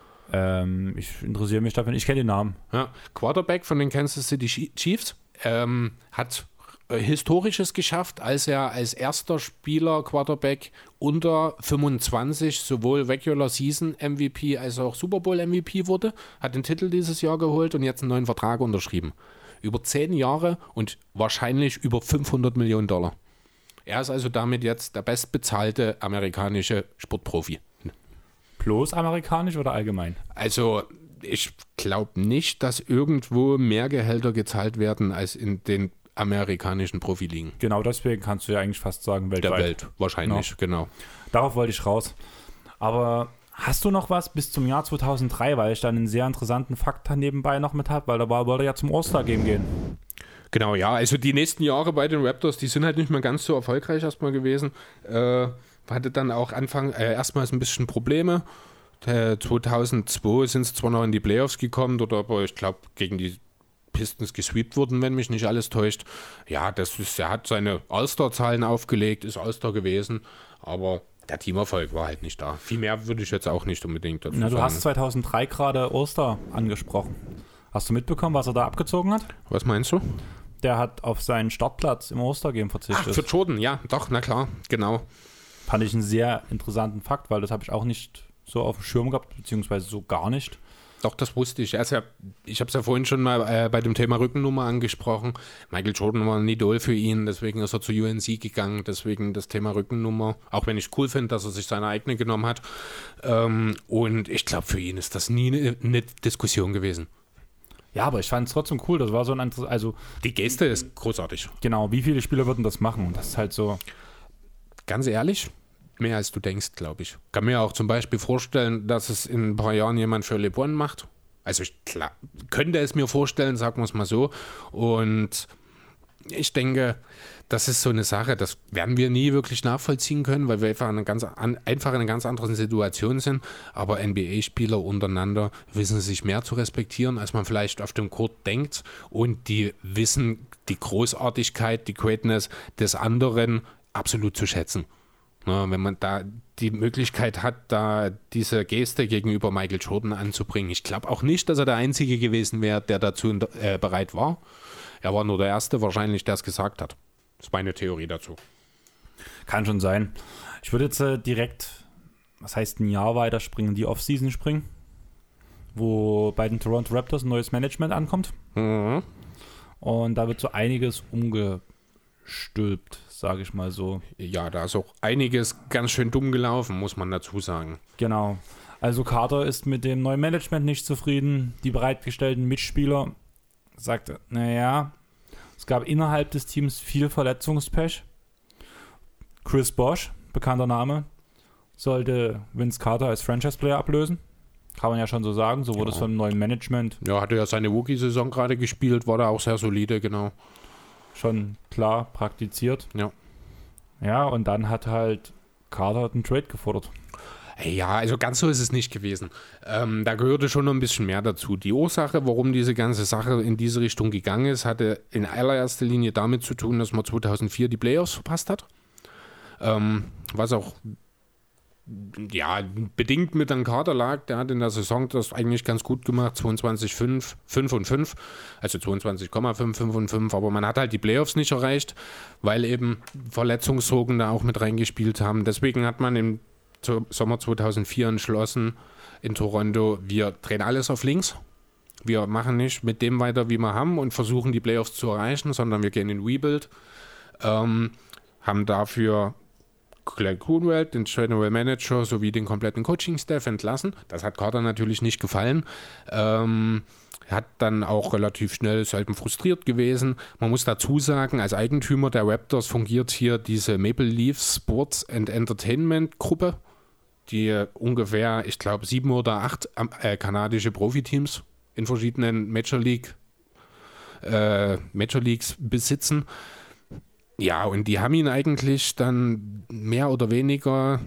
Ähm, ich interessiere mich dafür, ich kenne den Namen. Ja, Quarterback von den Kansas City Chiefs, ähm, hat Historisches geschafft, als er als erster Spieler Quarterback unter fünfundzwanzig sowohl Regular Season M V P als auch Super Bowl M V P wurde, hat den Titel dieses Jahr geholt und jetzt einen neuen Vertrag unterschrieben. Über zehn Jahre und wahrscheinlich über fünfhundert Millionen Dollar. Er ist also damit jetzt der bestbezahlte amerikanische Sportprofi. Bloß amerikanisch oder allgemein? Also ich glaube nicht, dass irgendwo mehr Gehälter gezahlt werden als in den amerikanischen Profiligen. Genau, deswegen kannst du ja eigentlich fast sagen weltweit. Der Welt, wahrscheinlich, genau. genau. Darauf wollte ich raus. Aber hast du noch was bis zum Jahr zweitausenddrei, weil ich dann einen sehr interessanten Fakt nebenbei noch mit habe, weil da war, wollte er ja zum All-Star-Game gehen. Genau, ja, also die nächsten Jahre bei den Raptors, die sind halt nicht mehr ganz so erfolgreich erstmal gewesen. Äh, hatte dann auch Anfang, äh, erstmals ein bisschen Probleme. Äh, zweitausendzwei sind es zwar noch in die Playoffs gekommen, dort aber ich glaube gegen die Pistons gesweept wurden, wenn mich nicht alles täuscht. Ja, das ist, er hat seine All-Star-Zahlen aufgelegt, ist All-Star gewesen, aber der Teamerfolg war halt nicht da. Viel mehr würde ich jetzt auch nicht unbedingt dazu Na, sagen. Du hast zweitausenddrei gerade All-Star angesprochen. Hast du mitbekommen, was er da abgezogen hat? Was meinst du? Der hat auf seinen Startplatz im All-Star-Game verzichtet. Ach, für Jordan, ja, doch, na klar, genau. Fand ich einen sehr interessanten Fakt, weil das habe ich auch nicht so auf dem Schirm gehabt, beziehungsweise so gar nicht. Doch, das wusste ich. Also, ich habe es ja vorhin schon mal äh, bei dem Thema Rückennummer angesprochen. Michael Jordan war ein Idol für ihn, deswegen ist er zu U N C gegangen, deswegen das Thema Rückennummer. Auch wenn ich cool finde, dass er sich seine eigene genommen hat. Ähm, und ich glaube, für ihn ist das nie eine ne Diskussion gewesen. Ja, aber ich fand es trotzdem cool. Das war so ein anderes, also die Geste ist großartig. Genau, wie viele Spieler würden das machen? Und das ist halt so. Ganz ehrlich, mehr als du denkst, glaube ich. Kann mir auch zum Beispiel vorstellen, dass es in ein paar Jahren jemand für LeBron macht. Also ich klar, könnte es mir vorstellen, sagen wir es mal so. Und Ich denke, das ist so eine Sache, das werden wir nie wirklich nachvollziehen können, weil wir einfach in einer ganz, an, einfach in einer ganz anderen Situation sind. Aber N B A-Spieler untereinander wissen sich mehr zu respektieren, als man vielleicht auf dem Court denkt. Und die wissen die Großartigkeit, die Greatness des anderen absolut zu schätzen. Ja, wenn man da die Möglichkeit hat, da diese Geste gegenüber Michael Jordan anzubringen. Ich glaube auch nicht, dass er der Einzige gewesen wäre, der dazu äh, bereit war. Er war nur der Erste wahrscheinlich, der es gesagt hat. Das ist meine Theorie dazu. Kann schon sein. Ich würde jetzt äh, direkt, was heißt ein Jahr weiterspringen, die Offseason springen, wo bei den Toronto Raptors ein neues Management ankommt. Mhm. Und da wird so einiges umgestülpt, sage ich mal so. Ja, da ist auch einiges ganz schön dumm gelaufen, muss man dazu sagen. Genau. Also Carter ist mit dem neuen Management nicht zufrieden. Die bereitgestellten Mitspieler sagte, naja, es gab innerhalb des Teams viel Verletzungspech. Chris Bosh, bekannter Name, sollte Vince Carter als Franchise-Player ablösen. Kann man ja schon so sagen, so wurde ja. es vom neuen Management. Ja, hatte ja seine Rookie-Saison gerade gespielt, war da auch sehr solide, genau. Schon klar praktiziert. Ja. Ja, und dann hat halt Carter einen Trade gefordert. Ja, also ganz so ist es nicht gewesen. Ähm, da gehörte schon noch ein bisschen mehr dazu. Die Ursache, warum diese ganze Sache in diese Richtung gegangen ist, hatte in allererster Linie damit zu tun, dass man zweitausendvier die Playoffs verpasst hat. Ähm, was auch ja, bedingt mit einem Carter lag. Der hat in der Saison das eigentlich ganz gut gemacht. zweiundzwanzig fünf, fünf und fünf, also zweiundzwanzig Komma fünf, fünf und fünf. Aber man hat halt die Playoffs nicht erreicht, weil eben Verletzungssorgen da auch mit reingespielt haben. Deswegen hat man im Sommer zweitausendvier entschlossen in Toronto, wir drehen alles auf links. Wir machen nicht mit dem weiter, wie wir haben und versuchen die Playoffs zu erreichen, sondern wir gehen in Rebuild. Ähm, haben dafür Glenn Grunwald, den General Manager, sowie den kompletten Coaching-Staff entlassen. Das hat Carter natürlich nicht gefallen. Ähm, hat dann auch relativ schnell, ist halt frustriert gewesen. Man muss dazu sagen, als Eigentümer der Raptors fungiert hier diese Maple Leafs Sports and Entertainment Gruppe, die ungefähr, ich glaube, sieben oder acht äh, kanadische Profiteams in verschiedenen Major League äh, Major Leagues besitzen. Ja, und die haben ihn eigentlich dann mehr oder weniger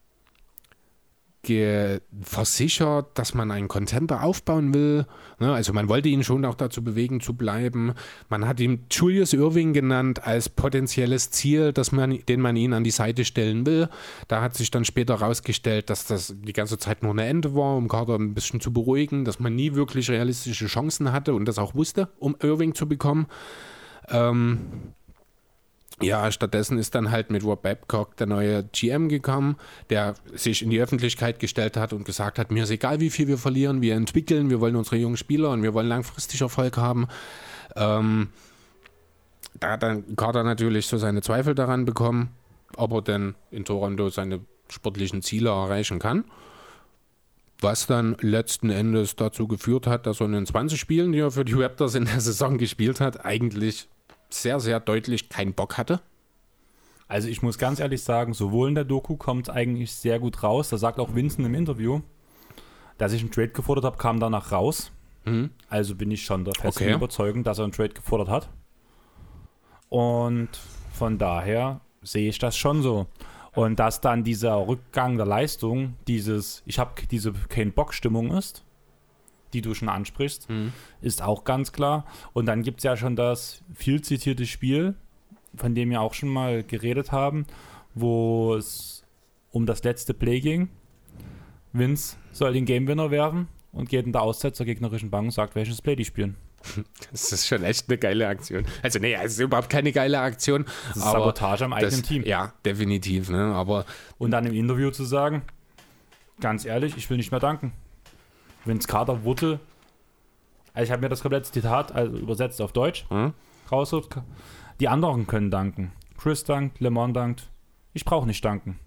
ge- versichert, dass man einen Contender aufbauen will. Ne, also man wollte ihn schon auch dazu bewegen, zu bleiben. Man hat ihn Julius Erving genannt als potenzielles Ziel, dass man, den man ihn an die Seite stellen will. Da hat sich dann später herausgestellt, dass das die ganze Zeit nur eine Ende war, um Carter ein bisschen zu beruhigen, dass man nie wirklich realistische Chancen hatte und das auch wusste, um Erving zu bekommen. Ähm... Ja, stattdessen ist dann halt mit Rob Babcock der neue G M gekommen, der sich in die Öffentlichkeit gestellt hat und gesagt hat, mir ist egal, wie viel wir verlieren, wir entwickeln, wir wollen unsere jungen Spieler und wir wollen langfristig Erfolg haben. Ähm, da hat dann Carter natürlich so seine Zweifel daran bekommen, ob er denn in Toronto seine sportlichen Ziele erreichen kann. Was dann letzten Endes dazu geführt hat, dass er in den zwanzig Spielen, die er für die Raptors in der Saison gespielt hat, eigentlich sehr, sehr deutlich keinen Bock hatte. Also ich muss ganz ehrlich sagen, sowohl in der Doku kommt es eigentlich sehr gut raus, da sagt auch Vincent im Interview, dass ich einen Trade gefordert habe, kam danach raus. Mhm. Also bin ich schon der festen okay. Überzeugung, dass er einen Trade gefordert hat. Und von daher sehe ich das schon so. Und dass dann dieser Rückgang der Leistung, dieses, ich habe diese Kein-Bock-Stimmung ist, die du schon ansprichst, mhm. ist auch ganz klar. Und dann gibt es ja schon das viel zitierte Spiel, von dem wir auch schon mal geredet haben, wo es um das letzte Play ging. Vince soll den Game-Winner werfen und geht in der Auszeit zur gegnerischen Bank und sagt, welches Play die spielen. Das ist schon echt eine geile Aktion. Also nee, es ist überhaupt keine geile Aktion. Das ist aber Sabotage am eigenen das, Team. Ja, definitiv. Ne? Aber und dann im Interview zu sagen, ganz ehrlich, ich will nicht mehr danken. Vince Carter wurde, also ich habe mir das komplette Zitat also übersetzt auf Deutsch, hm? rausgesucht. Die anderen können danken. Chris dankt, LeMond dankt. Ich brauche nicht danken.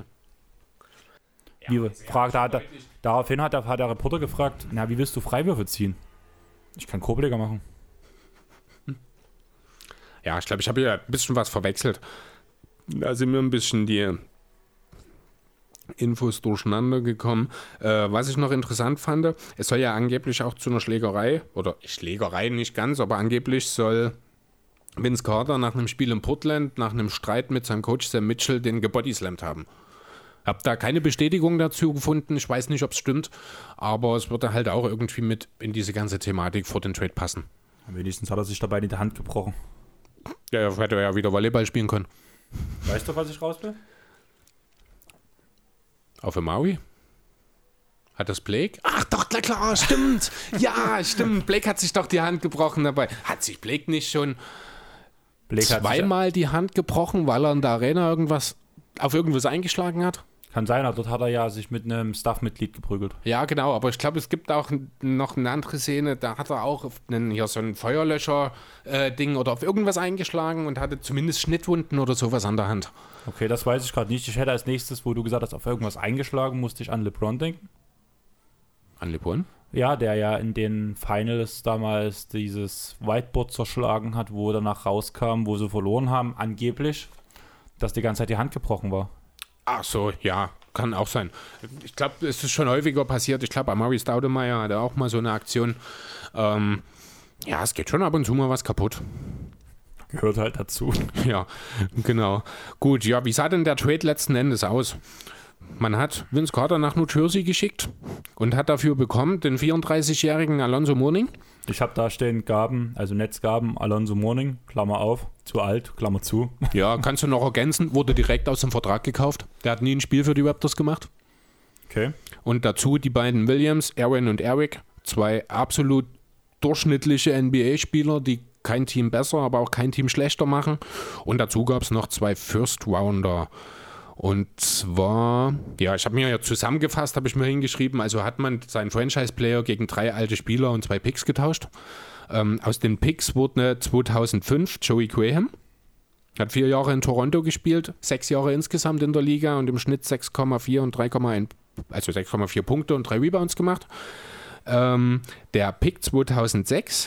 Ja, wie, fragt, hat, daraufhin hat der, hat der Reporter gefragt, na, wie willst du Freiwürfe ziehen? Ich kann Korbleger machen. Ja, ich glaube, ich habe hier ein bisschen was verwechselt. Da sind mir ein bisschen die Infos durcheinander gekommen. Äh, was ich noch interessant fand, es soll ja angeblich auch zu einer Schlägerei, oder Schlägerei nicht ganz, aber angeblich soll Vince Carter nach einem Spiel in Portland, nach einem Streit mit seinem Coach Sam Mitchell, den gebodyslammt haben. Hab da keine Bestätigung dazu gefunden. Ich weiß nicht, ob es stimmt, aber es würde halt auch irgendwie mit in diese ganze Thematik vor den Trade passen. Wenigstens hat er sich dabei in die Hand gebrochen. Ja, hätte er ja wieder Volleyball spielen können. Weißt du, was ich raus will? Auf dem Maui? Hat das Blake? Ach doch, na klar, stimmt. Ja, stimmt. Blake hat sich doch die Hand gebrochen dabei. Hat sich Blake nicht schon Blake zweimal die Hand gebrochen, weil er in der Arena irgendwas auf irgendwas eingeschlagen hat? Kann sein, aber dort hat er ja sich mit einem Staff-Mitglied geprügelt. Ja, genau, aber ich glaube, es gibt auch noch eine andere Szene, da hat er auch auf einen, hier so ein Feuerlöscher-Ding äh, oder auf irgendwas eingeschlagen und hatte zumindest Schnittwunden oder sowas an der Hand. Okay, das weiß ich gerade nicht. Ich hätte als nächstes, wo du gesagt hast, auf irgendwas eingeschlagen, musste ich an LeBron denken. An LeBron? Ja, der ja in den Finals damals dieses Whiteboard zerschlagen hat, wo danach rauskam, wo sie verloren haben, angeblich, dass die ganze Zeit die Hand gebrochen war. Ach so, ja, kann auch sein. Ich glaube, es ist schon häufiger passiert. Ich glaube, Amari Stoudemire hatte auch mal so eine Aktion. Ähm, ja, es geht schon ab und zu mal was kaputt. Gehört halt dazu. Ja, genau. Gut, ja, wie sah denn der Trade letzten Endes aus? Man hat Vince Carter nach New Jersey geschickt und hat dafür bekommen den vierunddreißigjährigen Alonzo Mourning. Ich habe da stehen Gaben, also Netzgaben, Alonzo Mourning, Klammer auf, zu alt, Klammer zu. Ja, kannst du noch ergänzen, wurde direkt aus dem Vertrag gekauft. Der hat nie ein Spiel für die Raptors gemacht. Okay. Und dazu die beiden Williams, Aaron und Eric, zwei absolut durchschnittliche N B A-Spieler, die kein Team besser, aber auch kein Team schlechter machen. Und dazu gab es noch zwei First-Rounder. Und zwar, ja, ich habe mir ja zusammengefasst, habe ich mir hingeschrieben, also hat man seinen Franchise-Player gegen drei alte Spieler und zwei Picks getauscht. Ähm, aus den Picks wurde zweitausendfünf Joey Graham, hat vier Jahre in Toronto gespielt, sechs Jahre insgesamt in der Liga und im Schnitt sechs Komma vier und drei Komma eins, also sechs Komma vier Punkte und drei Rebounds gemacht. Ähm, der Pick zweitausendsechs,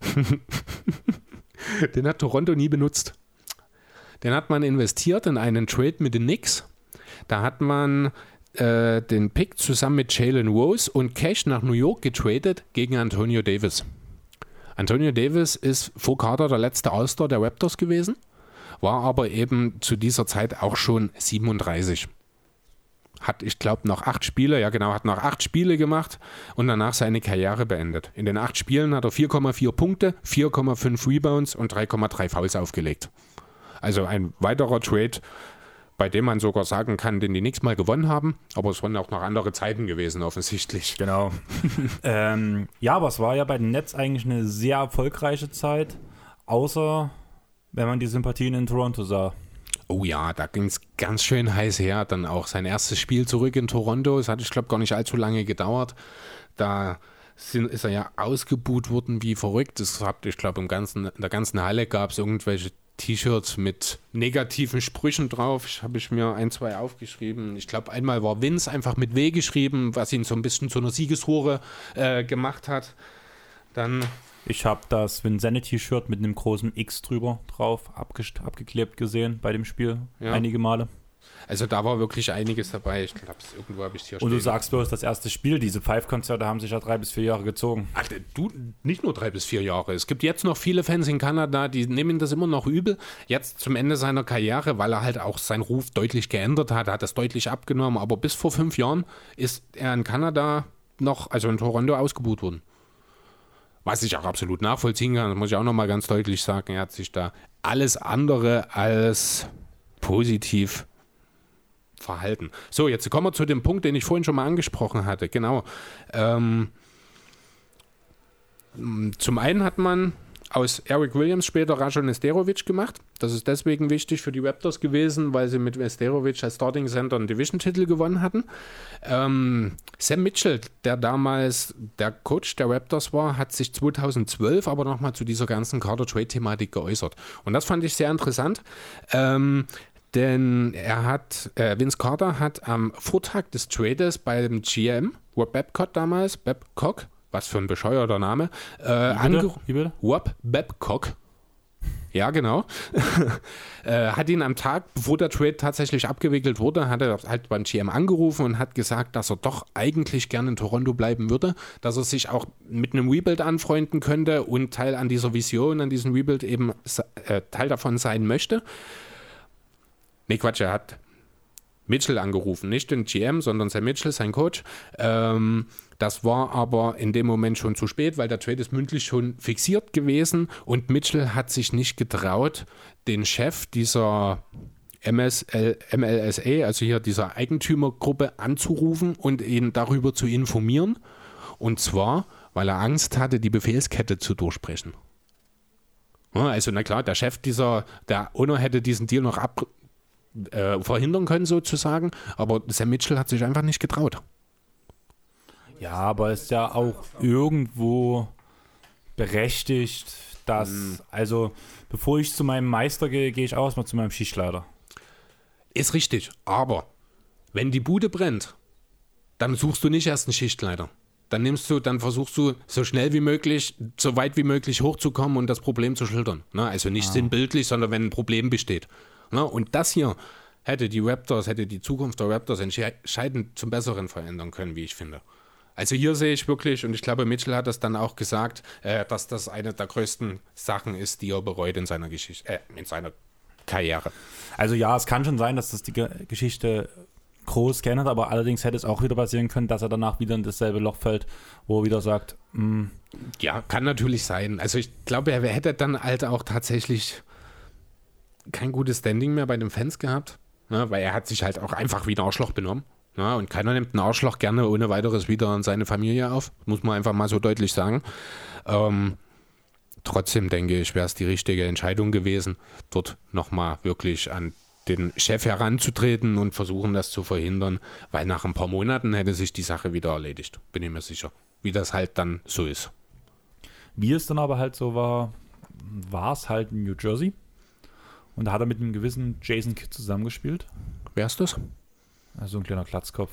den hat Toronto nie benutzt. Den hat man investiert in einen Trade mit den Knicks. Da hat man äh, den Pick zusammen mit Jalen Rose und Cash nach New York getradet gegen Antonio Davis. Antonio Davis ist vor Carter der letzte All-Star der Raptors gewesen, war aber eben zu dieser Zeit auch schon siebenunddreißig. Hat, ich glaube, noch acht Spiele, ja genau, hat noch acht Spiele gemacht und danach seine Karriere beendet. In den acht Spielen hat er vier Komma vier Punkte, vier Komma fünf Rebounds und drei Komma drei Fouls aufgelegt. Also ein weiterer Trade, bei dem man sogar sagen kann, den die Knicks mal gewonnen haben, aber es waren auch noch andere Zeiten gewesen, offensichtlich. Genau. ähm, ja, aber es war ja bei den Nets eigentlich eine sehr erfolgreiche Zeit, außer wenn man die Sympathien in Toronto sah. Oh ja, da ging es ganz schön heiß her. Dann auch sein erstes Spiel zurück in Toronto. Es hat, ich glaube, gar nicht allzu lange gedauert. Da sind, ist er ja ausgebuht worden wie verrückt. Das hat, ich glaube, im ganzen, in der ganzen Halle gab es irgendwelche T-Shirts mit negativen Sprüchen drauf. Ich habe ich mir ein, zwei aufgeschrieben. Ich glaube, einmal war Vince einfach mit W geschrieben, was ihn so ein bisschen zu einer Siegeshure äh, gemacht hat. Dann... Ich habe das Vincennes-T-Shirt mit einem großen X drüber drauf abge- abgeklebt gesehen bei dem Spiel, ja. Einige Male. Also da war wirklich einiges dabei. Ich glaube, irgendwo habe ich es hier stehen. Und du sagst bloß, das erste Spiel, diese Five-Konzerte haben sich ja drei bis vier Jahre gezogen. Ach, du, nicht nur drei bis vier Jahre. Es gibt jetzt noch viele Fans in Kanada, die nehmen das immer noch übel. Jetzt zum Ende seiner Karriere, weil er halt auch seinen Ruf deutlich geändert hat, hat das deutlich abgenommen. Aber bis vor fünf Jahren ist er in Kanada noch, also in Toronto, ausgebuht worden. Was ich auch absolut nachvollziehen kann, das muss ich auch nochmal ganz deutlich sagen, er hat sich da alles andere als positiv verhalten. So, jetzt kommen wir zu dem Punkt, den ich vorhin schon mal angesprochen hatte. Genau. Ähm, zum einen hat man aus Eric Williams später Rajon Nesterovic gemacht. Das ist deswegen wichtig für die Raptors gewesen, weil sie mit Nesterovic als Starting Center einen Division-Titel gewonnen hatten. Ähm, Sam Mitchell, der damals der Coach der Raptors war, hat sich zweitausendzwölf aber nochmal zu dieser ganzen Carter-Trade-Thematik geäußert. Und das fand ich sehr interessant. Ähm, Denn er hat, äh, Vince Carter hat am Vortag des Trades beim G M, Rob Babcock damals, Babcock, was für ein bescheuerter Name, äh, angerufen. Rob Babcock. Ja, genau. äh, hat ihn am Tag, bevor der Trade tatsächlich abgewickelt wurde, hat er halt beim G M angerufen und hat gesagt, dass er doch eigentlich gerne in Toronto bleiben würde, dass er sich auch mit einem Rebuild anfreunden könnte und Teil an dieser Vision, an diesem Rebuild eben äh, Teil davon sein möchte. Nee, Quatsch, er hat Mitchell angerufen, nicht den G M, sondern Sam Mitchell, sein Coach. Ähm, das war aber in dem Moment schon zu spät, weil der Trade ist mündlich schon fixiert gewesen und Mitchell hat sich nicht getraut, den Chef dieser M S L, M L S A, also hier dieser Eigentümergruppe, anzurufen und ihn darüber zu informieren. Und zwar, weil er Angst hatte, die Befehlskette zu durchbrechen. Ja, also na klar, der Chef dieser, der Owner hätte diesen Deal noch ab Äh, verhindern können sozusagen, aber Sam Mitchell hat sich einfach nicht getraut. Ja, aber ist ja auch irgendwo berechtigt, dass, hm. also bevor ich zu meinem Meister gehe, gehe ich auch erstmal zu meinem Schichtleiter. Ist richtig, aber wenn die Bude brennt, dann suchst du nicht erst einen Schichtleiter. Dann nimmst du, dann versuchst du so schnell wie möglich, so weit wie möglich hochzukommen und das Problem zu schildern. Na, also nicht ah. sinnbildlich, sondern wenn ein Problem besteht. Na, und das hier hätte die Raptors, hätte die Zukunft der Raptors entscheidend zum Besseren verändern können, wie ich finde. Also hier sehe ich wirklich, und ich glaube, Mitchell hat das dann auch gesagt, äh, dass das eine der größten Sachen ist, die er bereut in seiner Geschichte, äh, in seiner Karriere. Also ja, es kann schon sein, dass das die Ge- Geschichte groß geändert, aber allerdings hätte es auch wieder passieren können, dass er danach wieder in dasselbe Loch fällt, wo er wieder sagt, mh. Ja, kann natürlich sein. Also ich glaube, er hätte dann halt auch tatsächlich kein gutes Standing mehr bei den Fans gehabt, ne, weil er hat sich halt auch einfach wie ein Arschloch benommen. Ne, und keiner nimmt einen Arschloch gerne ohne weiteres wieder in seine Familie auf, muss man einfach mal so deutlich sagen. Ähm, trotzdem denke ich, wäre es die richtige Entscheidung gewesen, dort nochmal wirklich an den Chef heranzutreten und versuchen, das zu verhindern, weil nach ein paar Monaten hätte sich die Sache wieder erledigt, bin ich mir sicher, wie das halt dann so ist. Wie es dann aber halt so war, war es halt in New Jersey. Und da hat er mit einem gewissen Jason Kidd zusammengespielt. Wer ist das? Also ein kleiner Glatzkopf.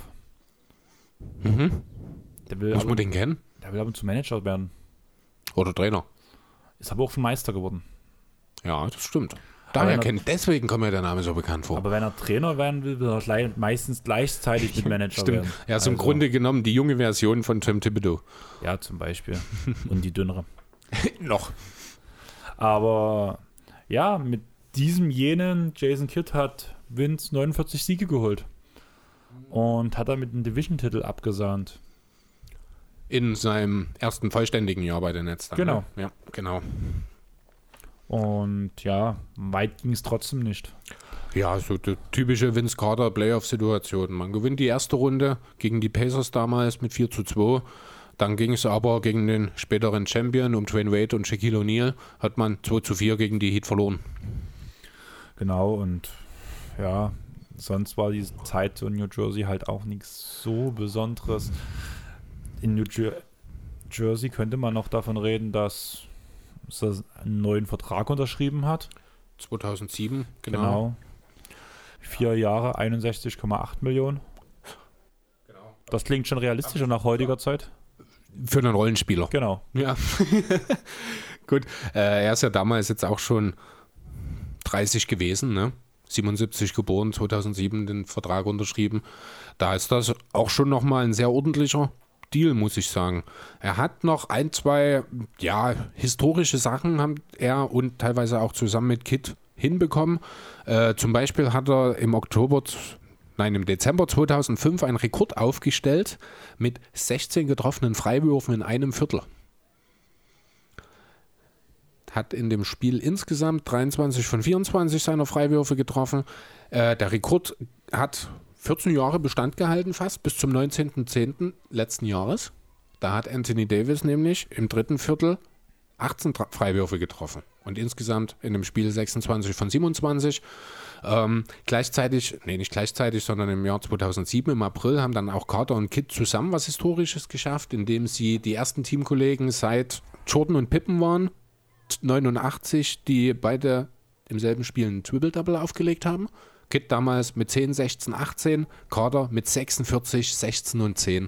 Mhm. Der will Muss aber, man den kennen? Der will aber zu Manager werden. Oder Trainer. Ist aber auch schon Meister geworden. Ja, das stimmt. Daher kennt, deswegen kommt mir der Name so bekannt vor. Aber wenn er Trainer werden will, will er gleich, meistens gleichzeitig mit Manager Stimmt. werden. Ja, ist im also, Grunde genommen die junge Version von Tom Thibodeau. Ja, zum Beispiel. Und die dünnere. Noch. Aber ja, mit diesem jenen Jason Kidd hat Vince neunundvierzig Siege geholt und hat damit einen Division-Titel abgesahnt. In seinem ersten vollständigen Jahr bei den Nets. Dann, genau. Ne? Ja, genau. Und ja, weit ging es trotzdem nicht. Ja, so die typische Vince Carter Playoff-Situation. Man gewinnt die erste Runde gegen die Pacers damals mit vier zu zwei. Dann ging es aber gegen den späteren Champion um Dwayne Wade und Shaquille O'Neal, hat man zwei zu vier gegen die Heat verloren. Genau, und ja, sonst war die Zeit in New Jersey halt auch nichts so Besonderes. In New Jer- Jersey könnte man noch davon reden, dass er einen neuen Vertrag unterschrieben hat. zweitausendsieben, genau. Genau. Vier Jahre, einundsechzig Komma acht Millionen. Genau. Das klingt schon realistischer nach heutiger Zeit. Für einen Rollenspieler. Genau. Ja. Gut, äh, er ist ja damals jetzt auch schon dreißig gewesen, ne? siebenundsiebzig geboren, zweitausendsieben den Vertrag unterschrieben. Da ist das auch schon nochmal ein sehr ordentlicher Deal, muss ich sagen. Er hat noch ein, zwei, ja, historische Sachen haben er und teilweise auch zusammen mit Kidd hinbekommen. Äh, zum Beispiel hat er im Oktober, nein, im Dezember zweitausendfünf einen Rekord aufgestellt mit sechzehn getroffenen Freiwürfen in einem Viertel. Hat in dem Spiel insgesamt dreiundzwanzig von vierundzwanzig seiner Freiwürfe getroffen. Äh, der Rekord hat vierzehn Jahre Bestand gehalten fast, bis zum neunzehnten zehnten letzten Jahres. Da hat Anthony Davis nämlich im dritten Viertel achtzehn Tra- Freiwürfe getroffen. Und insgesamt in dem Spiel sechsundzwanzig von siebenundzwanzig. Ähm, gleichzeitig, nee, nicht gleichzeitig, sondern im Jahr zweitausendsieben, im April, haben dann auch Carter und Kidd zusammen was Historisches geschafft, indem sie die ersten Teamkollegen seit Jordan und Pippen waren, neunundachtzig, die beide im selben Spiel ein Triple-Double aufgelegt haben. Kidd damals mit zehn, sechzehn, achtzehn, Carter mit sechsundvierzig, sechzehn und zehn.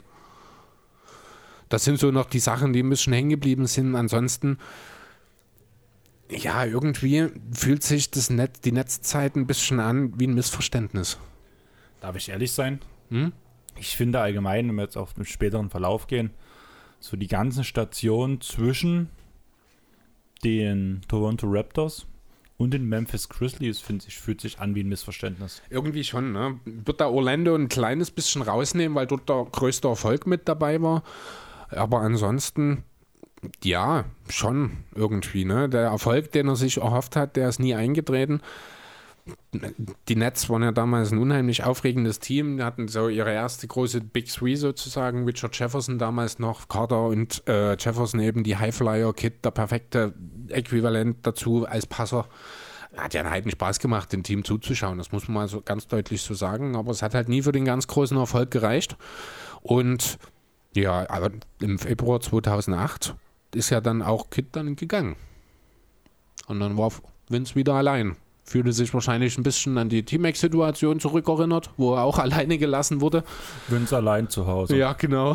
Das sind so noch die Sachen, die ein bisschen hängen geblieben sind. Ansonsten Ja, irgendwie fühlt sich das Net, die Netzzeit ein bisschen an wie ein Missverständnis. Darf ich ehrlich sein? Hm? Ich finde allgemein, wenn wir jetzt auf den späteren Verlauf gehen, so die ganzen Stationen zwischen den Toronto Raptors und den Memphis Grizzlies, finde ich, fühlt sich an wie ein Missverständnis. Irgendwie schon, ne? Wird da Orlando ein kleines bisschen rausnehmen, weil dort der größte Erfolg mit dabei war. Aber ansonsten, ja, schon irgendwie, ne? Der Erfolg, den er sich erhofft hat, der ist nie eingetreten. Die Nets waren ja damals ein unheimlich aufregendes Team. Die hatten so ihre erste große Big Three sozusagen. Richard Jefferson damals noch, Carter und äh, Jefferson eben die Highflyer, Kid, der perfekte Äquivalent dazu als Passer. Hat ja einen Spaß gemacht, dem Team zuzuschauen. Das muss man mal so ganz deutlich so sagen. Aber es hat halt nie für den ganz großen Erfolg gereicht. Und ja, aber im Februar zweitausendacht ist ja dann auch Kid dann gegangen. Und dann war Vince wieder allein. Fühlte sich wahrscheinlich ein bisschen an die T-Mac-Situation zurückerinnert, wo er auch alleine gelassen wurde. Vince allein zu Hause. Ja, genau.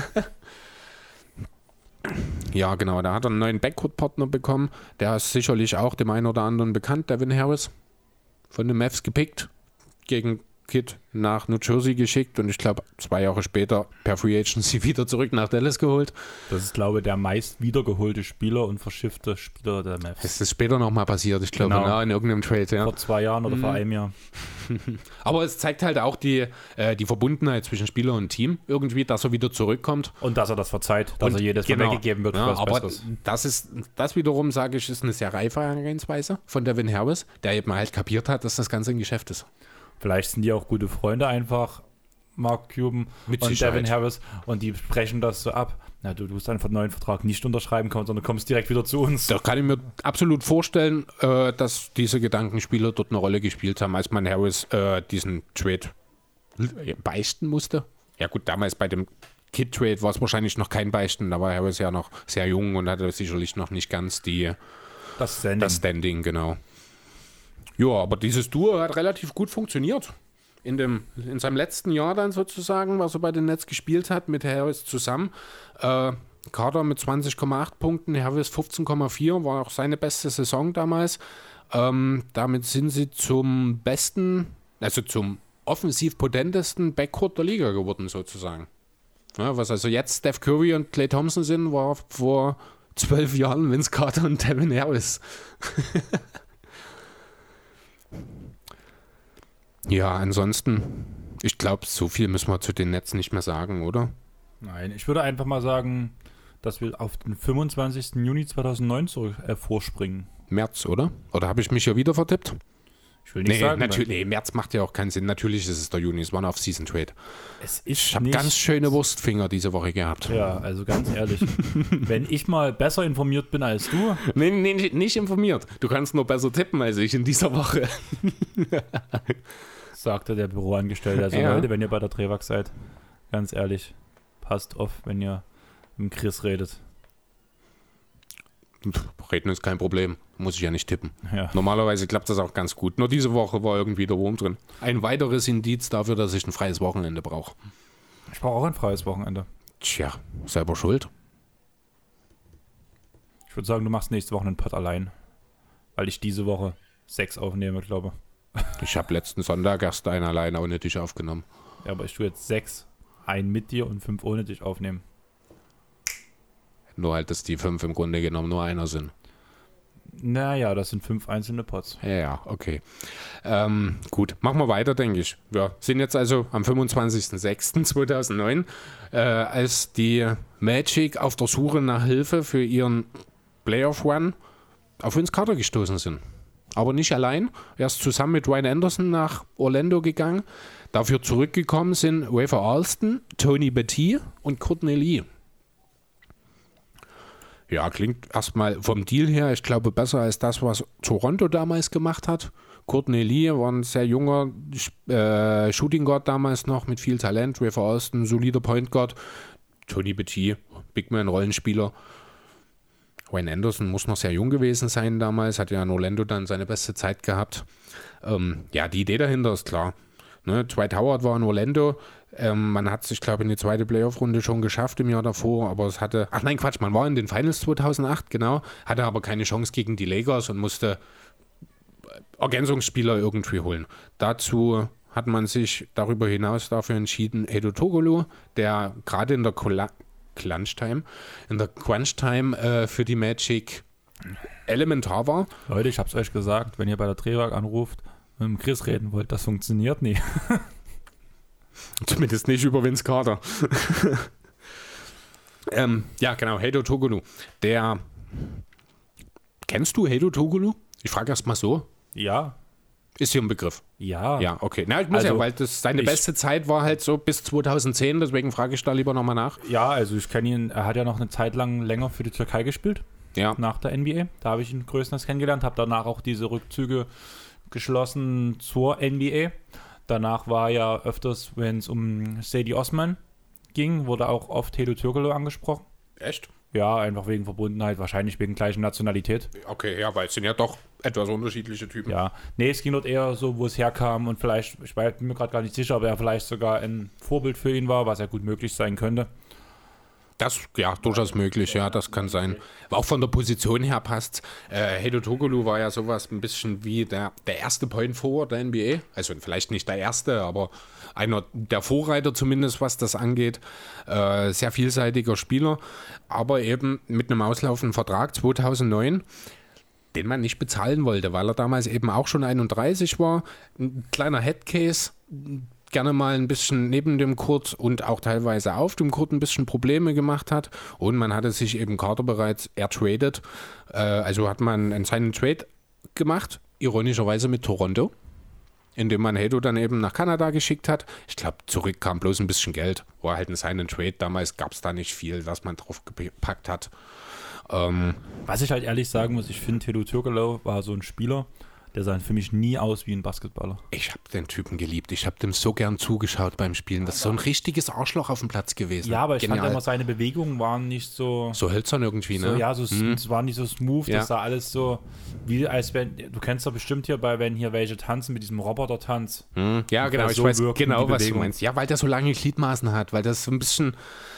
ja, genau. Da hat er einen neuen Backcourt-Partner bekommen. Der ist sicherlich auch dem einen oder anderen bekannt, Devin Harris. Von den Mavs gepickt. Gegen Kid nach New Jersey geschickt und ich glaube zwei Jahre später per Free Agency wieder zurück nach Dallas geholt. Das ist, glaube ich, der meist wiedergeholte Spieler und verschiffte Spieler der Mavs. Das ist später nochmal passiert, ich glaube, genau. na, in irgendeinem Trade. Ja. Vor zwei Jahren oder mhm. vor einem Jahr. Aber es zeigt halt auch die, äh, die Verbundenheit zwischen Spieler und Team irgendwie, dass er wieder zurückkommt. Und dass er das verzeiht, dass und er jedes genau. Mal weggegeben wird. Ja, für was aber Besseres. das ist, das wiederum, sage ich, ist eine sehr reife Herangehensweise von Devin Harris, der eben halt kapiert hat, dass das Ganze ein Geschäft ist. Vielleicht sind die auch gute Freunde einfach, Mark Cuban Mit und Sicherheit. Devin Harris, und die sprechen das so ab. Na, du musst einfach einen neuen Vertrag nicht unterschreiben können, sondern kommst direkt wieder zu uns. Da kann ich mir absolut vorstellen, äh, dass diese Gedankenspieler dort eine Rolle gespielt haben, als man Harris äh, diesen Trade beichten musste. Ja gut, damals bei dem Kid-Trade war es wahrscheinlich noch kein Beichten, da war Harris ja noch sehr jung und hatte sicherlich noch nicht ganz die, das Standing. Das Standing, genau. Ja, aber dieses Duo hat relativ gut funktioniert. In, dem, in seinem letzten Jahr dann sozusagen, was er bei den Nets gespielt hat, mit Harris zusammen. Äh, Carter mit zwanzig Komma acht Punkten, Harris fünfzehn Komma vier, war auch seine beste Saison damals. Ähm, damit sind sie zum besten, also zum offensiv potentesten Backcourt der Liga geworden sozusagen. Ja, was also jetzt Steph Curry und Klay Thompson sind, war vor zwölf Jahren Vince Carter und Devin Harris. Ja, ansonsten, ich glaube, so viel müssen wir zu den Nets nicht mehr sagen, oder? Nein, ich würde einfach mal sagen, dass wir auf den fünfundzwanzigsten Juni zweitausendneun zurück, äh, vorspringen. März, oder? Oder habe ich mich ja wieder vertippt? Ich will nicht nee, sagen. Natürlich, nee, März macht ja auch keinen Sinn. Natürlich ist es der Juni, es war ein Off-Season-Trade. Es ist ich habe ganz schöne Wurstfinger diese Woche gehabt. Ja, also ganz ehrlich, wenn ich mal besser informiert bin als du. Nee, nee, nicht informiert. Du kannst nur besser tippen als ich in dieser Woche. Sagte der Büroangestellte. Also ja. Leute, wenn ihr bei der Trevax seid, ganz ehrlich, passt auf, wenn ihr mit Chris redet. Reden ist kein Problem. Muss ich ja nicht tippen. Ja. Normalerweise klappt das auch ganz gut. Nur diese Woche war irgendwie der Wurm drin. Ein weiteres Indiz dafür, dass ich ein freies Wochenende brauche. Ich brauche auch ein freies Wochenende. Tja, selber schuld. Ich würde sagen, du machst nächste Woche einen Pod allein. Weil ich diese Woche sechs aufnehme, glaube ich. Ich habe letzten Sonntag erst einen alleine ohne dich aufgenommen. Ja, aber ich tue jetzt sechs, einen mit dir und fünf ohne dich aufnehmen. Nur halt, dass die fünf im Grunde genommen nur einer sind. Naja, das sind fünf einzelne Pods. Ja, ja, okay. Ähm, gut, machen wir weiter, denke ich. Wir sind jetzt also am fünfundzwanzigsten sechsten zweitausendneun, äh, als die Magic auf der Suche nach Hilfe für ihren Playoff-Run auf Vince Carter gestoßen sind. Aber nicht allein. Er ist zusammen mit Ryan Anderson nach Orlando gegangen. Dafür zurückgekommen sind Rafer Alston, Tony Battie und Courtney Lee. Ja, klingt erstmal vom Deal her, ich glaube, besser als das, was Toronto damals gemacht hat. Courtney Lee war ein sehr junger äh, Shooting Guard damals noch mit viel Talent. Rafer Alston, solider Point Guard. Tony Battie, Big Man, Rollenspieler. Ryan Anderson muss noch sehr jung gewesen sein damals, hat ja in Orlando dann seine beste Zeit gehabt. Ähm, ja, die Idee dahinter ist klar. Ne, Dwight Howard war in Orlando, Ähm, man hat sich, glaube ich, in die zweite Playoff-Runde schon geschafft im Jahr davor, aber es hatte, ach nein, Quatsch, man war in den Finals zweitausendacht, genau, hatte aber keine Chance gegen die Lakers und musste Ergänzungsspieler irgendwie holen. Dazu hat man sich darüber hinaus dafür entschieden, Hedo Turkoglu, der gerade in der Cola- Crunch-Time, in der Crunch-Time äh, für die Magic elementar war. Leute, ich hab's euch gesagt, wenn ihr bei der Drehwerk anruft, mit dem Chris reden wollt, das funktioniert nie. Zumindest nicht über Vince Carter. ähm, ja, genau, Hedo Turkoglu. Der, kennst du Hedo Turkoglu? Ich frage erst mal so. Ja. Ist hier ein Begriff? Ja. Ja, okay. Na, ich muss Also, ja, weil das seine ich- beste Zeit war halt so bis zweitausendzehn, deswegen frage ich da lieber nochmal nach. Ja, also ich kenne ihn, er hat ja noch eine Zeit lang länger für die Türkei gespielt, Ja. nach der N B A. Da habe ich ihn größtenteils kennengelernt, habe danach auch diese Rückzüge geschlossen zur N B A. Danach war ja öfters, wenn es um Sadie Osman ging, wurde auch oft Hedo Turkoglu angesprochen. Echt? Ja, einfach wegen Verbundenheit, wahrscheinlich wegen gleichen Nationalität. Okay, ja, weil es sind ja doch etwas unterschiedliche Typen. Ja, nee, es ging dort eher so, wo es herkam und vielleicht, ich bin mir gerade gar nicht sicher, ob er vielleicht sogar ein Vorbild für ihn war, was ja gut möglich sein könnte. Das, ja, durchaus möglich, ja, das kann sein. Aber auch von der Position her passt. Äh, Hedo Turkoglu war ja sowas ein bisschen wie der, der erste Point Forward der N B A. Also vielleicht nicht der erste, aber einer der Vorreiter zumindest, was das angeht. Äh, sehr vielseitiger Spieler, aber eben mit einem auslaufenden Vertrag zweitausendneun, den man nicht bezahlen wollte, weil er damals eben auch schon einunddreißig war. Ein kleiner Headcase, gerne mal ein bisschen neben dem Court und auch teilweise auf dem Court ein bisschen Probleme gemacht hat. Und man hatte sich eben Carter bereits ertradet. Äh, also hat man einen seinen Trade gemacht, ironischerweise mit Toronto, indem man Hedo dann eben nach Kanada geschickt hat. Ich glaube, zurück kam bloß ein bisschen Geld. War halt ein seinen Trade. Damals gab es da nicht viel, was man drauf gepackt hat. Ähm, Was ich halt ehrlich sagen muss, ich finde, Hedo Turkoglu war so ein Spieler, der sah für mich nie aus wie ein Basketballer. Ich habe den Typen geliebt. Ich habe dem so gern zugeschaut beim Spielen. Das ist so ein richtiges Arschloch auf dem Platz gewesen. Ja, aber ich Genial. fand immer, seine Bewegungen waren nicht so... So hölzern irgendwie, So, ne? ja, so, es war nicht so smooth, Ja. das sah alles so, wie als wenn, du kennst doch bestimmt hier bei, wenn hier welche tanzen mit diesem Roboter-Tanz. Hm, ja, genau. weil Ich so weiß wirken genau, die was du Bewegungen. meinst. Ja, weil der so lange Gliedmaßen hat, weil das so ein bisschen,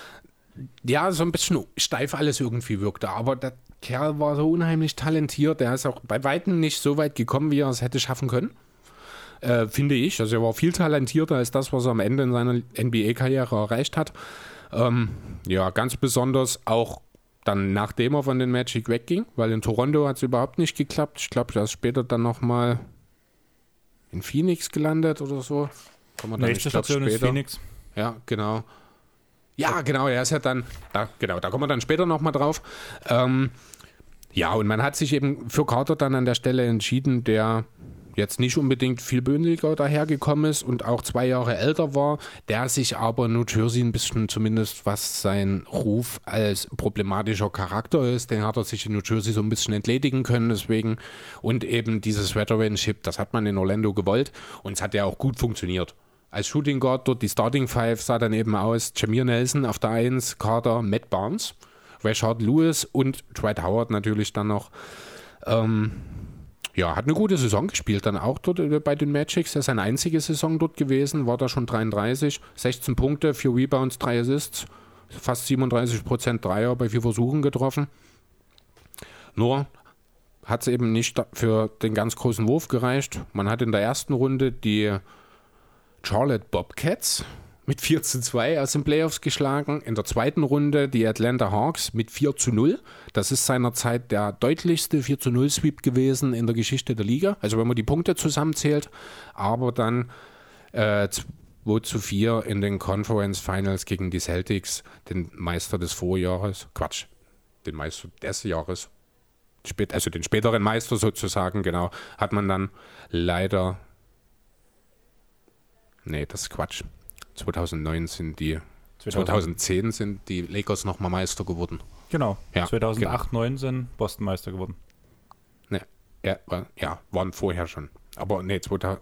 ja, so ein bisschen steif alles irgendwie wirkte. Aber der Kerl war so unheimlich talentiert. Der ist auch bei Weitem nicht so weit gekommen, wie er es hätte schaffen können. Äh, finde ich. Also er war viel talentierter als das, was er am Ende in seiner N B A-Karriere erreicht hat. Ähm, ja, ganz besonders auch dann, nachdem er von den Magic wegging, weil in Toronto hat es überhaupt nicht geklappt. Ich glaube, er ist später dann nochmal in Phoenix gelandet oder so. Kommen wir dann, Nächste ich glaub, Station ist später. Phoenix. Ja, genau. Ja, genau, er ist ja dann, da, genau, da kommen wir dann später nochmal drauf. Ähm, ja, und man hat sich eben für Carter dann an der Stelle entschieden, der jetzt nicht unbedingt viel bündiger dahergekommen ist und auch zwei Jahre älter war, der sich aber New Jersey ein bisschen, zumindest was sein Ruf als problematischer Charakter ist, den hat er sich in New Jersey so ein bisschen entledigen können deswegen. Und eben dieses Veteranship, das hat man in Orlando gewollt und es hat ja auch gut funktioniert. Als Shooting Guard dort, die Starting Five sah dann eben aus, Jameer Nelson auf der eins, Carter, Matt Barnes, Rashard Lewis und Dwight Howard natürlich dann noch. Ähm, ja, hat eine gute Saison gespielt, dann auch dort bei den Magics. Das ist seine einzige Saison dort gewesen, war da schon dreiunddreißig, sechzehn Punkte, vier Rebounds, drei Assists, fast siebenunddreißig Prozent Dreier bei vier Versuchen getroffen. Nur hat es eben nicht für den ganz großen Wurf gereicht. Man hat in der ersten Runde die Charlotte Bobcats mit vier zu zwei aus den Playoffs geschlagen. In der zweiten Runde die Atlanta Hawks mit vier zu null. Das ist seinerzeit der deutlichste vier zu null Sweep gewesen in der Geschichte der Liga. Also wenn man die Punkte zusammenzählt. Aber dann äh, zwei zu vier in den Conference Finals gegen die Celtics, den Meister des Vorjahres. Quatsch, den Meister des Jahres. Spät, also den späteren Meister sozusagen, genau, hat man dann leider... Nee, das ist Quatsch. zweitausendneun sind die, zweitausendzehn sind die Lakers nochmal Meister geworden. Genau, Ja, zweitausendacht neun sind Boston Meister geworden. Ne, ja, war, ja, waren vorher schon. Aber nee, zweitausend.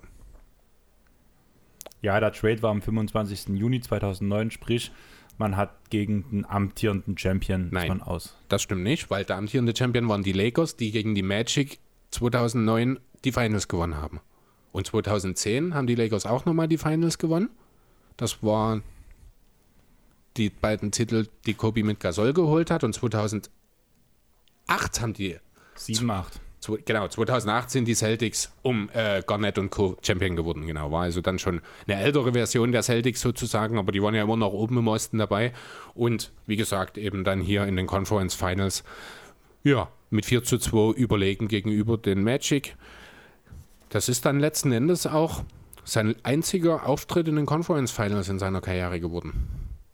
Ja, der Trade war am fünfundzwanzigsten Juni zweitausendneun, sprich, man hat gegen den amtierenden Champion Nein. man aus. Das stimmt nicht, weil der amtierende Champion waren die Lakers, die gegen die Magic zweitausendneun die Finals gewonnen haben. Und zweitausendzehn haben die Lakers auch nochmal die Finals gewonnen. Das waren die beiden Titel, die Kobe mit Gasol geholt hat. Und zweitausendacht haben die... sieben acht. Genau, zweitausendacht sind die Celtics um äh, Garnett und Co. Champion geworden. Genau, war also dann schon eine ältere Version der Celtics sozusagen, aber die waren ja immer noch oben im Osten dabei. Und wie gesagt, eben dann hier in den Conference Finals, ja, mit vier zu zwei überlegen gegenüber den Magic. Das ist dann letzten Endes auch sein einziger Auftritt in den Conference Finals in seiner Karriere geworden.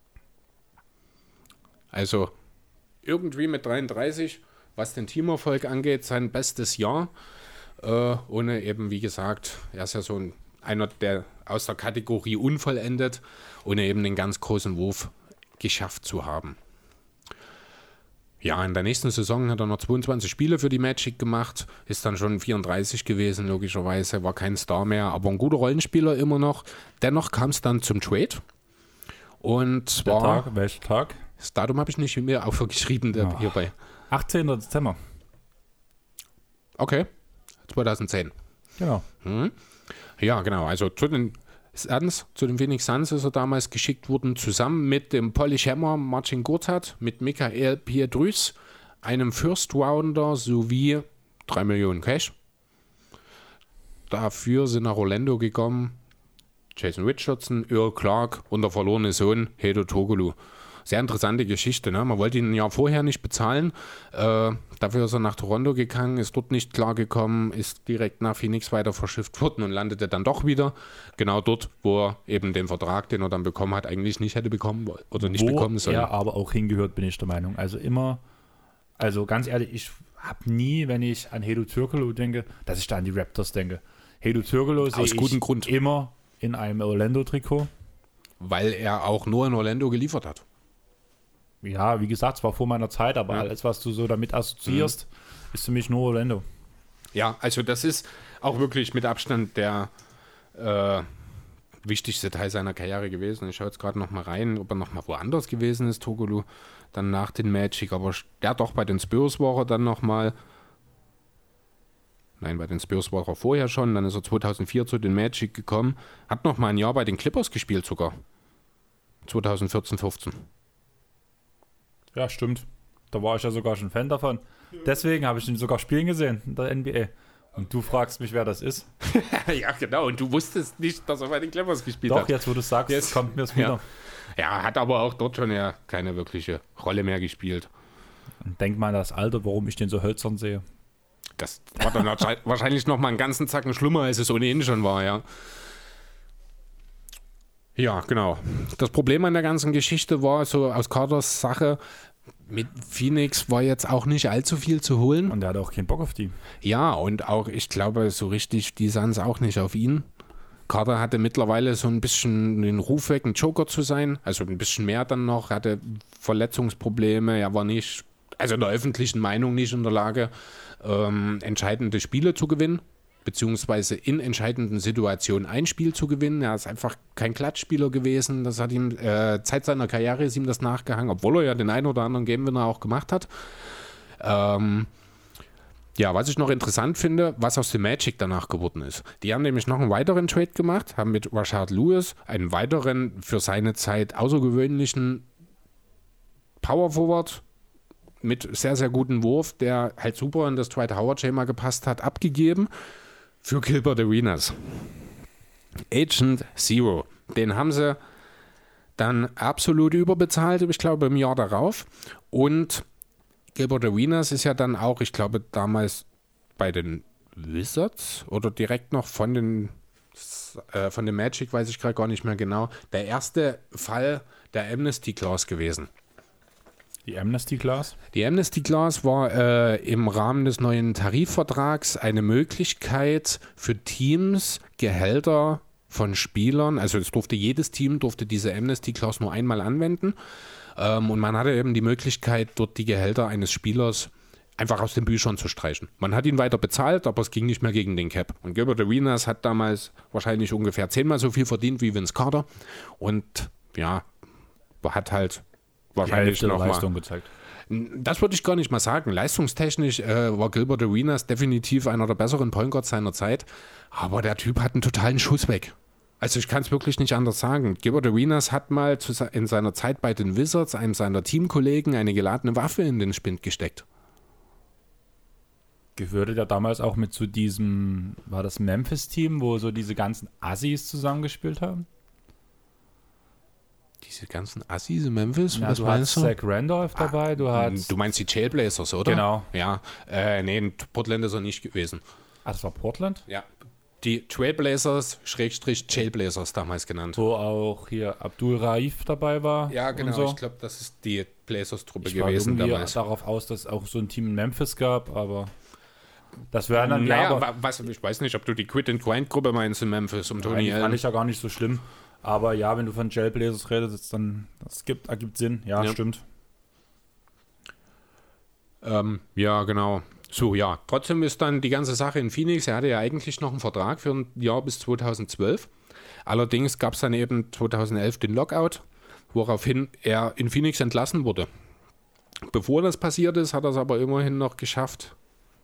Also irgendwie mit dreiunddreißig, was den Teamerfolg angeht, sein bestes Jahr. Äh, ohne eben, wie gesagt, er ist ja so ein, einer, der aus der Kategorie unvollendet, ohne eben den ganz großen Wurf geschafft zu haben. Ja, in der nächsten Saison hat er noch zweiundzwanzig Spiele für die Magic gemacht, ist dann schon vierunddreißig gewesen, logischerweise, war kein Star mehr, aber ein guter Rollenspieler immer noch. Dennoch kam es dann zum Trade. Und zwar... Der Tag, welcher Tag? Das Datum habe ich nicht mehr aufgeschrieben Oh. hierbei. achtzehnter Dezember. Okay, zweitausendzehn. Genau. Hm. Ja, genau, also zu den Suns, zu den Phoenix Suns ist er damals geschickt worden, zusammen mit dem Polish Hammer Marcin Gortat, mit Michael Piedrus, einem First Rounder sowie drei Millionen Cash. Dafür sind nach Orlando gekommen Jason Richardson, Earl Clark und der verlorene Sohn Hedo Turkoglu. Sehr interessante Geschichte, ne? Man wollte ihn ein Jahr vorher nicht bezahlen. Äh, dafür ist er nach Toronto gegangen, ist dort nicht klargekommen, ist direkt nach Phoenix weiter verschifft worden und landete dann doch wieder genau dort, wo er eben den Vertrag, den er dann bekommen hat, eigentlich nicht hätte bekommen wollen oder nicht wo bekommen sollen. er aber auch hingehört, bin ich der Meinung. Also immer, also ganz ehrlich, ich habe nie, wenn ich an Hedo Turkoglu denke, dass ich da an die Raptors denke. Hedo Turkoglu sehe Aus gutem ich Grund. immer in einem Orlando-Trikot. Weil er auch nur in Orlando geliefert hat. Ja, wie gesagt, es war vor meiner Zeit, aber Ja. alles, was du so damit assoziierst, mhm. ist für mich nur Orlando. Ja, also das ist auch wirklich mit Abstand der äh, wichtigste Teil seiner Karriere gewesen. Ich schaue jetzt gerade noch mal rein, ob er noch mal woanders gewesen ist, Turkoglu, dann nach den Magic, aber der doch bei den Spurs war er dann noch mal. Nein, bei den Spurs war er vorher schon, dann ist er zweitausendvier zu den Magic gekommen, hat noch mal ein Jahr bei den Clippers gespielt sogar. zweitausendvierzehn, fünfzehn. Ja, stimmt. Da war ich ja sogar schon Fan davon. Deswegen habe ich ihn sogar spielen gesehen in der N B A. Und du fragst mich, wer das ist. Ja, genau, und du wusstest nicht, dass er bei den Clippers gespielt Doch, hat. jetzt wo du es sagst, Jetzt- kommt mir es wieder. Ja, hat aber auch dort schon ja keine wirkliche Rolle mehr gespielt. Und denk mal an das Alter, warum ich den so hölzern sehe. Das war dann wahrscheinlich noch mal einen ganzen Zacken schlimmer, als es ohnehin schon war, ja. Ja, genau. Das Problem an der ganzen Geschichte war, so aus Carters Sache, mit Phoenix war jetzt auch nicht allzu viel zu holen. Und der hat auch keinen Bock auf die. Ja, und auch, ich glaube, so richtig die Suns auch nicht auf ihn. Carter hatte mittlerweile so ein bisschen den Ruf weg, ein Joker zu sein. Also ein bisschen mehr dann noch, hatte Verletzungsprobleme. Er war nicht, also in der öffentlichen Meinung nicht in der Lage, ähm, entscheidende Spiele zu gewinnen, beziehungsweise in entscheidenden Situationen ein Spiel zu gewinnen. Er ist einfach kein Klatschspieler gewesen. Das hat ihm, äh, Zeit seiner Karriere ist ihm das nachgehangen, obwohl er ja den einen oder anderen Game-Winner auch gemacht hat. Ähm, ja, was ich noch interessant finde, was aus dem Magic danach geworden ist. Die haben nämlich noch einen weiteren Trade gemacht, haben mit Rashard Lewis einen weiteren, für seine Zeit außergewöhnlichen Power Forward mit sehr, sehr gutem Wurf, der halt super in das Dwight Howard-Schema gepasst hat, abgegeben für Gilbert Arenas. Agent Zero. Den haben sie dann absolut überbezahlt, ich glaube im Jahr darauf. Und Gilbert Arenas ist ja dann auch, ich glaube damals bei den Wizards oder direkt noch von den äh, von dem Magic, weiß ich gerade gar nicht mehr genau, der erste Fall der Amnesty Clause gewesen. Die Amnesty Class? Die Amnesty Clause war äh, im Rahmen des neuen Tarifvertrags eine Möglichkeit für Teams, Gehälter von Spielern, also es durfte jedes Team durfte diese Amnesty Clause nur einmal anwenden, ähm, und man hatte eben die Möglichkeit, dort die Gehälter eines Spielers einfach aus den Büchern zu streichen. Man hat ihn weiter bezahlt, aber es ging nicht mehr gegen den Cap. Und Gilbert Arenas hat damals wahrscheinlich ungefähr zehnmal so viel verdient wie Vince Carter und ja, hat halt wahrscheinlich Die Hälfte der noch mal Leistung gezeigt. Das würde ich gar nicht mal sagen. Leistungstechnisch äh, war Gilbert Arenas definitiv einer der besseren Point Guards seiner Zeit. Aber der Typ hat einen totalen Schuss weg. Also ich kann es wirklich nicht anders sagen. Gilbert Arenas hat mal zu, in seiner Zeit bei den Wizards einem seiner Teamkollegen eine geladene Waffe in den Spind gesteckt. Gehörte der damals auch mit zu diesem, war das Memphis-Team, wo so diese ganzen Assis zusammengespielt haben? Diese ganzen Assis in Memphis? Ja, was du meinst hast du? Zach Randolph dabei, du hast... Du meinst die Trailblazers, oder? Genau. Ja, äh, nee, in Portland ist er nicht gewesen. Ah, das war Portland? Ja. Die Trailblazers, Schrägstrich Jailblazers damals genannt. Wo auch hier Abdul Raif dabei war. Ja, genau. und so. Ich glaube, das ist die Blazers-Truppe Ich war gewesen irgendwie damals. darauf aus, dass es auch so ein Team in Memphis gab, aber das wäre dann Naja, klar. wa- was, ich weiß nicht, ob du die Quit-and-Grind-Gruppe meinst in Memphis um Tony Die fand Allen. ich ja gar nicht so schlimm. Aber ja, wenn du von Jailblazers redest, dann das gibt, ergibt Sinn. Ja, Ja. stimmt. Ähm, ja, genau. So, ja. Trotzdem ist dann die ganze Sache in Phoenix. Er hatte ja eigentlich noch einen Vertrag für ein Jahr bis zweitausendzwölf. Allerdings gab es dann eben zweitausendelf den Lockout, woraufhin er in Phoenix entlassen wurde. Bevor das passiert ist, hat er es aber immerhin noch geschafft,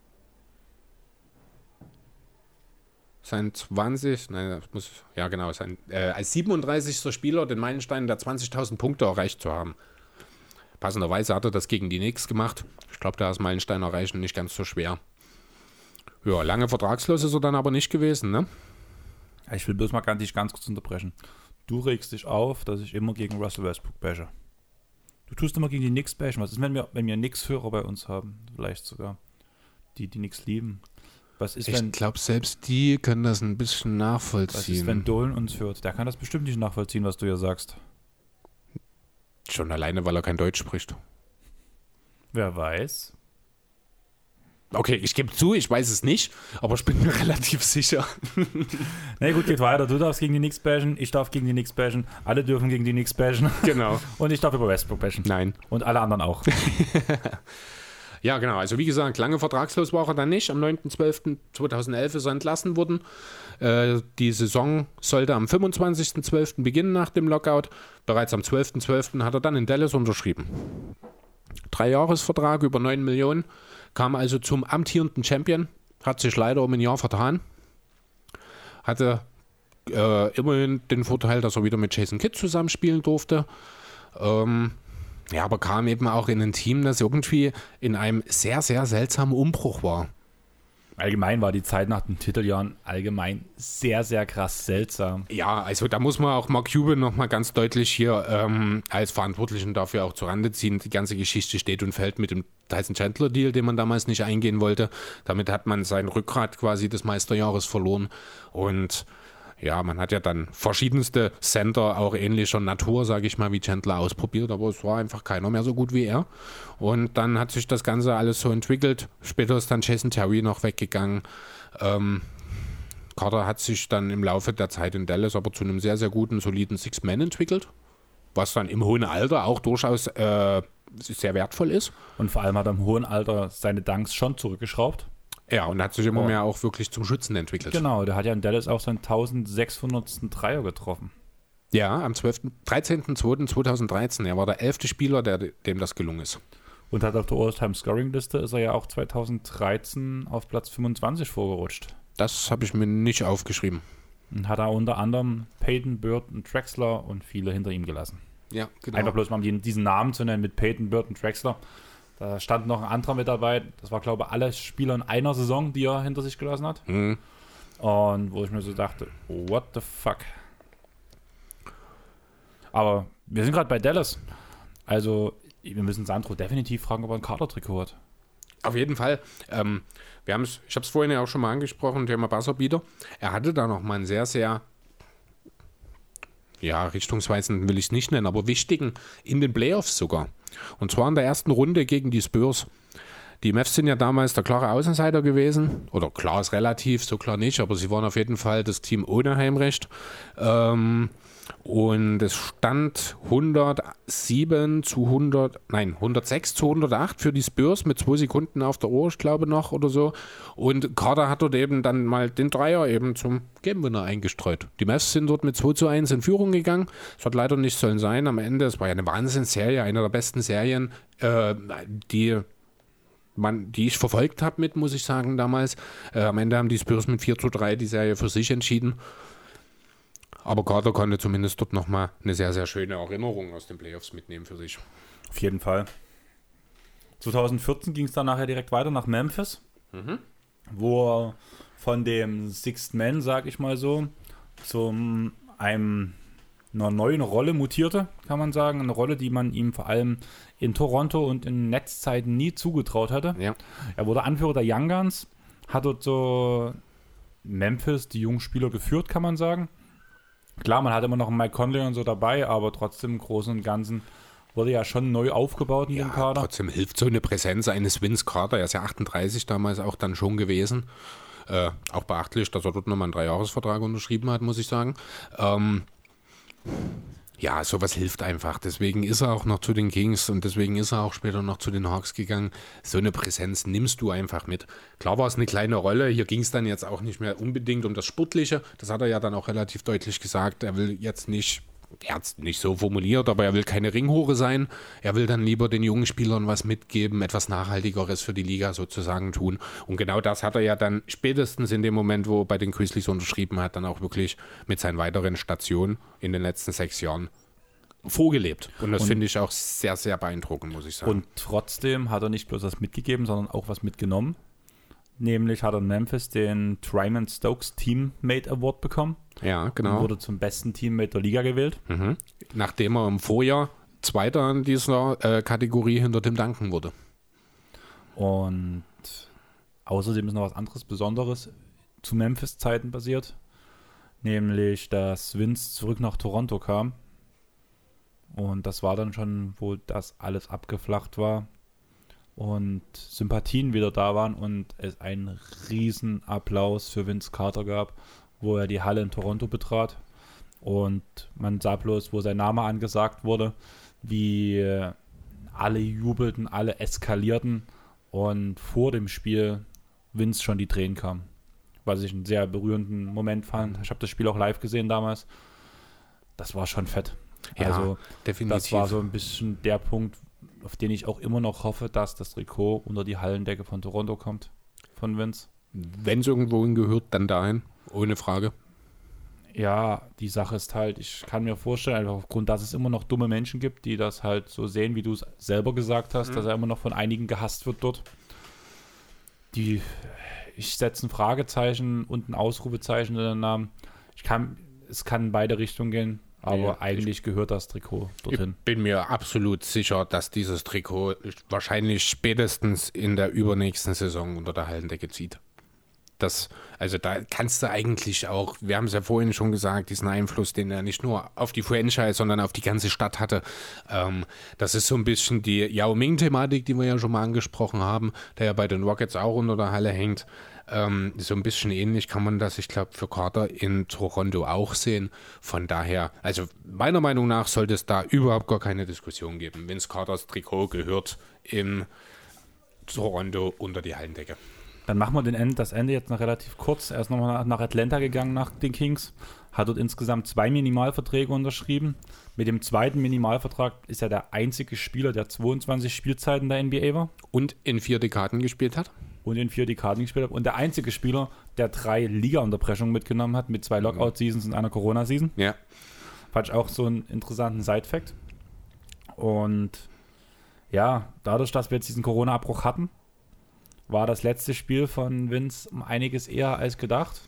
sein zwanzig, nein, das muss, ja genau, sein, äh, als siebenunddreißigster Spieler den Meilenstein der zwanzigtausend Punkte erreicht zu haben. Passenderweise hat er das gegen die Knicks gemacht. Ich glaube, da ist Meilenstein erreichen nicht ganz so schwer. Ja, lange vertragslos ist er dann aber nicht gewesen, ne? Ich will bloß mal ganz, dich ganz kurz unterbrechen. Du regst dich auf, dass ich immer gegen Russell Westbrook bashe. Du tust immer gegen die Knicks bashen. Was ist, wenn wir, wenn wir Knicks-Hörer bei uns haben? Vielleicht sogar. Die, die Knicks lieben. Was ist, wenn, Ich glaube, selbst die können das ein bisschen was ist, wenn nachvollziehen. Dolan uns hört? Der kann das bestimmt nicht nachvollziehen, was du hier sagst. Schon alleine, weil er kein Deutsch spricht. Wer weiß. Okay, ich gebe zu, ich weiß es nicht, aber ich bin mir relativ sicher. Na gut, geht weiter. Du darfst gegen die Knicks bashen, ich darf gegen die Knicks bashen, alle dürfen gegen die Knicks bashen Genau. und ich darf über Westbrook bashen. Nein. Und alle anderen auch. Ja, genau. Also wie gesagt, lange vertragslos war er dann nicht. Am neunter zwölfter zweitausendelf ist er entlassen worden. Äh, die Saison sollte am fünfundzwanzigster zwölfter beginnen nach dem Lockout. Bereits am zwölfter zwölfter hat er dann in Dallas unterschrieben. Dreijahresvertrag über neun Millionen. Kam also zum amtierenden Champion. Hat sich leider um ein Jahr vertan. Hatte äh, immerhin den Vorteil, dass er wieder mit Jason Kidd zusammenspielen durfte. Ähm, Ja, aber kam eben auch in ein Team, das irgendwie in einem sehr, sehr seltsamen Umbruch war. Allgemein war die Zeit nach den Titeljahren allgemein sehr, sehr krass seltsam. Ja, also da muss man auch Mark Cuban nochmal ganz deutlich hier ähm, als Verantwortlichen dafür auch zur Rande ziehen. Die ganze Geschichte steht und fällt mit dem Tyson Chandler-Deal, den man damals nicht eingehen wollte. Damit hat man sein Rückgrat quasi des Meisterjahres verloren. Und ja, man hat ja dann verschiedenste Center auch ähnlicher Natur, sage ich mal, wie Chandler ausprobiert, aber es war einfach keiner mehr so gut wie er. Und dann hat sich das Ganze alles so entwickelt. Später ist dann Jason Terry noch weggegangen. Ähm, Carter hat sich dann im Laufe der Zeit in Dallas aber zu einem sehr, sehr guten, soliden Six-Man entwickelt, was dann im hohen Alter auch durchaus äh, sehr wertvoll ist. Und vor allem hat er im hohen Alter seine Dunks schon zurückgeschraubt. Ja, und hat sich immer Oh. mehr auch wirklich zum Schützen entwickelt. Genau, der hat ja in Dallas auch seinen eintausendsechshundertsten Dreier getroffen. Ja, am dreizehnter zweiter zweitausenddreizehn. Er war der elfte Spieler, der, dem das gelungen ist. Und hat auf der All-Time-Scoring-Liste ist er ja auch zweitausenddreizehn auf Platz fünfundzwanzig vorgerutscht. Das habe ich mir nicht aufgeschrieben. Und hat er unter anderem Peyton, Bird und Drexler und viele hinter ihm gelassen. Ja, genau. Einfach bloß mal um diesen Namen zu nennen mit Peyton, Bird und Drexler. Da stand noch ein anderer mit dabei. Das war, glaube ich, alle Spieler in einer Saison, die er hinter sich gelassen hat. Mhm. Und wo ich mir so dachte, what the fuck? Aber wir sind gerade bei Dallas. Also, wir müssen Sandro definitiv fragen, ob er ein Kader-Trikot hat. Auf jeden Fall. Ähm, wir haben's, ich habe es vorhin ja auch schon mal angesprochen, Thema Buzzerbeater. Er hatte da noch mal einen sehr, sehr, ja, richtungsweisenden will ich es nicht nennen, aber wichtigen in den Playoffs sogar. Und zwar in der ersten Runde gegen die Spurs. Die Mavs sind ja damals der klare Außenseiter gewesen. Oder klar ist relativ, so klar nicht, aber sie waren auf jeden Fall das Team ohne Heimrecht. Ähm, und es stand hundertsieben zu hundert, nein, hundertsechs zu hundertacht für die Spurs mit zwei Sekunden auf der Uhr, ich glaube noch oder so. Und Carter hat dort eben dann mal den Dreier eben zum Game-Winner eingestreut. Die Mavs sind dort mit zwei zu eins in Führung gegangen. Das hat leider nicht sollen sein. Am Ende, es war ja eine Wahnsinnsserie, eine der besten Serien, äh, die Man, die ich verfolgt habe mit, muss ich sagen, damals. Äh, am Ende haben die Spurs mit vier zu drei die Serie für sich entschieden. Aber Carter konnte zumindest dort nochmal eine sehr, sehr schöne Erinnerung aus den Playoffs mitnehmen für sich. Auf jeden Fall. zwanzig vierzehn ging es dann nachher direkt weiter nach Memphis, mhm. wo er von dem Sixth Man, sag ich mal so, zu einem, einer neuen Rolle mutierte, kann man sagen. Eine Rolle, die man ihm vor allem in Toronto und in Netzzeiten nie zugetraut hatte. Ja. Er wurde Anführer der Young Guns, hat dort so Memphis, die jungen Spieler, geführt, kann man sagen. Klar, man hatte immer noch einen Mike Conley und so dabei, aber trotzdem im Großen und Ganzen wurde ja schon neu aufgebaut in ja, dem Kader. Trotzdem hilft so eine Präsenz eines Vince Carter. Er ist ja achtunddreißig damals auch dann schon gewesen. Äh, auch beachtlich, dass er dort nochmal einen Dreijahresvertrag unterschrieben hat, muss ich sagen. Ähm, ja, sowas hilft einfach. Deswegen ist er auch noch zu den Kings und deswegen ist er auch später noch zu den Hawks gegangen. So eine Präsenz nimmst du einfach mit. Klar war es eine kleine Rolle. Hier ging es dann jetzt auch nicht mehr unbedingt um das Sportliche. Das hat er ja dann auch relativ deutlich gesagt. Er will jetzt nicht... Er hat es nicht so formuliert, aber er will keine Ringhure sein. Er will dann lieber den jungen Spielern was mitgeben, etwas Nachhaltigeres für die Liga sozusagen tun. Und genau das hat er ja dann spätestens in dem Moment, wo er bei den Grizzlies unterschrieben hat, dann auch wirklich mit seinen weiteren Stationen in den letzten sechs Jahren vorgelebt. Und das finde ich auch sehr, sehr beeindruckend, muss ich sagen. Und trotzdem hat er nicht bloß was mitgegeben, sondern auch was mitgenommen. Nämlich hat er in Memphis den Tryman Stokes Teammate Award bekommen. Ja, genau. Und wurde zum besten Teammate der Liga gewählt. Mhm. Nachdem er im Vorjahr Zweiter in dieser äh, Kategorie hinter Tim Duncan wurde. Und außerdem ist noch was anderes Besonderes zu Memphis-Zeiten passiert. Nämlich, dass Vince zurück nach Toronto kam. Und das war dann schon, wo das alles abgeflacht war. Und Sympathien wieder da waren und es einen riesen Applaus für Vince Carter gab, wo er die Halle in Toronto betrat. Und man sah bloß, wo sein Name angesagt wurde, wie alle jubelten, alle eskalierten und vor dem Spiel Vince schon die Tränen kamen. Was ich einen sehr berührenden Moment fand. Ich habe das Spiel auch live gesehen damals. Das war schon fett. Ja, also definitiv. Das war so ein bisschen der Punkt, auf den ich auch immer noch hoffe, dass das Trikot unter die Hallendecke von Toronto kommt, von Vince. Wenn es irgendwo hingehört, dann dahin, ohne Frage. Ja, die Sache ist halt, ich kann mir vorstellen, einfach aufgrund, dass es immer noch dumme Menschen gibt, die das halt so sehen, wie du es selber gesagt hast, mhm. dass er immer noch von einigen gehasst wird dort. Die, ich setze ein Fragezeichen und ein Ausrufezeichen in den Namen. Ich kann, es kann in beide Richtungen gehen. Aber ja, eigentlich ich, gehört das Trikot dorthin. Ich bin mir absolut sicher, dass dieses Trikot wahrscheinlich spätestens in der übernächsten Saison unter der Hallendecke zieht. Das, also da kannst du eigentlich auch, wir haben es ja vorhin schon gesagt, diesen Einfluss, den er nicht nur auf die Franchise, sondern auf die ganze Stadt hatte. Ähm, das ist so ein bisschen die Yao Ming-Thematik, die wir ja schon mal angesprochen haben, der ja bei den Rockets auch unter der Halle hängt. Ähm, so ein bisschen ähnlich kann man das, ich glaube, für Carter in Toronto auch sehen. Von daher, also meiner Meinung nach sollte es da überhaupt gar keine Diskussion geben. Vince Carters Trikot gehört in Toronto unter die Hallendecke. Dann machen wir den End, das Ende jetzt noch relativ kurz. Er ist nochmal nach Atlanta gegangen nach den Kings, hat dort insgesamt zwei Minimalverträge unterschrieben. Mit dem zweiten Minimalvertrag ist er der einzige Spieler, der zweiundzwanzig Spielzeiten der N B A war. Und in vier Dekaden gespielt hat. Und in vier Dekaden gespielt hat. Und der einzige Spieler, der drei Liga-Unterbrechungen mitgenommen hat, mit zwei Lockout-Seasons und einer Corona-Season. Ja. Fand ich auch so einen interessanten Side-Fact. Und ja, dadurch, dass wir jetzt diesen Corona-Abbruch hatten, war das letzte Spiel von Vince um einiges eher als gedacht.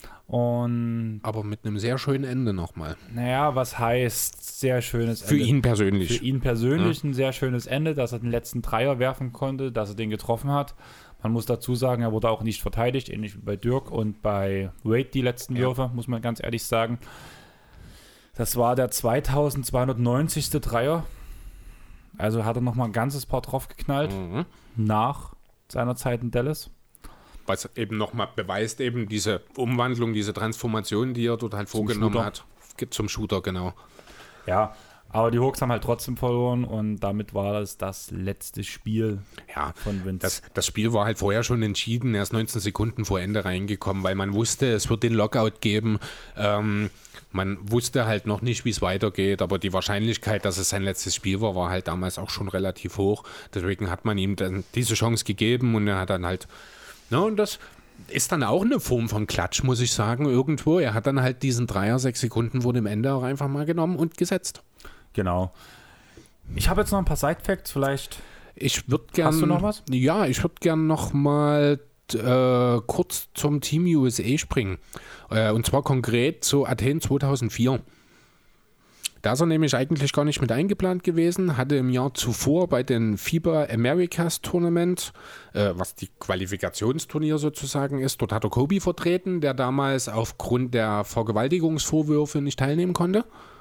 Und aber mit einem sehr schönen Ende nochmal. Naja, was heißt sehr schönes Ende? Für ihn persönlich. Für ihn persönlich ja. Ein sehr schönes Ende, dass er den letzten Dreier werfen konnte, dass er den getroffen hat. Man muss dazu sagen, er wurde auch nicht verteidigt, ähnlich wie bei Dirk und bei Wade die letzten ja. Würfe, muss man ganz ehrlich sagen. Das war der zweitausendzweihundertneunzigste Dreier. Also hat er nochmal ein ganzes Paar draufgeknallt mhm. nach seiner Zeit in Dallas. Was eben nochmal beweist, eben diese Umwandlung, diese Transformation, die er dort halt zum vorgenommen Shooter. hat. Zum Shooter, genau. Ja, aber die Hawks haben halt trotzdem verloren und damit war das das letzte Spiel ja, von Vince. Das, das Spiel war halt vorher schon entschieden, erst neunzehn Sekunden vor Ende reingekommen, weil man wusste, es wird den Lockout geben. Ähm, man wusste halt noch nicht, wie es weitergeht, aber die Wahrscheinlichkeit, dass es sein letztes Spiel war, war halt damals auch schon relativ hoch. Deswegen hat man ihm dann diese Chance gegeben und er hat dann halt, na, und das ist dann auch eine Form von Klatsch, muss ich sagen, irgendwo. Er hat dann halt diesen Dreier, sechs Sekunden vor dem Ende auch einfach mal genommen und gesetzt. Genau. Ich habe jetzt noch ein paar Side-Facts, vielleicht. Ich würde gern. Hast du noch was? Ja, ich würde gern noch mal äh, kurz zum Team U S A springen. Äh, und zwar konkret zu Athen zweitausendvier. Da ist er nämlich eigentlich gar nicht mit eingeplant gewesen, hatte im Jahr zuvor bei den FIBA Americas Tournament, äh, was die Qualifikationsturnier sozusagen ist, dort hat er Kobe vertreten, der damals aufgrund der Vergewaltigungsvorwürfe nicht teilnehmen konnte.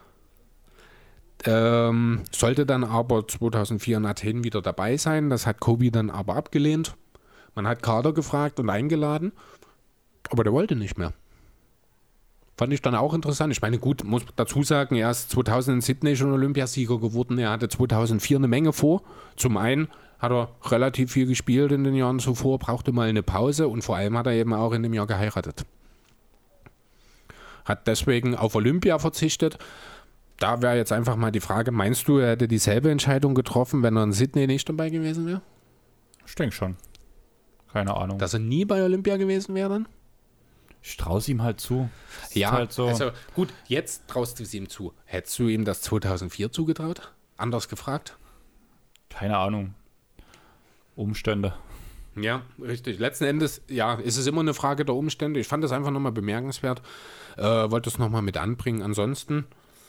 Ähm, sollte dann aber zweitausendvier in Athen wieder dabei sein, das hat Kobe dann aber abgelehnt. Man hat Kader gefragt und eingeladen, aber der wollte nicht mehr. Fand ich dann auch interessant. Ich meine, gut, muss dazu sagen, er ist zweitausend in Sydney schon Olympiasieger geworden. Er hatte zweitausendvier eine Menge vor. Zum einen hat er relativ viel gespielt in den Jahren zuvor, brauchte mal eine Pause und vor allem hat er eben auch in dem Jahr geheiratet. Hat deswegen auf Olympia verzichtet. Da wäre jetzt einfach mal die Frage, meinst du, er hätte dieselbe Entscheidung getroffen, wenn er in Sydney nicht dabei gewesen wäre? Ich denke schon. Keine Ahnung. Dass er nie bei Olympia gewesen wäre dann? Ich traue es ihm halt zu. Das Ja, halt so. also gut, jetzt traust du es ihm zu. Hättest du ihm das zweitausendvier zugetraut? Anders gefragt? Keine Ahnung. Umstände. Ja, richtig. Letzten Endes, ja, ist es immer eine Frage der Umstände. Ich fand das einfach nochmal bemerkenswert. Äh, wollte es nochmal mit anbringen. Ansonsten,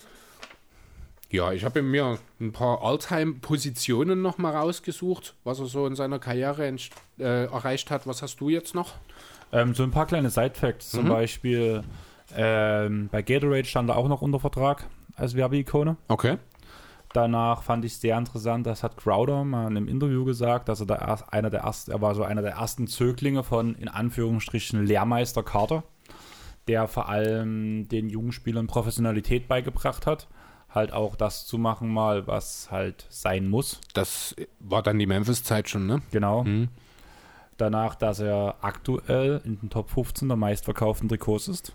ja, ich habe mir ein paar All-Time-Positionen nochmal rausgesucht, was er so in seiner Karriere ent- äh, erreicht hat. Was hast du jetzt noch? Ähm, so ein paar kleine Side-Facts. Zum Mhm. Beispiel ähm, bei Gatorade stand er auch noch unter Vertrag als Werbeikone. Okay. Danach fand ich sehr interessant, das hat Crowder mal in einem Interview gesagt, dass er der erst, einer der ersten, er war so einer der ersten Zöglinge von, in Anführungsstrichen, Lehrmeister Carter, der vor allem den jungen Spielern Professionalität beigebracht hat, halt auch das zu machen mal, was halt sein muss. Das war dann die Memphis-Zeit schon, ne? Genau. Mhm. Danach, dass er aktuell in den Top fünfzehn der meistverkauften Trikots ist.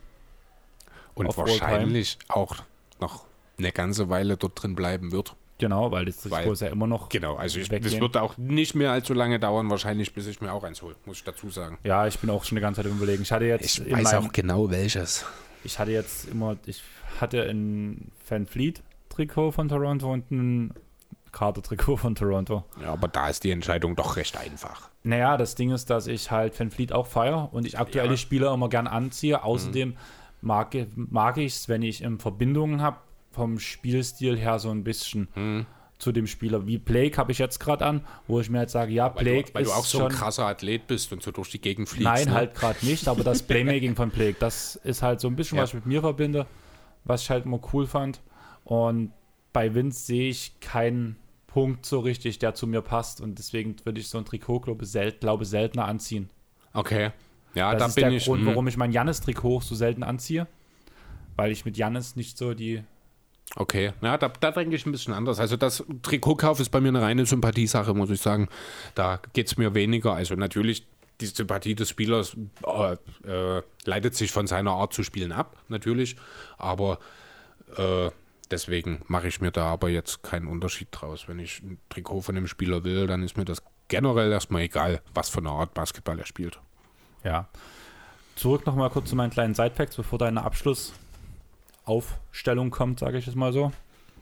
Und Auf wahrscheinlich auch noch eine ganze Weile dort drin bleiben wird. Genau, weil das Trikot Weil- ist ja immer noch Genau, also ich, weggehen. das wird auch nicht mehr allzu lange dauern, wahrscheinlich, bis ich mir auch eins hole, muss ich dazu sagen. Ja, ich bin auch schon die ganze Zeit im Überlegen. Ich hatte jetzt Ich in weiß meinem, auch genau welches. ich hatte jetzt immer, ich hatte ein Van Fleet Trikot von Toronto und ein Carter Trikot von Toronto. Ja, aber da ist die Entscheidung doch recht einfach. Naja, das Ding ist, dass ich halt Van Fleet auch feiere und ich aktuelle Ja. Spieler immer gern anziehe. Außerdem Mhm. mag, mag ich es, wenn ich ähm, Verbindungen habe, vom Spielstil her so ein bisschen Mhm. zu dem Spieler. Wie Blake habe ich jetzt gerade an, wo ich mir jetzt sage, ja, Weil, Blake du, weil ist du auch so schon... ein krasser Athlet bist und so durch die Gegend fliegst. Nein, ne? halt gerade nicht, aber das Playmaking von Blake, das ist halt so ein bisschen, Ja. was ich mit mir verbinde, was ich halt immer cool fand. Und bei Vince sehe ich keinen Punkt so richtig, der zu mir passt. Und deswegen würde ich so ein Trikot, glaube ich, sel- glaube, seltener anziehen. Okay. Ja, Das da ist bin der ich. Grund, mh. warum ich mein Jannis-Trikot so selten anziehe. Weil ich mit Jannis nicht so die... Okay, ja, da, da denke ich ein bisschen anders. Also das Trikotkauf ist bei mir eine reine Sympathiesache, muss ich sagen. Da geht es mir weniger. Also natürlich, die Sympathie des Spielers äh, äh, leitet sich von seiner Art zu spielen ab, natürlich. Aber äh, deswegen mache ich mir da aber jetzt keinen Unterschied draus. Wenn ich ein Trikot von dem Spieler will, dann ist mir das generell erstmal egal, was für eine Art Basketball er spielt. Ja. Zurück nochmal kurz zu meinen kleinen Sidefacts, bevor deine Abschlussaufstellung kommt, sage ich es mal so.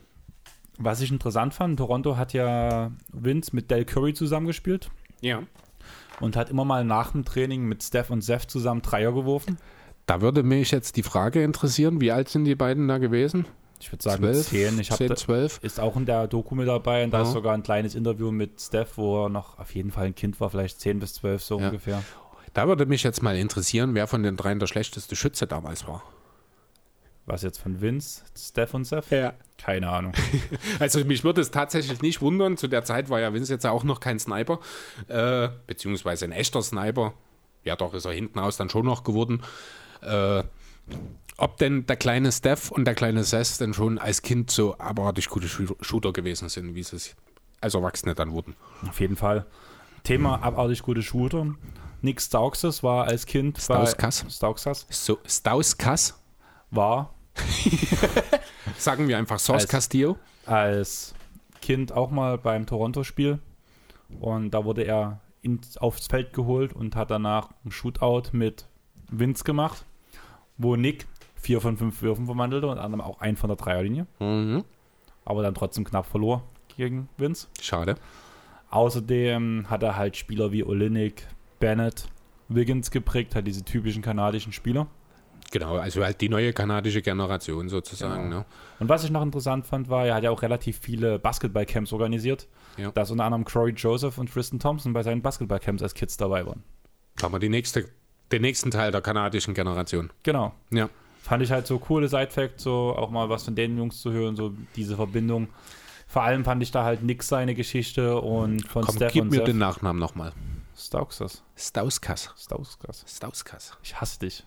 Was ich interessant fand, Toronto hat ja Vince mit Del Curry zusammengespielt Ja. und hat immer mal nach dem Training mit Steph und Seth zusammen Dreier geworfen. Da würde mich jetzt die Frage interessieren, wie alt sind die beiden da gewesen? Ich würde sagen zwölf, zehn. Ich zehn, habe zwölf? ist auch in der Doku mit dabei und da Ja. ist sogar ein kleines Interview mit Steph, wo er noch auf jeden Fall ein Kind war, vielleicht zehn bis zwölf so Ja. ungefähr. Da würde mich jetzt mal interessieren, wer von den dreien der schlechteste Schütze damals war. Was jetzt von Vince, Steph und Seth? Ja. Keine Ahnung. Also mich würde es tatsächlich nicht wundern. Zu der Zeit war ja Vince jetzt auch noch kein Sniper, äh, beziehungsweise ein echter Sniper. Ja doch, ist er hinten aus dann schon noch geworden. Äh, ob denn der kleine Steph und der kleine Seth denn schon als Kind so abartig gute Schu- Shooter gewesen sind, wie sie es als Erwachsene dann wurden. Auf jeden Fall. Thema abartig gute Shooter. Nick Stauskas war als Kind Stauskas? bei Stauskas So, Stauskas, war sagen wir einfach Sauce Als- Castillo. als Kind auch mal beim Toronto-Spiel und da wurde er ins, aufs Feld geholt und hat danach ein Shootout mit Vince gemacht, wo Nick vier von fünf Würfen verwandelte und anderem auch einen von der Dreierlinie. Mhm. Aber dann trotzdem knapp verlor gegen Vince. Schade. Außerdem hat er halt Spieler wie Olynyk, Bennett, Wiggins geprägt, hat diese typischen kanadischen Spieler. Genau, also halt die neue kanadische Generation sozusagen. Genau. Ne? Und was ich noch interessant fand, war, er hat ja auch relativ viele Basketballcamps organisiert, Ja. dass unter anderem Corey Joseph und Tristan Thompson bei seinen Basketballcamps als Kids dabei waren. Da haben wir die nächste, den nächsten Teil der kanadischen Generation. Genau. Ja. Fand ich halt so coole Side-Fact, so auch mal was von den Jungs zu hören, so diese Verbindung. Vor allem fand ich da halt Nick seine Geschichte und von Komm, Steph gib und mir Seth. den Nachnamen nochmal. Stauskas. Stauskas. Stauskas. Stauskas. Ich hasse dich.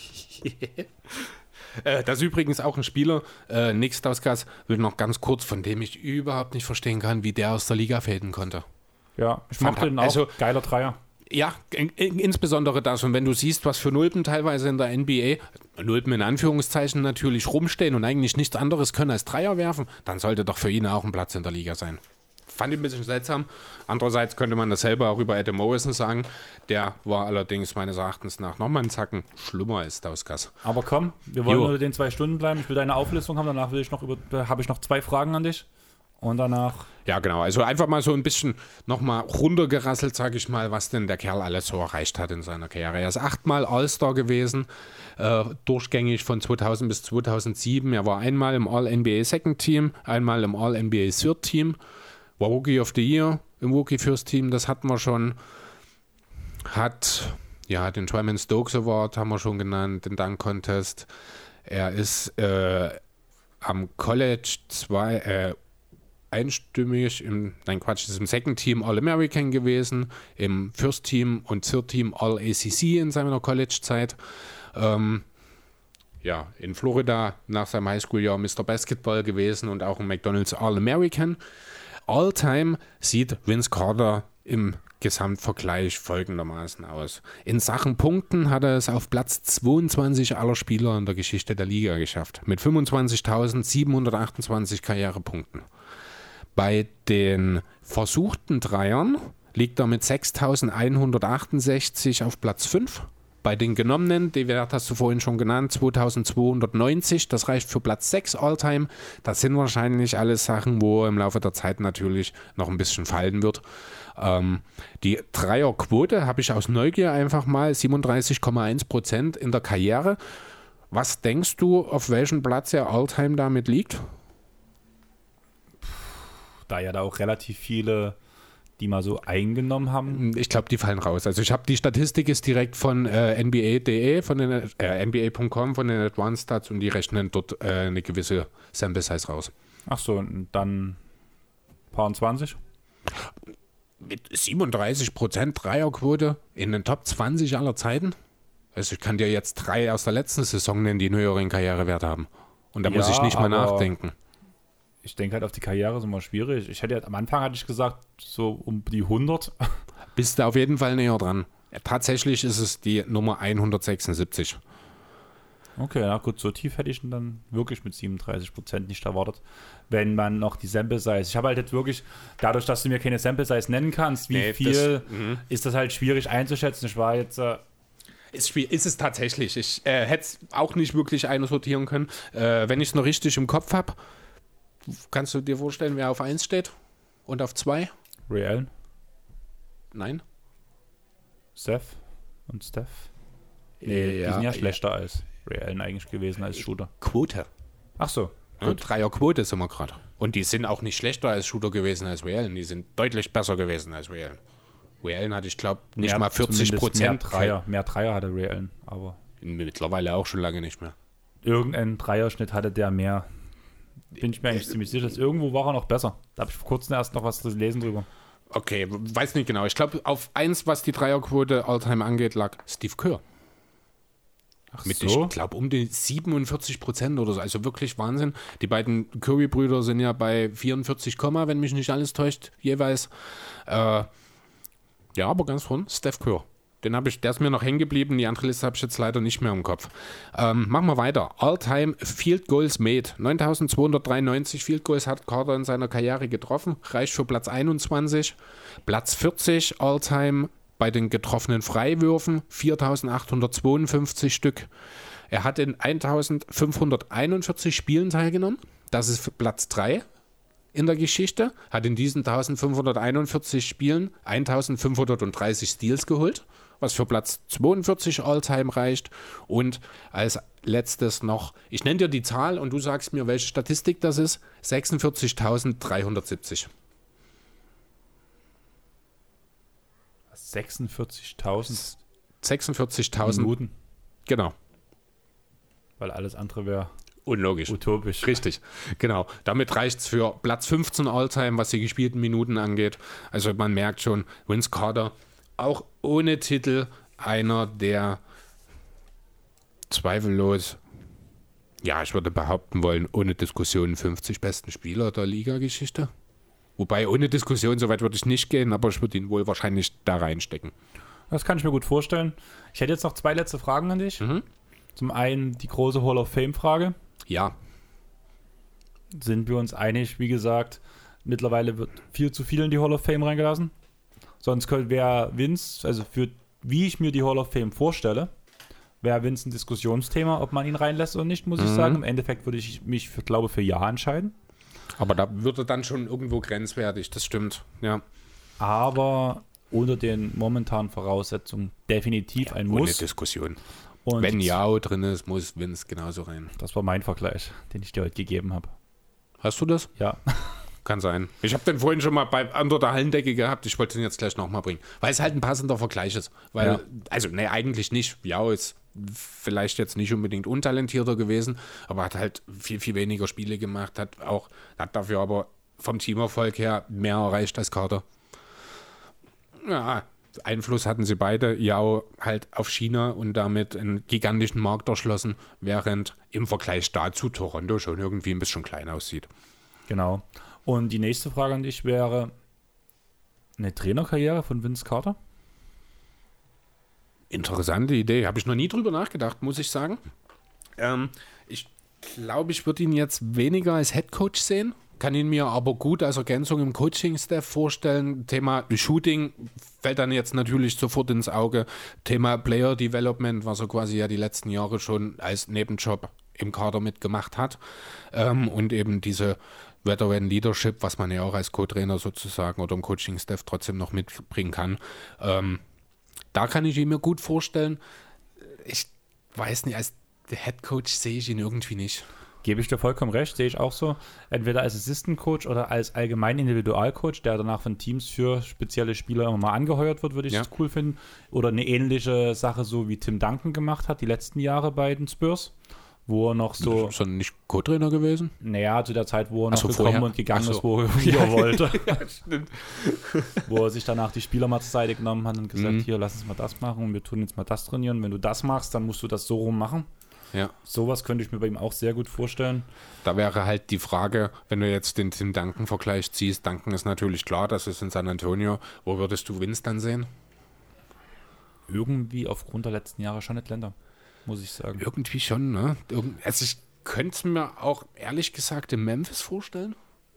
äh, das ist übrigens auch ein Spieler, äh, Nick Stauskas, will noch ganz kurz, von dem ich überhaupt nicht verstehen kann, wie der aus der Liga faden konnte. Ja, ich Fand- mochte den auch. also- Geiler Dreier. Ja, in, in, insbesondere das. Und wenn du siehst, was für Nulpen teilweise in der N B A, Nulpen in Anführungszeichen natürlich rumstehen und eigentlich nichts anderes können als Dreier werfen, dann sollte doch für ihn auch ein Platz in der Liga sein. Fand ich ein bisschen seltsam. Andererseits könnte man dasselbe auch über Adam Morrison sagen. Der war allerdings meines Erachtens nach nochmal einen Zacken schlimmer als Stauskas. Aber komm, wir wollen Jo. unter den zwei Stunden bleiben. Ich will deine Auflistung haben. Danach will ich noch über, habe ich noch zwei Fragen an dich. Und danach. Ja, genau. Also einfach mal so ein bisschen nochmal runtergerasselt, sage ich mal, was denn der Kerl alles so erreicht hat in seiner Karriere. Er ist achtmal All-Star gewesen, äh, durchgängig von zweitausend bis zweitausendsieben. Er war einmal im All-N B A Second Team, einmal im All-N B A Third Team, war Rookie of the Year im Rookie First Team, das hatten wir schon. Hat, ja, den Twyman Stokes Award haben wir schon genannt, den Dunk Contest. Er ist äh, am College zwei, äh, einstimmig im, nein Quatsch, ist im Second Team All-American gewesen, im First Team und Third Team All-A C C in seiner College-Zeit. Ähm, ja, in Florida nach seinem Highschool-Jahr Mister Basketball gewesen und auch ein McDonald's All-American. All-Time sieht Vince Carter im Gesamtvergleich folgendermaßen aus. In Sachen Punkten hat er es auf Platz zweiundzwanzig aller Spieler in der Geschichte der Liga geschafft, mit fünfundzwanzigtausendsiebenhundertachtundzwanzig Karrierepunkten. Bei den versuchten Dreiern liegt er mit sechstausendeinhundertachtundsechzig auf Platz fünf. Bei den genommenen, die Wert hast du vorhin schon genannt, zweitausendzweihundertneunzig, das reicht für Platz sechs All-Time. Das sind wahrscheinlich alles Sachen, wo er im Laufe der Zeit natürlich noch ein bisschen fallen wird. Ähm, die Dreierquote habe ich aus Neugier einfach mal siebenunddreißig Komma eins Prozent in der Karriere. Was denkst du, auf welchem Platz er All-Time damit liegt? Da ja da auch relativ viele, die mal so eingenommen haben. Ich glaube, die fallen raus. Also ich habe die Statistik ist direkt von äh, N B A Punkt de, von den äh, N B A Punkt com, von den Advanced Stats und die rechnen dort äh, eine gewisse Sample Size raus. Ach so, und dann paar zwanzig. Mit siebenunddreißig Prozent Dreierquote in den Top zwanzig aller Zeiten? Also ich kann dir jetzt drei aus der letzten Saison nennen, die einen höheren Karrierewert haben. Und da Ja, muss ich nicht mal aber- nachdenken. Ich denke halt auf die Karriere ist immer schwierig. Ich hätte ja, am Anfang hatte ich gesagt, so um die hundert. Bist du auf jeden Fall näher dran. Ja, tatsächlich ist es die Nummer hundertsechsundsiebzig. Okay, na gut, so tief hätte ich ihn dann wirklich mit siebenunddreißig Prozent nicht erwartet, wenn man noch die Sample Size. Ich habe halt jetzt wirklich, dadurch, dass du mir keine Sample Size nennen kannst, wie Nee, viel, das- mhm. ist das halt schwierig einzuschätzen. Ich war jetzt, äh, Ist, schwierig- ist es tatsächlich. Ich äh, hätte es auch nicht wirklich einsortieren können. Äh, wenn ich es noch richtig im Kopf habe, kannst du dir vorstellen, wer auf eins steht? Und auf zwei? Ray Allen, Nein? Seth und Steph. Nee, Äh, die ja, sind ja ja. schlechter als Ray Allen eigentlich gewesen als Shooter. Quote. Ach so, Ja, Dreierquote sind wir gerade. Und die sind auch nicht schlechter als Shooter gewesen als Ray Allen. Die sind deutlich besser gewesen als Ray Allen. Ray Allen hatte, ich glaube, nicht Mehr- mal vierzig zumindest Mehr Prozent. Dreier, mehr Dreier hatte Ray Allen, aber Mittlerweile auch schon lange nicht mehr. irgendeinen Dreierschnitt hatte der mehr. Bin ich mir eigentlich ziemlich sicher. Dass irgendwo war er noch besser. Da habe ich vor kurzem erst noch was zu lesen drüber. Okay, weiß nicht genau. Ich glaube, auf eins, was die Dreierquote Alltime angeht, lag Steve Kerr. Ach Mit, so? ich glaube, um die siebenundvierzig Prozent oder so. Also wirklich Wahnsinn. Die beiden Curry-Brüder sind ja bei vierundvierzig, wenn mich nicht alles täuscht, jeweils. Äh, ja, aber ganz vorne, Steph Kerr. Den habe ich, der ist mir noch hängen geblieben. Die andere Liste habe ich jetzt leider nicht mehr im Kopf. Ähm, machen wir weiter. All-Time Field Goals made. neuntausendzweihundertdreiundneunzig Field Goals hat Carter in seiner Karriere getroffen. Reicht für Platz einundzwanzig. Platz vierzig All-Time bei den getroffenen Freiwürfen. viertausendachthundertzweiundfünfzig Stück. Er hat in eintausendfünfhunderteinundvierzig Spielen teilgenommen. Das ist Platz drei in der Geschichte. Hat in diesen eintausendfünfhunderteinundvierzig Spielen eintausendfünfhundertdreißig Steals geholt, was für Platz zweiundvierzig All-Time reicht. Und als letztes noch, ich nenne dir die Zahl und du sagst mir, welche Statistik das ist, sechsundvierzigtausenddreihundertsiebzig. sechsundvierzigtausend sechsundvierzigtausend Minuten. Genau. Weil alles andere wäre unlogisch. Utopisch. Richtig, genau. Damit reicht es für Platz fünfzehn All-Time, was die gespielten Minuten angeht. Also man merkt schon, Vince Carter, auch ohne Titel, einer der zweifellos, ja, ich würde behaupten wollen, ohne Diskussion fünfzig besten Spieler der Liga-Geschichte. Wobei ohne Diskussion, soweit würde ich nicht gehen, aber ich würde ihn wohl wahrscheinlich da reinstecken. Das kann ich mir gut vorstellen. Ich hätte jetzt noch zwei letzte Fragen an dich. Mhm. Zum einen die große Hall of Fame-Frage. Ja. Sind wir uns einig, wie gesagt, mittlerweile wird viel zu viel in die Hall of Fame reingelassen. Sonst wäre Vince, also für wie ich mir die Hall of Fame vorstelle, wäre Vince ein Diskussionsthema, ob man ihn reinlässt oder nicht, muss mhm. ich sagen. Im Endeffekt würde ich mich, für, glaube für Ja entscheiden. Aber da würde dann schon irgendwo grenzwertig, das stimmt, ja. Aber unter den momentanen Voraussetzungen definitiv ja, ein ohne Muss. Diskussion. Und wenn Yao drin ist, muss Vince genauso rein. Das war mein Vergleich, den ich dir heute gegeben habe. Hast du das? Ja. Kann sein. Ich habe den vorhin schon mal bei unter der Hallendecke gehabt. Ich wollte den jetzt gleich nochmal bringen. Weil es halt ein passender Vergleich ist. Weil, ja. also, ne, eigentlich nicht. Yao ist vielleicht jetzt nicht unbedingt untalentierter gewesen, aber hat halt viel, viel weniger Spiele gemacht. Hat auch, hat dafür aber vom Teamerfolg her mehr erreicht als Carter. Ja, Einfluss hatten sie beide. Yao halt auf China und damit einen gigantischen Markt erschlossen, während im Vergleich dazu Toronto schon irgendwie ein bisschen klein aussieht. Genau. Und die nächste Frage an dich wäre eine Trainerkarriere von Vince Carter? Interessante Idee. Habe ich noch nie drüber nachgedacht, muss ich sagen. Ähm, ich glaube, ich würde ihn jetzt weniger als Headcoach sehen. Kann ihn mir aber gut als Ergänzung im Coaching-Staff vorstellen. Thema Shooting fällt dann jetzt natürlich sofort ins Auge. Thema Player Development, was er quasi ja die letzten Jahre schon als Nebenjob im Kader mitgemacht hat. Ähm, und eben diese Veteran Leadership, was man ja auch als Co-Trainer sozusagen oder im Coaching-Staff trotzdem noch mitbringen kann. Ähm, da kann ich ihn mir gut vorstellen. Ich weiß nicht, als Headcoach sehe ich ihn irgendwie nicht. Gebe ich dir vollkommen recht, sehe ich auch so. Entweder als Assistant Coach oder als allgemein Individualcoach, der danach von Teams für spezielle Spieler immer mal angeheuert wird, würde ich ja. das cool finden. Oder eine ähnliche Sache, so wie Tim Duncan gemacht hat, die letzten Jahre bei den Spurs, wo er noch so... Ist er nicht Co-Trainer gewesen? Naja, zu der Zeit, wo er noch so, gekommen vorher? und gegangen so. ist, wo er wieder wollte. Ja, stimmt. Wo er sich danach die Spieler mal zur Seite genommen hat und gesagt, Mhm. hier, lass uns mal das machen und wir tun jetzt mal das trainieren. Wenn du das machst, dann musst du das so rum machen. Ja. Sowas könnte ich mir bei ihm auch sehr gut vorstellen. Da wäre halt die Frage, wenn du jetzt den Tim Duncan-Vergleich ziehst, Duncan ist natürlich klar, das ist in San Antonio. Wo würdest du Vince dann sehen? Irgendwie aufgrund der letzten Jahre schon Atlanta, muss ich sagen. Irgendwie schon, ne? Irgend- Also ich könnte es mir auch ehrlich gesagt in Memphis vorstellen.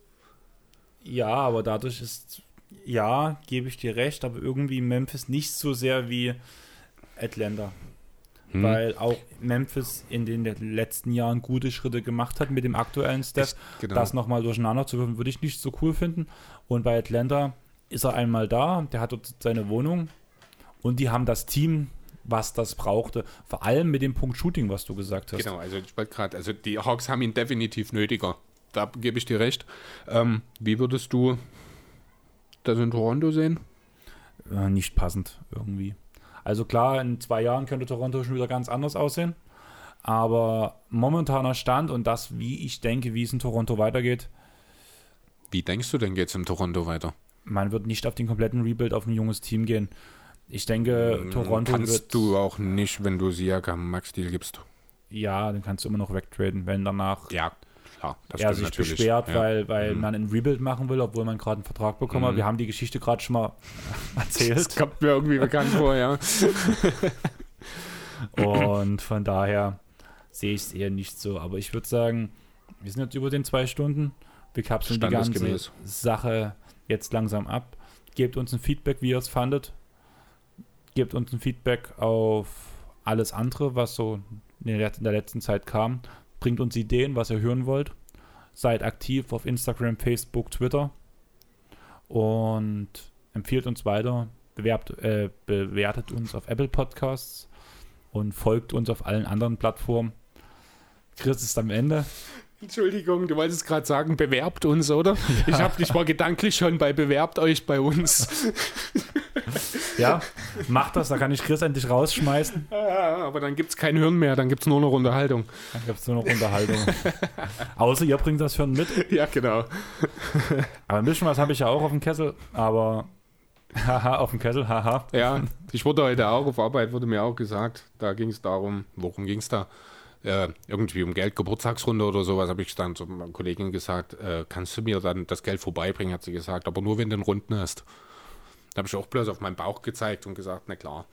Ja, aber dadurch ist, ja, gebe ich dir recht, aber irgendwie Memphis nicht so sehr wie Atlanta. Hm. Weil auch Memphis in den letzten Jahren gute Schritte gemacht hat mit dem aktuellen Staff. Ich- genau. Das nochmal durcheinander zu würfen, würde ich nicht so cool finden. Und bei Atlanta ist er einmal da, der hat dort seine Wohnung und die haben das Team, was das brauchte. Vor allem mit dem Punkt Shooting, was du gesagt hast. Genau, also ich wollte gerade, also die Hawks haben ihn definitiv nötiger. Da gebe ich dir recht. Ähm, wie würdest du das in Toronto sehen? Äh, nicht passend irgendwie. Also klar, in zwei Jahren könnte Toronto schon wieder ganz anders aussehen. Aber momentaner Stand und das, wie ich denke, wie es in Toronto weitergeht, Wie denkst du denn, geht es in Toronto weiter? man wird nicht auf den kompletten Rebuild auf ein junges Team gehen. Ich denke, Toronto Kannst wird... du auch nicht, wenn du Siakam Max Deal gibst. Ja, dann kannst du immer noch wegtraden, wenn danach Ja, Ja, das er stimmt sich natürlich. beschwert, Ja. weil, weil Mhm. man ein Rebuild machen will, obwohl man gerade einen Vertrag bekommen hat. Mhm. Wir haben die Geschichte gerade schon mal erzählt. Das kommt mir irgendwie bekannt vor, ja. Und von daher sehe ich es eher nicht so. Aber ich würde sagen, wir sind jetzt über den zwei Stunden. Wir kapseln die ganze Standesgemäß. Sache jetzt langsam ab. Gebt uns ein Feedback, wie ihr es fandet. Gebt uns ein Feedback auf alles andere, was so in der, in der letzten Zeit kam. Bringt uns Ideen, was ihr hören wollt. Seid aktiv auf Instagram, Facebook, Twitter. Und empfiehlt uns weiter. Bewerbt, äh, bewertet uns auf Apple Podcasts. Und folgt uns auf allen anderen Plattformen. Chris ist am Ende. Entschuldigung, du wolltest gerade sagen, bewerbt uns, oder? Ja. Ich habe dich mal gedanklich schon bei bewerbt euch bei uns. Ja, macht das, da kann ich Chris endlich rausschmeißen. Ja, aber dann gibt es kein Hören mehr, dann gibt es nur noch Unterhaltung. Dann gibt es nur noch Unterhaltung. Außer ihr bringt das Hören mit. Ja, genau. Aber ein bisschen was habe ich ja auch auf dem Kessel, aber haha, auf dem Kessel, haha. Ja, ich wurde heute auch auf Arbeit, wurde mir auch gesagt, da ging es darum, worum ging es da? Äh, irgendwie um Geld, Geburtstagsrunde oder sowas, habe ich dann zu meiner Kollegin gesagt, äh, kannst du mir dann das Geld vorbeibringen, hat sie gesagt, aber nur wenn du einen Runden hast. Da habe ich auch bloß auf meinen Bauch gezeigt und gesagt, na klar.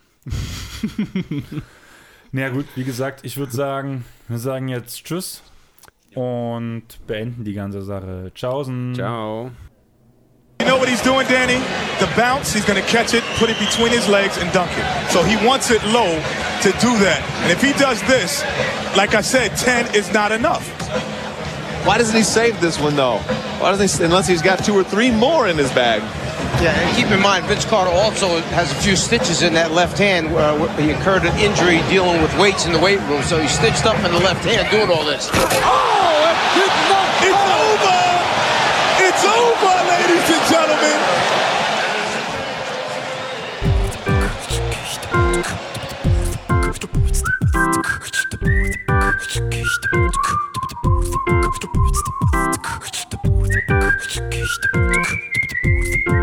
Na gut, wie gesagt, ich würde sagen, wir sagen jetzt Tschüss und beenden die ganze Sache. Tschaußen. Ciao. You know what he's doing, Danny? The bounce, he's going to catch it, put it between his legs, and dunk it. So he wants it low to do that. And if he does this, like I said, ten is not enough. Why doesn't he save this one, though? Why doesn't he, unless he's got two or three more in his bag? Yeah, and keep in mind, Vince Carter also has a few stitches in that left hand. Uh, where he incurred an injury dealing with weights in the weight room, so he's stitched up in the left hand doing all this. Oh, it's over! It's over, ladies and gentlemen! Kiss the